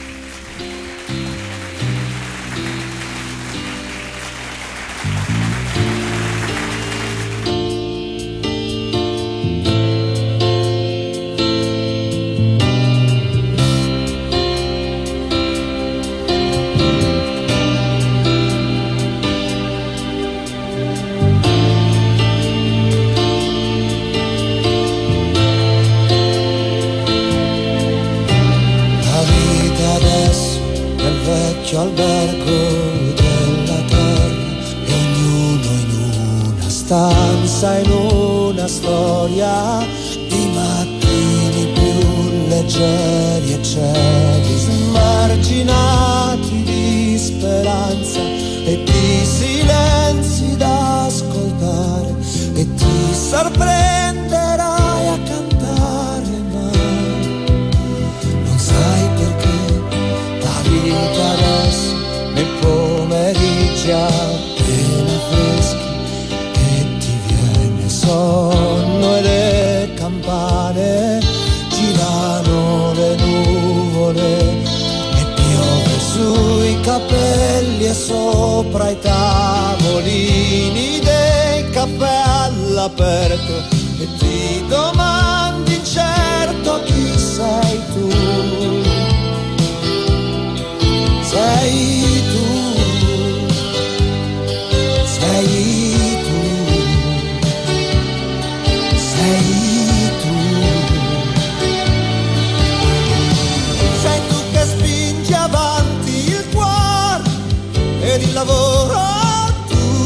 Albergo della terra e ognuno in una stanza, in una storia di mattini più leggeri e cieli smarginati di speranza e di silenzi da ascoltare, e ti sorprenderai a cantare, ma non sai perché la vita adesso nei pomeriggi appena freschi e ti viene sonno e le campane girano le nuvole e piove sui capelli e sopra i tavolini dei caffè all'aperto, e ti domandi incerto chi sei tu. Sei tu, sei tu, sei tu. Sei tu che spingi avanti il cuore ed il lavoro tu.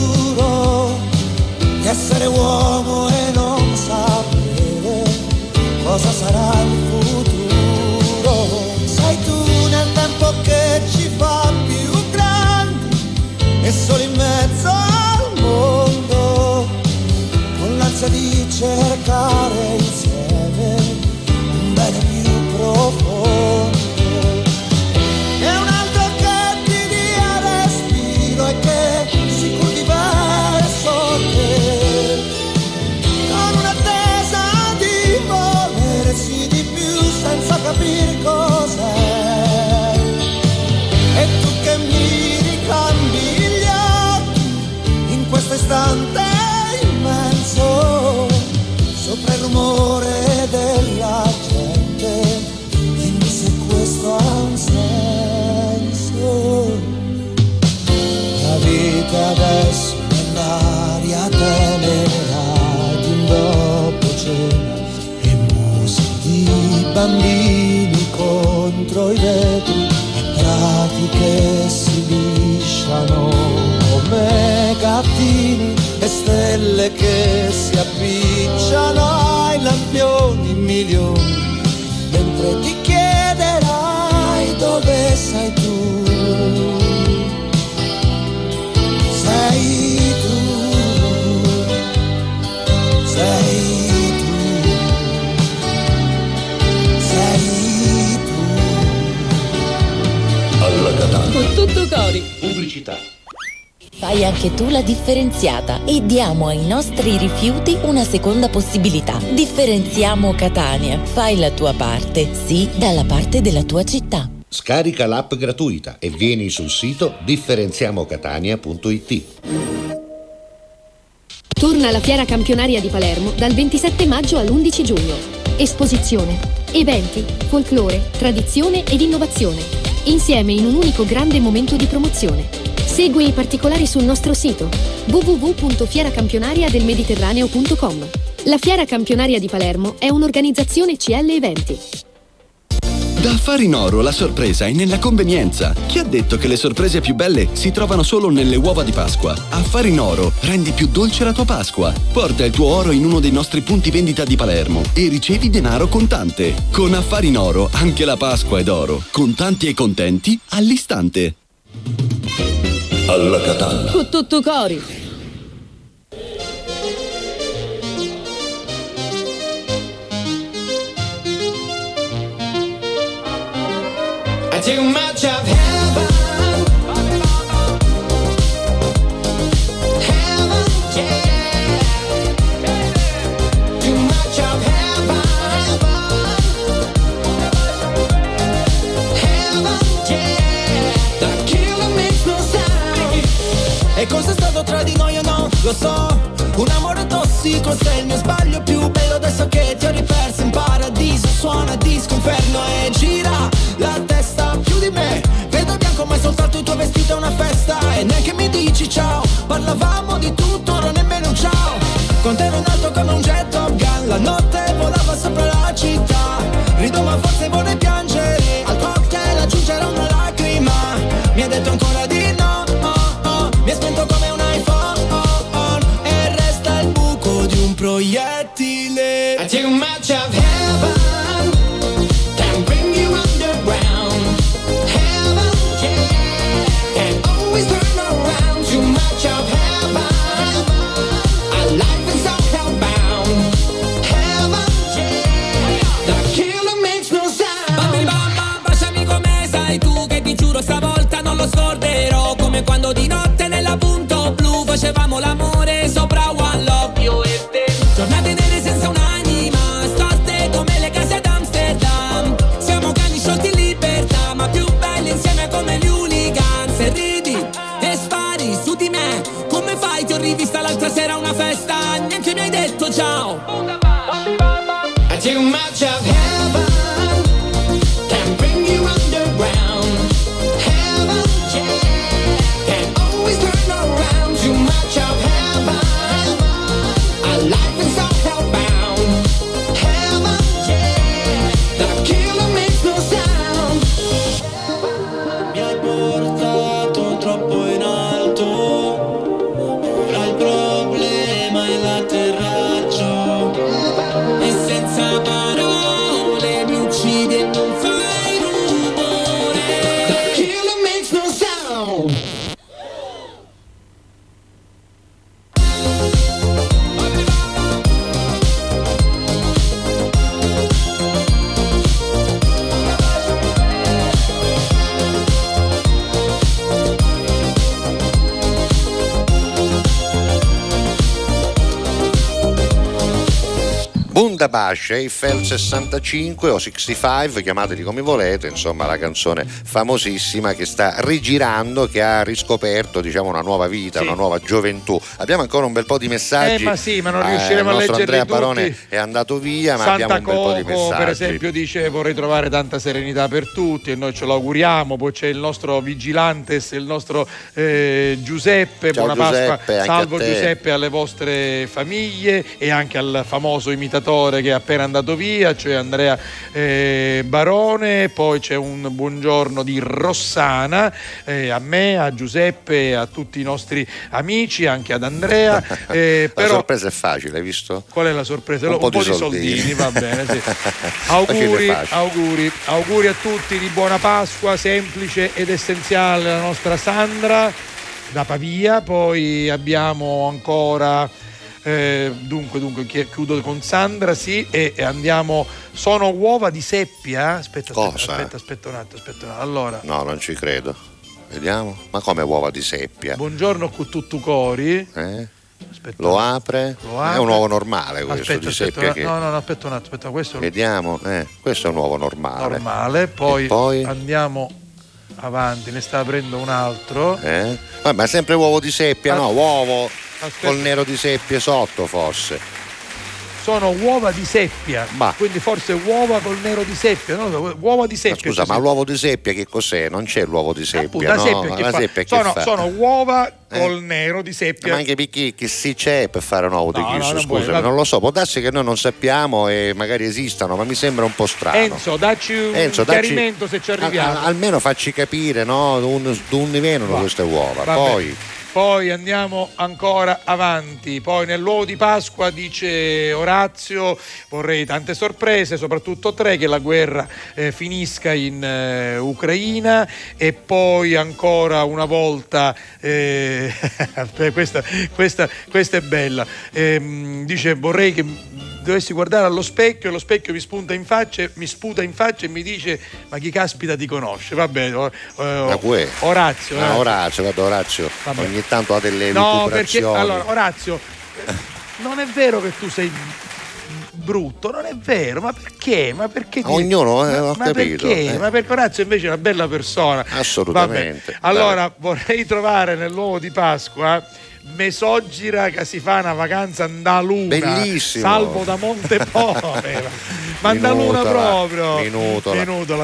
cercare insieme un bene più profondo. È un altro che ti dia respiro e che si curvi verso te, con un'attesa di volersi di più senza capire cos'è. E tu che mi ricambi gli occhi in questo istante immenso, sopra il rumore della gente, dimmi se questo ha un senso. La vita adesso nell'aria tenera di un dopo cena e musica di bambini contro i vetri e prati che si lisciano come gattini e stelle che si appicciano ai lampioni milioni, mentre ti chiederai dove sei tu. Sei tu, sei tu, sei tu. Alla Catalla. Con tutto cori. Pubblicità. Fai anche tu la differenziata e diamo ai nostri rifiuti una seconda possibilità. Differenziamo Catania. Fai la tua parte, sì, dalla parte della tua città. Scarica l'app gratuita e vieni sul sito differenziamocatania.it. Torna la Fiera Campionaria di Palermo dal 27 maggio all'11 giugno. Esposizione, eventi, folklore, tradizione ed innovazione. Insieme in un unico grande momento di promozione. Segui i particolari sul nostro sito www.fieracampionariadelmediterraneo.com. La Fiera Campionaria di Palermo è un'organizzazione CL Eventi. Da Affari in Oro la sorpresa è nella convenienza. Chi ha detto che le sorprese più belle si trovano solo nelle uova di Pasqua? Affari in Oro rendi più dolce la tua Pasqua. Porta il tuo oro in uno dei nostri punti vendita di Palermo e ricevi denaro contante. Con Affari in Oro anche la Pasqua è d'oro. Contanti e contenti all'istante. Alla Catalla. Con tutto cori. Too much of heaven, heaven, yeah. Too much of heaven, heaven, yeah. The killer makes no sound. E cos'è stato tra di noi o no? Lo so, un amore tossico, sei il mio sbaglio più bello. Adesso che ti ho riperso in paradiso, suona disco inferno e gira la testa più di me. Vedo bianco ma è soltanto il tuo vestito è una festa. E neanche mi dici ciao, parlavamo di tutto, ora nemmeno un ciao. Con te ero in alto come un jet Top Gun, la notte volava sopra la città. Rido ma forse vorrei piangere, al cocktail aggiungerò una lacrima. Mi ha detto ancora di no, oh, oh. Mi ha spento come un iPhone, oh, oh. E resta il buco di un proiettile. Too much of heaven can bring you underground. Heaven, yeah, can always turn around. Too much of heaven, our life is all hellbound. Heaven, yeah, the killer makes no sound. Bambi mamma, baciami come sai tu, che ti giuro stavolta non lo scorderò. Come quando di notte nella punto blu facevamo l'amore sopra One Love, io e te. Giornate nere senza un'anima, storte come le case d'Amsterdam. Siamo cani sciolti in libertà, ma più belli insieme come gli hooligans. E ridi e spari su di me, come fai? Ti ho rivista l'altra sera a una festa, neanche mi hai detto ciao. Too much of heaven can bring you underground. Heaven, yeah, can always turn around. Too much of heaven, our life is all hellbound. Heaven, yeah, the killer makes no sound. Mi hai portato troppo in alto, ora il problema è l'atterraggio. E senza parole Wunderbash, Eiffel 65 o 65, chiamateli come volete, insomma la canzone famosissima che sta rigirando, che ha riscoperto, diciamo, una nuova vita, una nuova gioventù. Abbiamo ancora un bel po' di messaggi. Ma sì, ma non riusciremo a leggerli Andrea tutti. Parone è andato via, ma Santa abbiamo un bel po' di Coco, messaggi. per esempio, dice: vorrei trovare tanta serenità per tutti, e noi ce lo auguriamo. Poi c'è il nostro Vigilantes, il nostro Giuseppe. Ciao, buona Giuseppe, Pasqua, anche salvo a te. Giuseppe, alle vostre famiglie, e anche al famoso imitatore che è appena andato via, cioè Andrea Barone. Poi c'è un buongiorno di Rossana, a me, a Giuseppe, a tutti i nostri amici, anche ad Andrea. La Però sorpresa è facile, hai visto? qual è la sorpresa? Un po' di di soldini, va bene, sì. Facile. Auguri a tutti di buona Pasqua, semplice ed essenziale, la nostra Sandra da Pavia. Poi abbiamo ancora dunque chiudo con Sandra, sì, e andiamo. Sono uova di seppia? Aspetta un attimo. Allora, no, non ci credo. Vediamo. Ma come uova di seppia? Buongiorno Cuttutucori. Lo apre. È un uovo normale questo di seppia. Aspetta un attimo, questo. Vediamo. Questo è un uovo normale. Poi andiamo avanti, ne sta aprendo un altro. Ma è sempre uovo di seppia, no? Uovo col nero di seppia sotto, forse. Sono uova di seppia, quindi forse uova col nero di seppia, no? Uova di seppia. Scusa, ma l'uovo di seppia che cos'è? Non c'è l'uovo di seppia, no? La seppia sono uova col nero di seppia. Ma anche perché che si c'è per fare un uovo di questo? Scusa, non lo so, può darsi che noi non sappiamo e magari esistano, ma mi sembra un po' strano. Enzo, dacci un chiarimento se ci arriviamo. Almeno facci capire, no? Dove vengono queste uova. Poi andiamo ancora avanti. Poi nell'uovo di Pasqua, dice Orazio, vorrei tante sorprese, soprattutto 3, che la guerra finisca in Ucraina. E poi ancora una volta questa è bella, dice: vorrei che dovessi guardare allo specchio e lo specchio mi sputa in faccia e mi dice: ma chi caspita ti conosce? Va bene, Orazio. Orazio. Vabbè. Ogni tanto ha delle lucubrazioni. Perché allora, Orazio, non è vero che tu sei brutto, non è vero, ma perché? Ognuno ho capito. Perché? Ma perché Orazio invece è una bella persona. Assolutamente. Allora, vorrei trovare nell'uovo di Pasqua Mesogira che si fa una vacanza andaluna, bellissimo, salvo da Montepovera, ma andaluna proprio. Minutola.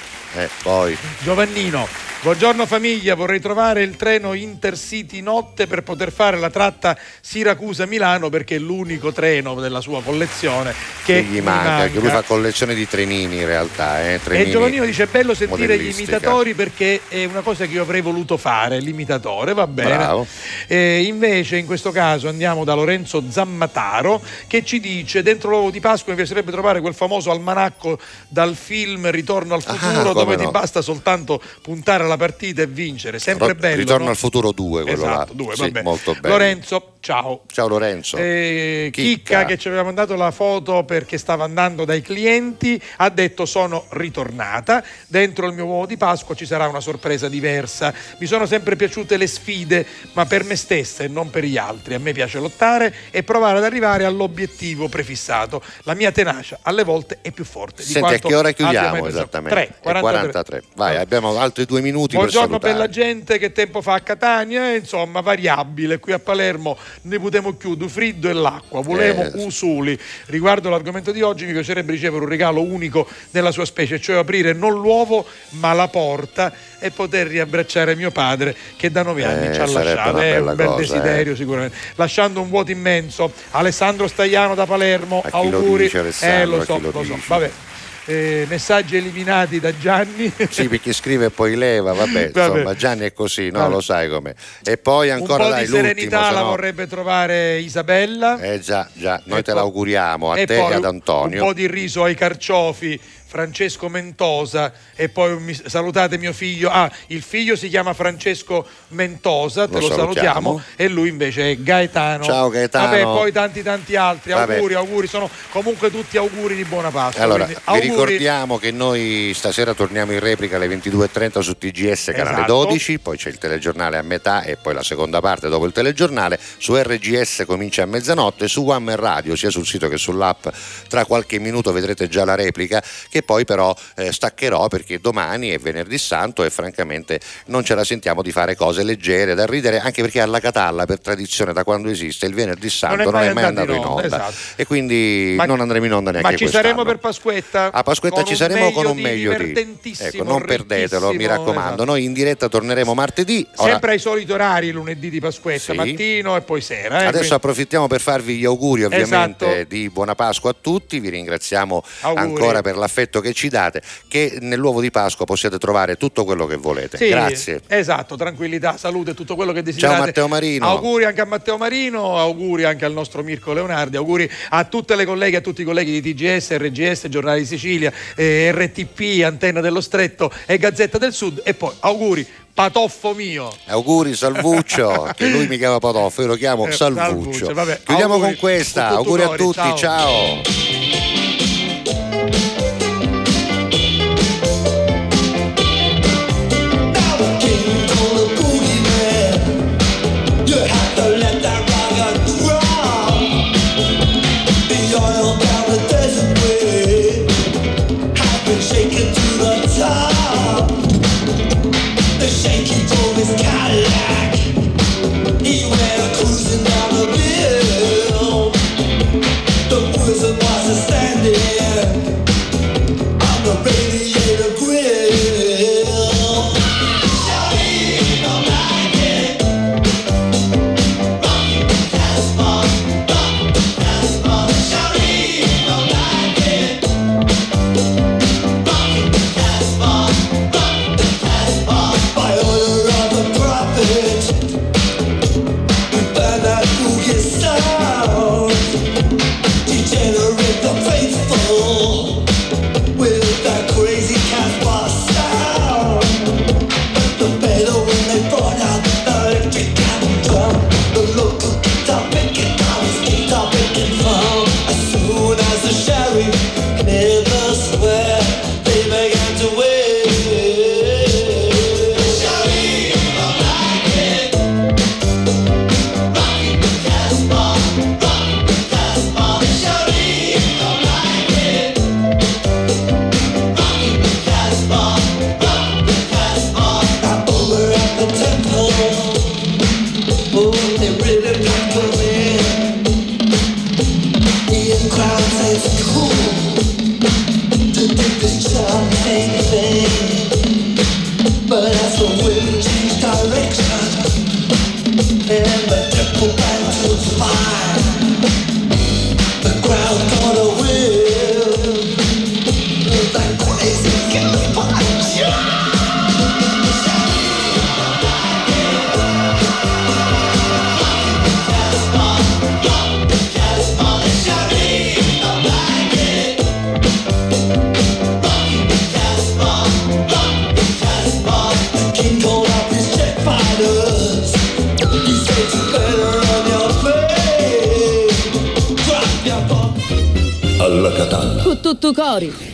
Poi Giovannino: buongiorno famiglia, vorrei trovare il treno Intercity notte per poter fare la tratta Siracusa-Milano, perché è l'unico treno della sua collezione che gli manca. Che lui fa collezione di trenini in realtà. E Giovannino dice: bello sentire gli imitatori, perché è una cosa che io avrei voluto fare, l'imitatore, va bene. Bravo. Invece in questo caso andiamo da Lorenzo Zammataro, che ci dice: dentro l'uovo di Pasqua mi piacerebbe trovare quel famoso almanacco dal film Ritorno al futuro, dove ti basta soltanto puntare alla partita e vincere. Sempre bello. Ritorno al futuro 2, quello esatto, là. 2, sì, vabbè. Molto bello. Lorenzo, ciao Lorenzo. Chicca, che ci aveva mandato la foto perché stava andando dai clienti, ha detto: sono ritornata, dentro il mio uovo di Pasqua ci sarà una sorpresa diversa. Mi sono sempre piaciute le sfide, ma per me stessa e non per gli altri. A me piace lottare e provare ad arrivare all'obiettivo prefissato. La mia tenacia alle volte è più forte di quanto. Senti, a che ora chiudiamo esattamente? 43. Vai, abbiamo altri 2 minuti. Buongiorno per la gente, che tempo fa a Catania? Insomma, variabile. Qui a Palermo ne potremo chiudere friddo e l'acqua, volemo usuli. Riguardo l'argomento di oggi, mi piacerebbe ricevere un regalo unico nella sua specie, cioè aprire non l'uovo ma la porta e poter riabbracciare mio padre, che da 9 anni ci ha lasciato. È un bel desiderio, sicuramente, lasciando un vuoto immenso. Alessandro Stagliano da Palermo, auguri. Lo so. Vabbè. Messaggi eliminati da Gianni. Sì, perché scrive e poi leva, vabbè. Insomma, Gianni è così, no? Lo sai com'è. E poi ancora un po' di serenità la vorrebbe trovare Isabella. Già, noi te l'auguriamo, a te e ad Antonio. Un po' di riso ai carciofi, Francesco Mentosa. E poi salutate mio figlio. Il figlio si chiama Francesco Mentosa, te lo salutiamo. E lui invece è Gaetano. Ciao Gaetano. Vabbè, poi tanti altri. Auguri, sono comunque tutti auguri di buona Pasqua. Allora, vi ricordiamo che noi stasera torniamo in replica alle 22.30 su TGS canale 12, poi c'è il telegiornale a metà e poi la seconda parte dopo il telegiornale. Su RGS comincia a mezzanotte, su One Man Radio sia sul sito che sull'app tra qualche minuto vedrete già la replica, che poi però staccherò perché domani è venerdì santo e francamente non ce la sentiamo di fare cose leggere da ridere, anche perché alla Catalla per tradizione da quando esiste il venerdì santo non è mai andato in onda, esatto. E quindi non andremo in onda neanche quest'anno. Ma ci saremo per Pasquetta? A Pasquetta ci saremo con un meglio di, ecco, non perdetelo, mi raccomando, esatto. Noi in diretta torneremo martedì sempre ai soliti orari, lunedì di Pasquetta, sì. Mattino e poi sera. Adesso quindi approfittiamo per farvi gli auguri ovviamente, esatto. Di buona Pasqua a tutti, vi ringraziamo ancora per l'affetto che ci date, che nell'uovo di Pasqua possiate trovare tutto quello che volete, sì, grazie. Esatto, tranquillità, salute, tutto quello che desiderate. Ciao Matteo Marino. Auguri anche a Matteo Marino, auguri anche al nostro Mirko Leonardi, auguri a tutte le colleghe e a tutti i colleghi di TGS, RGS, Giornale di Sicilia, RTP, Antenna dello Stretto e Gazzetta del Sud, e poi auguri Patoffo mio. Auguri Salvuccio, che lui mi chiama Patoffo, io lo chiamo Salvuccio. Vabbè, chiudiamo auguri, con questa, auguri a tutti, ciao. Tutto cori.